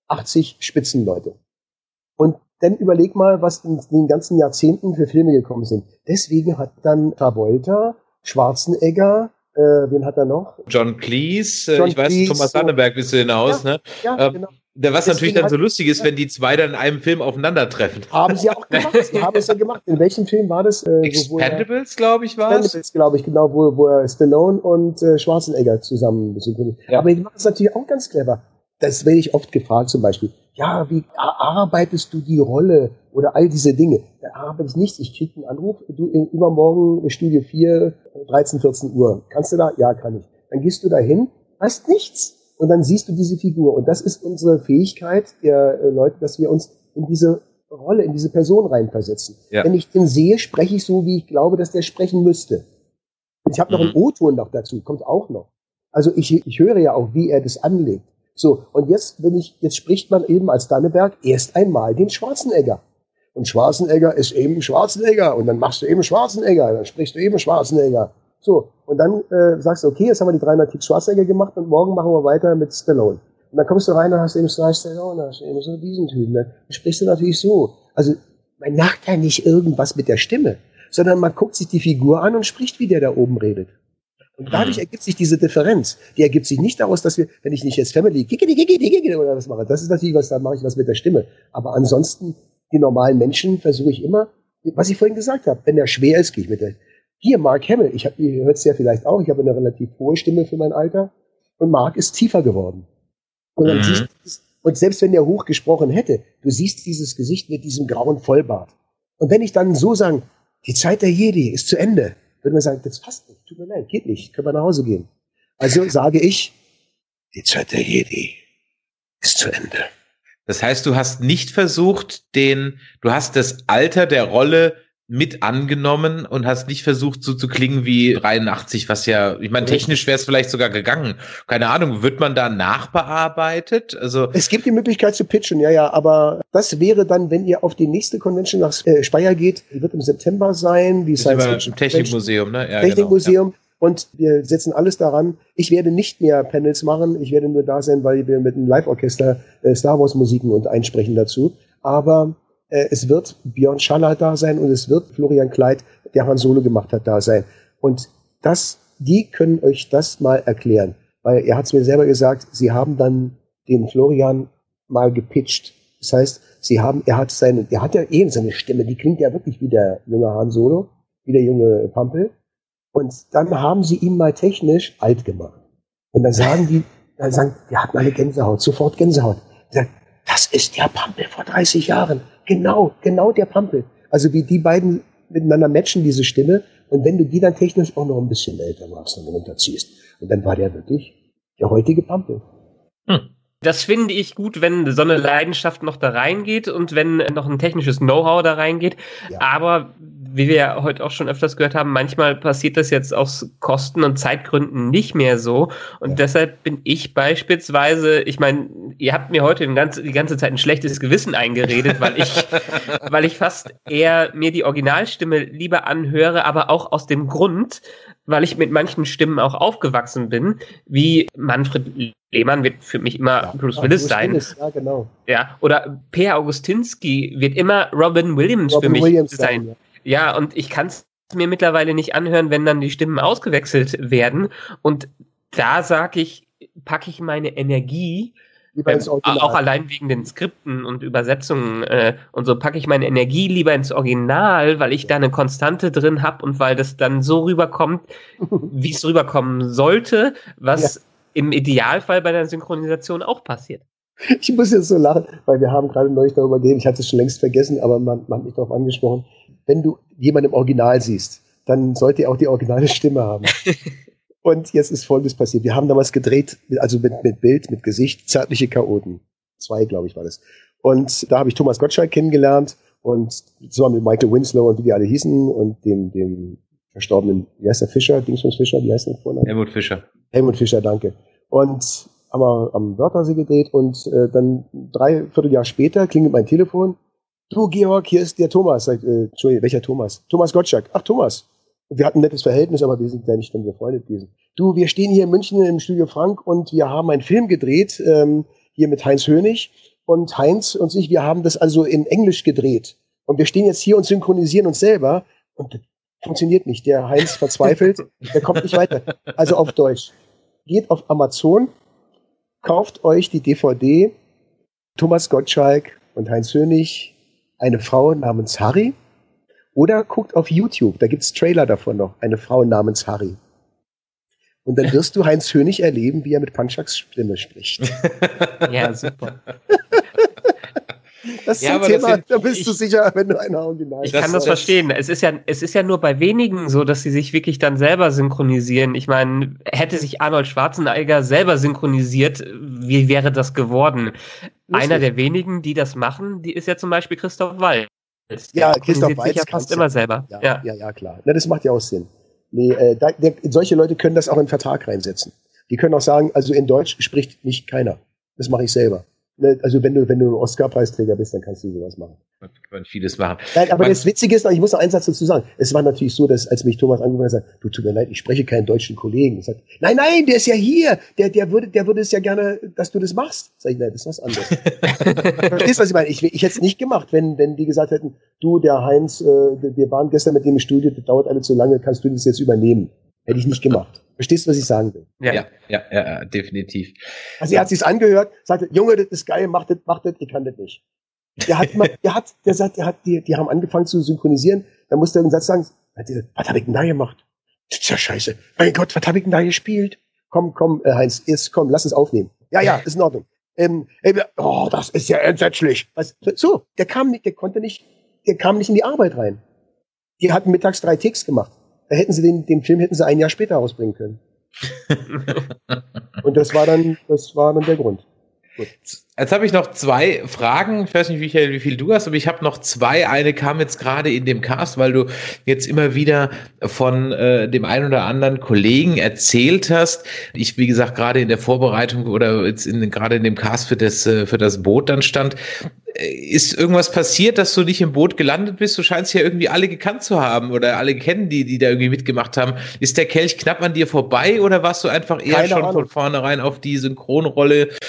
80 Spitzenleute. Und dann überleg mal, was in den ganzen Jahrzehnten für Filme gekommen sind. Deswegen hat dann Travolta, Schwarzenegger, wen hat er noch? John Cleese, ich weiß, Thomas Danneberg bist du hinaus, ja, ne? Ja, genau. Was natürlich dann so lustig ist, wenn die zwei dann in einem Film aufeinandertreffen. Haben sie auch gemacht. Sie haben es ja gemacht. In welchem Film war das? Expendables, glaube ich, war es. Expendables, glaube ich, genau, wo Stallone und Schwarzenegger zusammen synchronisieren. Ja. Aber die machen es natürlich auch ganz clever. Das werde ich oft gefragt zum Beispiel. Ja, wie arbeitest du die Rolle? Oder all diese Dinge. Da arbeite ich nichts. Ich kriege einen Anruf. Du, übermorgen Studio 4, 13, 14 Uhr. Kannst du da? Ja, kann ich. Dann gehst du da hin, hast nichts. Und dann siehst du diese Figur. Und das ist unsere Fähigkeit der Leute, dass wir uns in diese Rolle, in diese Person reinversetzen. Ja. Wenn ich den sehe, spreche ich so, wie ich glaube, dass der sprechen müsste. Und ich habe noch einen O-Ton noch dazu, kommt auch noch. Also ich höre ja auch, wie er das anlegt. So, und jetzt spricht man eben als Danneberg erst einmal den Schwarzenegger. Und Schwarzenegger ist eben Schwarzenegger. Und dann machst du eben Schwarzenegger. Dann sprichst du eben Schwarzenegger. So, und dann sagst du, okay, jetzt haben wir die 300 Tick Schwarzenegger gemacht und morgen machen wir weiter mit Stallone. Und dann kommst du rein und hast eben Stallone, hast eben so diesen Typen. Dann sprichst du natürlich so. Also man macht ja nicht irgendwas mit der Stimme, sondern man guckt sich die Figur an und spricht, wie der da oben redet. Und dadurch ergibt sich diese Differenz. Die ergibt sich nicht daraus, dass wenn ich nicht jetzt Family oder was mache, das ist natürlich was, da mache ich was mit der Stimme. Aber ansonsten, die normalen Menschen versuche ich immer, was ich vorhin gesagt habe, wenn der schwer ist, gehe ich mit der. Hier, Mark Hamill, ihr hört es ja vielleicht auch, ich habe eine relativ hohe Stimme für mein Alter und Mark ist tiefer geworden. Und dann siehst du, und selbst wenn der hoch gesprochen hätte, du siehst dieses Gesicht mit diesem grauen Vollbart. Und wenn ich dann so sage, die Zeit der Jedi ist zu Ende, würde man sagen, das passt nicht, tut mir leid, geht nicht, können wir nach Hause gehen. Also sage ich, die Zeit der Jedi ist zu Ende. Das heißt, du hast nicht versucht, du hast das Alter der Rolle mit angenommen und hast nicht versucht, so zu klingen wie 83, was ja, ich meine, technisch wäre es vielleicht sogar gegangen. Keine Ahnung, wird man da nachbearbeitet? Also es gibt die Möglichkeit zu pitchen, ja, aber das wäre dann, wenn ihr auf die nächste Convention nach Speyer geht, die wird im September sein, die Science Fiction Technikmuseum, ne? Ja, Technikmuseum. Genau, ja. Und wir setzen alles daran. Ich werde nicht mehr Panels machen, ich werde nur da sein, weil wir mit einem Live-Orchester Star Wars Musiken und einsprechen dazu. Aber es wird Björn Schaller da sein und es wird Florian Kleit, der Han Solo gemacht hat, da sein. Und die können euch das mal erklären. Weil er hat es mir selber gesagt, sie haben dann den Florian mal gepitcht. Das heißt, er hat ja eh seine Stimme, die klingt ja wirklich wie der junge Han Solo, wie der junge Pampel. Und dann haben sie ihn mal technisch alt gemacht. Und dann sagen wir hatten alle Gänsehaut, sofort Gänsehaut. Sagen, das ist der Pampel vor 30 Jahren. Genau der Pampel. Also wie die beiden miteinander matchen, diese Stimme. Und wenn du die dann technisch auch noch ein bisschen älter machst und runterziehst. Und dann war der wirklich der heutige Pampel. Das finde ich gut, wenn so eine Leidenschaft noch da reingeht und wenn noch ein technisches Know-how da reingeht. Ja. Aber wie wir ja heute auch schon öfters gehört haben, manchmal passiert das jetzt aus Kosten- und Zeitgründen nicht mehr so. Und deshalb bin ich beispielsweise, ich meine, ihr habt mir heute die ganze Zeit ein schlechtes Gewissen eingeredet, weil ich fast eher mir die Originalstimme lieber anhöre, aber auch aus dem Grund, weil ich mit manchen Stimmen auch aufgewachsen bin, wie Manfred Lehmann wird für mich immer Bruce Willis sein. Ja, genau. Ja, oder Per Augustinski wird immer Robin Williams für mich sein. Ja, und ich kann es mir mittlerweile nicht anhören, wenn dann die Stimmen ausgewechselt werden. Und da sage ich, packe ich meine Energie, auch allein wegen den Skripten und Übersetzungen und so, packe ich meine Energie lieber ins Original, weil ich da eine Konstante drin habe und weil das dann so rüberkommt, wie es rüberkommen sollte, was im Idealfall bei der Synchronisation auch passiert. Ich muss jetzt so lachen, weil wir haben gerade neulich darüber geredet, ich hatte es schon längst vergessen, aber man hat mich darauf angesprochen. Wenn du jemanden im Original siehst, dann sollte er auch die originale Stimme haben. Und jetzt ist Folgendes passiert. Wir haben damals gedreht, also mit Bild, mit Gesicht, Zärtliche Chaoten. 2, glaube ich, war das. Und da habe ich Thomas Gottschalk kennengelernt und so mit Michael Winslow und wie die alle hießen und dem verstorbenen, wie heißt der Fischer, Dingsbums Fischer, wie heißt der Vorname? Helmut Fischer, danke. Und haben wir am Wörthersee gedreht und dann 3/4 Jahr später klingelt mein Telefon. Du, Georg, hier ist der Thomas. Entschuldigung, welcher Thomas? Thomas Gottschalk. Ach, Thomas. Und wir hatten ein nettes Verhältnis, aber wir sind ja nicht dann befreundet gewesen. Du, wir stehen hier in München im Studio Frank und wir haben einen Film gedreht, hier mit Heinz Hönig. Und Heinz und ich, wir haben das also in Englisch gedreht. Und wir stehen jetzt hier und synchronisieren uns selber. Und das funktioniert nicht. Der Heinz verzweifelt, der kommt nicht weiter. Also auf Deutsch. Geht auf Amazon, kauft euch die DVD Thomas Gottschalk und Heinz Hönig, eine Frau namens Harry. Oder guckt auf YouTube, da gibt's Trailer davon noch, eine Frau namens Harry. Und dann wirst du Heinz Hönig erleben, wie er mit Panchaks Stimme spricht. Ja, super. Das ist ein Thema, da bist du sicher, wenn du eine Original. Ich kann das verstehen. Es ist ja nur bei wenigen so, dass sie sich wirklich dann selber synchronisieren. Ich meine, hätte sich Arnold Schwarzenegger selber synchronisiert, wie wäre das geworden? Einer der wenigen, die das machen, die ist ja zum Beispiel Christoph Waltz. Ja, Christoph Waltz sich ja fast immer selber. Ja, klar. Na, das macht ja auch Sinn. Nee, solche Leute können das auch in einen Vertrag reinsetzen. Die können auch sagen, also in Deutsch spricht nicht keiner. Das mache ich selber. Also wenn du Oscar-Preisträger bist, dann kannst du sowas machen. Man kann vieles machen. Nein, aber das Witzige ist noch, ich muss noch einen Satz dazu sagen. Es war natürlich so, dass als mich Thomas angerufen hat, sagt, du, tut mir leid, ich spreche keinen deutschen Kollegen. Ich sag, nein, der ist ja hier. Der würde es ja gerne, dass du das machst. Sag ich, nein, das ist was anderes. Verstehst du, was ich meine? Ich hätte es nicht gemacht, wenn die gesagt hätten, du, der Heinz, wir waren gestern mit dem im Studio, das dauert alle zu lange, kannst du das jetzt übernehmen? Hätte ich nicht gemacht. Verstehst du, was ich sagen will? Ja, definitiv. Also er hat sich's angehört, sagte, Junge, das ist geil, mach das, ich kann das nicht. Die haben angefangen zu synchronisieren, dann musste er einen Satz sagen, was hab ich denn da gemacht? Das ist ja scheiße. Mein Gott, was hab ich denn da gespielt? Komm, Heinz, komm, lass es aufnehmen. Ja, ist in Ordnung. Das ist ja entsetzlich. So, der kam nicht in die Arbeit rein. Die hatten mittags 3 Takes gemacht. Da hätten sie den Film ein Jahr später rausbringen können. Und das war dann der Grund. Gut. Jetzt habe ich noch 2 Fragen. Ich weiß nicht, Michael, wie viel du hast, aber ich habe noch 2. Eine kam jetzt gerade in dem Cast, weil du jetzt immer wieder von dem einen oder anderen Kollegen erzählt hast. Ich, wie gesagt, gerade in der Vorbereitung oder jetzt gerade in dem Cast für das Boot dann stand. Ist irgendwas passiert, dass du nicht im Boot gelandet bist? Du scheinst ja irgendwie alle gekannt zu haben oder alle kennen, die da irgendwie mitgemacht haben. Ist der Kelch knapp an dir vorbei oder warst du einfach eher von vornherein auf die Synchronrolle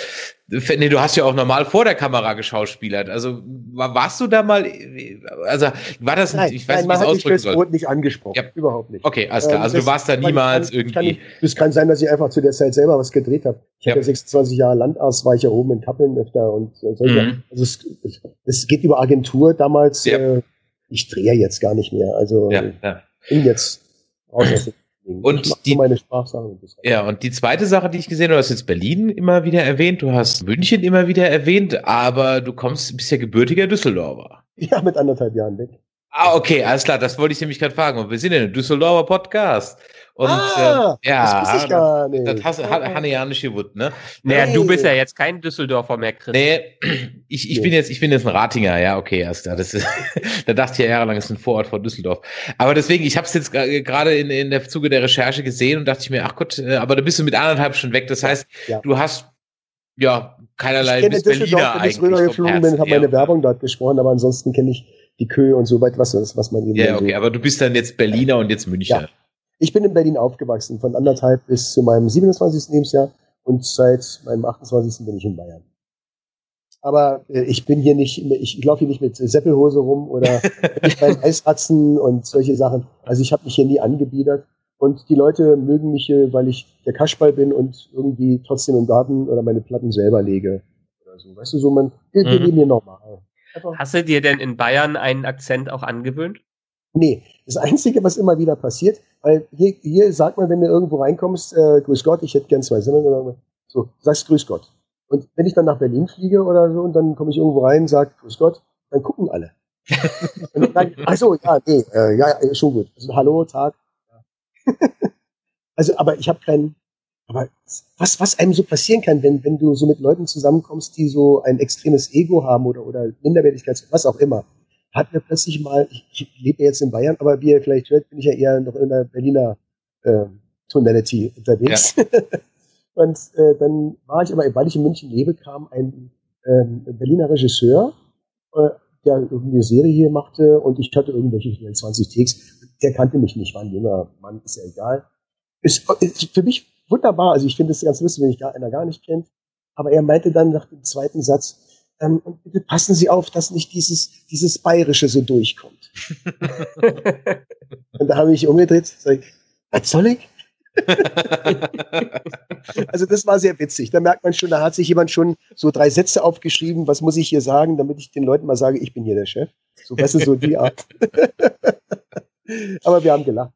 Nee, du hast ja auch normal vor der Kamera geschauspielert. Also warst du da mal, also war das, nein, ich weiß nicht, wie man ich es hat mich ausdrücken fürs soll. Brot nicht angesprochen, Ja. überhaupt nicht. Okay, alles klar. Also du warst da niemals irgendwie. Es kann sein, dass ich einfach zu der Zeit selber was gedreht habe. Ich habe ja 26 Jahre Landarzt, war ich ja oben in Kappeln öfter und solche. Also es geht über Agentur damals. Ja. Ich drehe jetzt gar nicht mehr. Also bin jetzt raus aus dem Ding. Und ich mache nur meine Sprachsachen. Ja, und die zweite Sache, die ich gesehen habe, du hast jetzt Berlin immer wieder erwähnt, du hast München immer wieder erwähnt, aber bist ja gebürtiger Düsseldorfer. Ja, mit 1,5 Jahren weg. Ah, okay, alles klar, das wollte ich nämlich gerade fragen. Und wir sind ja ein Düsseldorfer Podcast. Und das wusste ich gar nicht. Das hast Hanne ja nicht gewusst, ne? Naja, du bist ja jetzt kein Düsseldorfer mehr, Chris. Nee, ich bin jetzt ein Ratinger, ja, okay, alles klar. Das ist, da dachte ich ja jahrelang, ist ein Vorort von Düsseldorf. Aber deswegen, ich habe es jetzt gerade in der Zuge der Recherche gesehen und dachte ich mir, ach Gott, aber da bist du mit 1,5 schon weg. Das heißt, du hast keinerlei, ich kenne Düsseldorf, wenn ich rübergeflogen bin, habe meine Werbung dort gesprochen, aber ansonsten kenne ich die Köhe und so weit, was man eben. Ja, okay, aber du bist dann jetzt Berliner und jetzt Münchner. Ja. Ich bin in Berlin aufgewachsen, von 1,5 bis zu meinem 27. Lebensjahr und seit meinem 28. bin ich in Bayern. Aber ich bin hier nicht, ich laufe hier nicht mit Seppelhose rum oder mit meinen Eisratzen und solche Sachen. Also ich habe mich hier nie angebiedert und die Leute mögen mich hier, weil ich der Kasperl bin und irgendwie trotzdem im Garten oder meine Platten selber lege oder so. Weißt du, so wir leben hier normal. Hast du dir denn in Bayern einen Akzent auch angewöhnt? Nee, das Einzige, was immer wieder passiert, weil hier sagt man, wenn du irgendwo reinkommst, grüß Gott, ich hätte gern 2 Semmeln oder so, sagst grüß Gott. Und wenn ich dann nach Berlin fliege oder so und dann komme ich irgendwo rein, sag grüß Gott, dann gucken alle. Und dann, achso, ja, nee, schon gut. Also, hallo, Tag. Also, aber ich habe aber was einem so passieren kann, wenn du so mit Leuten zusammenkommst, die so ein extremes Ego haben oder Minderwertigkeit, was auch immer, hat mir plötzlich mal, ich lebe jetzt in Bayern, aber wie ihr vielleicht hört, bin ich ja eher noch in der Berliner Tonality unterwegs. Ja. Und dann war ich aber, weil ich in München lebe, kam ein Berliner Regisseur, der irgendeine Serie hier machte und ich hatte irgendwelche 20 Takes. Der kannte mich nicht, war ein junger Mann, ist ja egal. Ist für mich wunderbar, also ich finde es ganz lustig, wenn ich einer gar nicht kennt. Aber er meinte dann nach dem zweiten Satz, und bitte passen Sie auf, dass nicht dieses Bayerische so durchkommt. Und da habe ich umgedreht, sag ich, was soll ich? Also das war sehr witzig. Da merkt man schon, da hat sich jemand schon so 3 Sätze aufgeschrieben, was muss ich hier sagen, damit ich den Leuten mal sage, ich bin hier der Chef. So, weißt du, so die Art. Aber wir haben gelacht.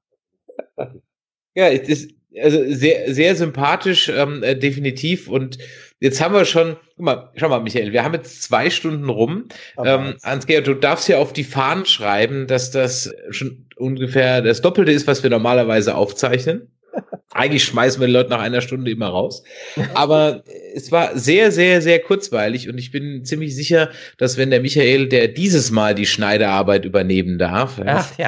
Ja, es ist also sehr, sehr sympathisch, definitiv. Und jetzt haben wir schon, guck mal, schau mal, Michael, wir haben jetzt 2 Stunden rum. Hans-Georg, du darfst ja auf die Fahnen schreiben, dass das schon ungefähr das Doppelte ist, was wir normalerweise aufzeichnen. Eigentlich schmeißen wir die Leute nach 1 Stunde immer raus. Aber es war sehr, sehr, sehr kurzweilig und ich bin ziemlich sicher, dass wenn der Michael, der dieses Mal die Schneiderarbeit übernehmen darf,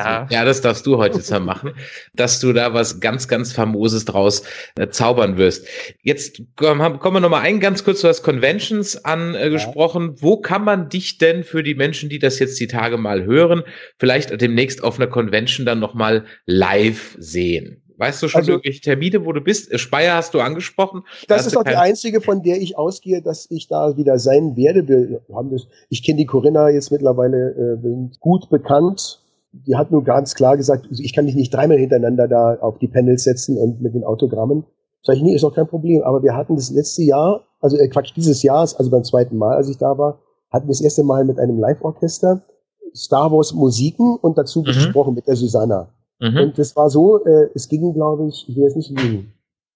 das darfst du heute jetzt machen, dass du da was ganz, ganz Famoses draus zaubern wirst. Jetzt kommen wir nochmal ganz kurz, du hast Conventions angesprochen. Wo kann man dich denn für die Menschen, die das jetzt die Tage mal hören, vielleicht demnächst auf einer Convention dann nochmal live sehen? Weißt du schon irgendwelche Termine, wo du bist? Speyer hast du angesprochen. Das ist auch die einzige, von der ich ausgehe, dass ich da wieder sein werde. Ich kenne die Corinna jetzt mittlerweile gut bekannt. Die hat nur ganz klar gesagt, ich kann dich nicht 3-mal hintereinander da auf die Panels setzen und mit den Autogrammen. Sag ich, nee, ist auch kein Problem. Aber wir hatten das letzte Jahr, dieses Jahr, also beim 2. Mal, als ich da war, hatten wir das erste Mal mit einem Live-Orchester Star Wars Musiken und dazu gesprochen mit der Susanna. Und das war so, es gingen, glaube ich will jetzt nicht liegen,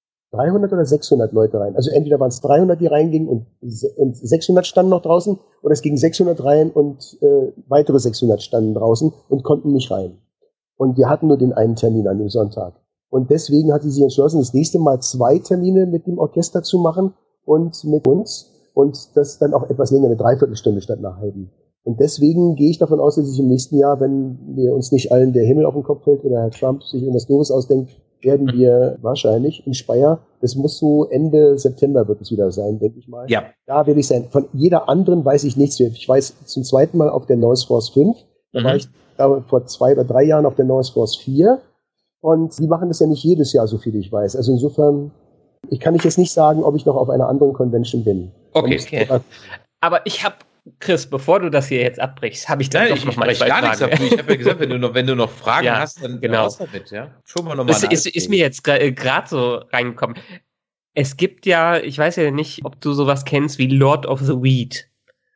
300 oder 600 Leute rein. Also entweder waren es 300, die reingingen und 600 standen noch draußen, oder es gingen 600 rein und weitere 600 standen draußen und konnten nicht rein. Und wir hatten nur den einen Termin an dem Sonntag. Und deswegen hat sie sich entschlossen, das nächste Mal 2 Termine mit dem Orchester zu machen und mit uns. Und das dann auch etwas länger, eine Dreiviertelstunde statt einer halben. Und deswegen gehe ich davon aus, dass ich im nächsten Jahr, wenn wir uns nicht allen der Himmel auf den Kopf fällt oder Herr Trump sich irgendwas Doofes ausdenkt, werden wir wahrscheinlich in Speyer, das muss so Ende September wird es wieder sein, denke ich mal. Ja. Da werde ich sein. Von jeder anderen weiß ich nichts. Ich weiß zum 2. Mal auf der Noise Force 5. Da war ich vor 2 oder 3 Jahren auf der Noise Force 4. Und die machen das ja nicht jedes Jahr, so viel ich weiß. Also insofern Ich kann jetzt nicht sagen, ob ich noch auf einer anderen Convention bin. Okay. Aber ich habe, Chris, bevor du das hier jetzt abbrichst, habe ich dann doch noch mal zwei gar nichts Fragen. dafür. Ich habe ja gesagt, wenn du noch Fragen hast, dann raus damit, ja. Schon mal nochmal. Das ist mir jetzt gerade so reingekommen. Es gibt ja, ich weiß ja nicht, ob du sowas kennst wie Lord of the Weed.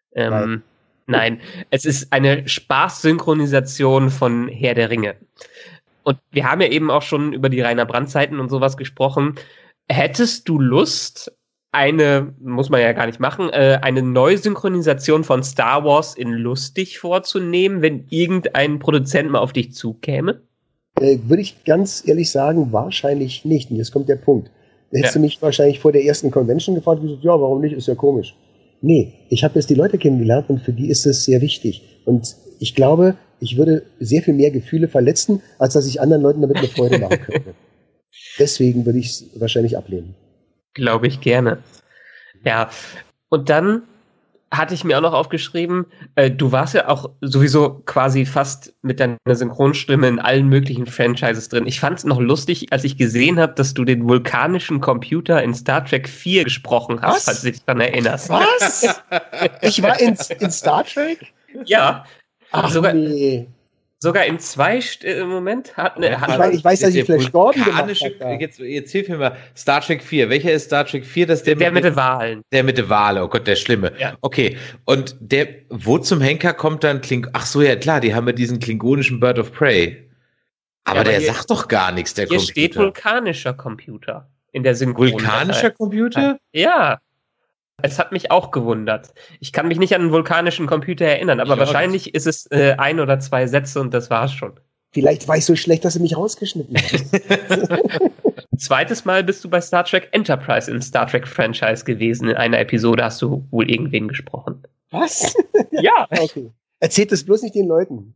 Nein, es ist eine Spaß-Synchronisation von Herr der Ringe. Und wir haben ja eben auch schon über die Rainer Brandt-Zeiten und sowas gesprochen. Hättest du Lust, muss man ja gar nicht machen, eine Neusynchronisation von Star Wars in lustig vorzunehmen, wenn irgendein Produzent mal auf dich zukäme? Würde ich ganz ehrlich sagen, wahrscheinlich nicht. Und jetzt kommt der Punkt. Da hättest du mich wahrscheinlich vor der ersten Convention gefragt und gesagt, ja, warum nicht, ist ja komisch. Nee, ich habe jetzt die Leute kennengelernt und für die ist das sehr wichtig. Und ich glaube, ich würde sehr viel mehr Gefühle verletzen, als dass ich anderen Leuten damit eine Freude machen könnte. Deswegen würde ich es wahrscheinlich ablehnen. Glaube ich gerne. Ja, und dann hatte ich mir auch noch aufgeschrieben, du warst ja auch sowieso quasi fast mit deiner Synchronstimme in allen möglichen Franchises drin. Ich fand es noch lustig, als ich gesehen habe, dass du den vulkanischen Computer in Star Trek 4 gesprochen hast, falls du dich daran erinnerst. Was? Ich war in Star Trek? Ja. Ach nee. Sogar in 2 Moment ich weiß, dass ich vielleicht Gordon gemacht habe. Jetzt hilf mir mal. Star Trek 4. Welcher ist Star Trek 4? Das ist der mit den Walen. Der mit den Wale. Oh Gott, der Schlimme. Ja. Okay. Und wo zum Henker kommt dann Ach so, ja klar, die haben ja diesen klingonischen Bird of Prey. Aber der sagt doch gar nichts, der Computer. Hier steht vulkanischer Computer in der Synchron. Vulkanischer Computer? Ja. Es hat mich auch gewundert. Ich kann mich nicht an einen vulkanischen Computer erinnern, aber wahrscheinlich ist es 1 oder 2 Sätze und das war's schon. Vielleicht war ich so schlecht, dass du mich rausgeschnitten hast. Ein zweites Mal bist du bei Star Trek Enterprise im Star Trek Franchise gewesen. In einer Episode hast du wohl irgendwen gesprochen. Was? Ja. Okay. Erzählt das bloß nicht den Leuten.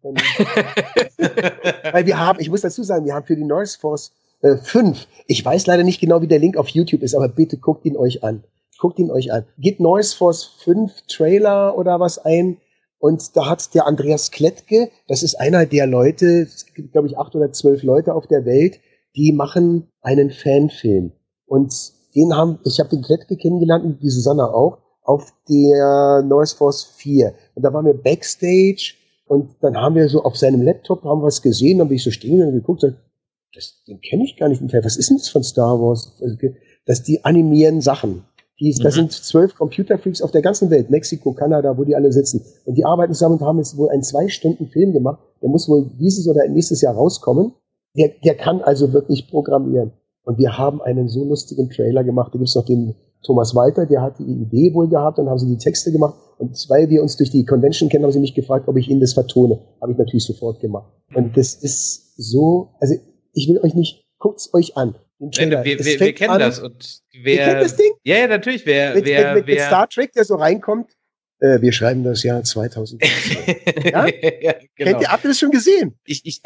Weil ich muss dazu sagen, wir haben für die Noise Force 5, ich weiß leider nicht genau, wie der Link auf YouTube ist, aber bitte guckt ihn euch an. Gebt Noise Force 5 Trailer oder was ein und da hat der Andreas Klettke, das ist einer der Leute, es gibt glaube ich 8 oder 12 Leute auf der Welt, die machen einen Fanfilm und ich habe den Klettke kennengelernt und die Susanna auch, auf der Noise Force 4 und da waren wir Backstage und dann haben wir so auf seinem Laptop haben was gesehen, dann bin ich so stehen und geguckt und den kenne ich gar nicht, was ist denn das von Star Wars? Die animieren Sachen. Da sind 12 Computerfreaks auf der ganzen Welt, Mexiko, Kanada, wo die alle sitzen. Und die arbeiten zusammen und haben jetzt wohl einen 2-Stunden-Film gemacht. Der muss wohl dieses oder nächstes Jahr rauskommen. Der kann also wirklich programmieren. Und wir haben einen so lustigen Trailer gemacht. Da gibt's noch den Thomas Walter, der hat die Idee wohl gehabt. Dann haben sie die Texte gemacht. Und weil wir uns durch die Convention kennen, haben sie mich gefragt, ob ich ihnen das vertone. Habe ich natürlich sofort gemacht. Und das ist so, also ich will euch nicht, guckt's euch an. Wir kennen das. Und ihr kennt das Ding? Ja, natürlich. Mit Star Trek, der so reinkommt, wir schreiben das Jahr 2000. Ja? Ja, genau. Habt ihr das schon gesehen?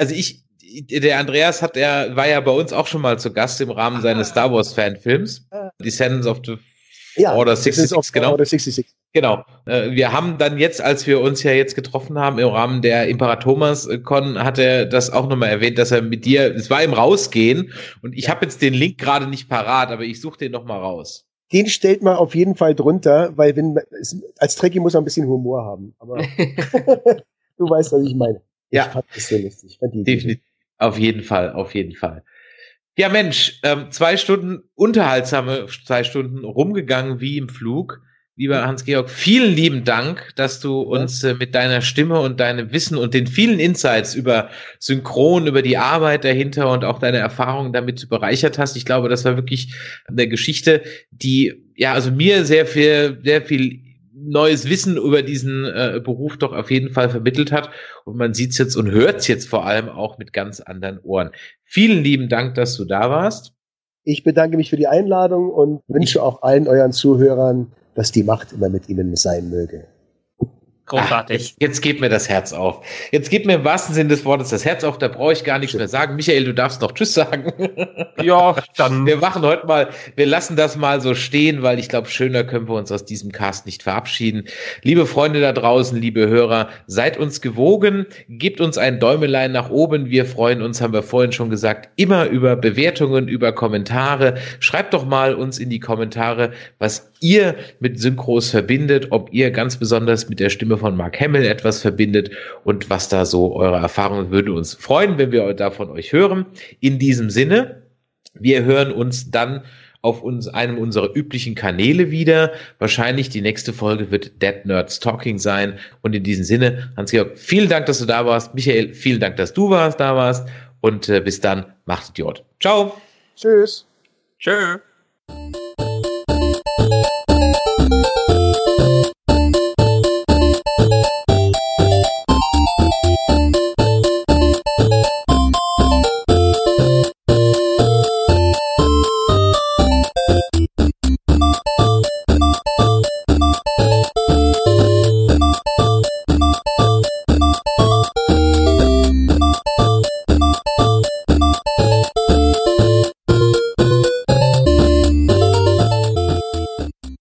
Der Andreas war ja bei uns auch schon mal zu Gast im Rahmen seines Star Wars Fanfilms. Descendants of the Order 66, genau. Order 66. Genau. Wir haben dann jetzt, als wir uns ja jetzt getroffen haben im Rahmen der Imperatomers-Con, hat er das auch nochmal erwähnt, dass er mit dir, es war im Rausgehen und ich habe jetzt den Link gerade nicht parat, aber ich suche den nochmal raus. Den stellt man auf jeden Fall drunter, weil als Trekkie muss man ein bisschen Humor haben. Aber du weißt, was ich meine. Ja. Ich fand das sehr lustig. Definitiv. Auf jeden Fall. Ja, Mensch, 2 Stunden, unterhaltsame 2 Stunden rumgegangen wie im Flug. Lieber Hans-Georg, vielen lieben Dank, dass du uns mit deiner Stimme und deinem Wissen und den vielen Insights über Synchron, über die Arbeit dahinter und auch deine Erfahrungen damit bereichert hast. Ich glaube, das war wirklich eine Geschichte, die mir sehr viel neues Wissen über diesen Beruf doch auf jeden Fall vermittelt hat. Und man sieht es jetzt und hört es jetzt vor allem auch mit ganz anderen Ohren. Vielen lieben Dank, dass du da warst. Ich bedanke mich für die Einladung und wünsche auch allen euren Zuhörern, dass die Macht immer mit ihnen sein möge. Großartig. Jetzt geht mir das Herz auf. Jetzt geht mir im wahrsten Sinne des Wortes das Herz auf, da brauche ich gar nichts mehr sagen. Michael, du darfst noch Tschüss sagen. Ja, dann. Wir machen heute mal, wir lassen das mal so stehen, weil ich glaube, schöner können wir uns aus diesem Cast nicht verabschieden. Liebe Freunde da draußen, liebe Hörer, seid uns gewogen, gebt uns ein Däumelein nach oben. Wir freuen uns, haben wir vorhin schon gesagt, immer über Bewertungen, über Kommentare. Schreibt doch mal uns in die Kommentare, was ihr mit Synchros verbindet, ob ihr ganz besonders mit der Stimme von Mark Hamill etwas verbindet und was da so eure Erfahrungen, würde uns freuen, wenn wir da von euch hören. In diesem Sinne, wir hören uns dann auf einem unserer üblichen Kanäle wieder. Wahrscheinlich die nächste Folge wird Dead Nerds Talking sein. Und in diesem Sinne, Hans-Georg, vielen Dank, dass du da warst. Michael, vielen Dank, dass du da warst. Und bis dann, macht Idiot. Ciao. Tschüss. Tschö.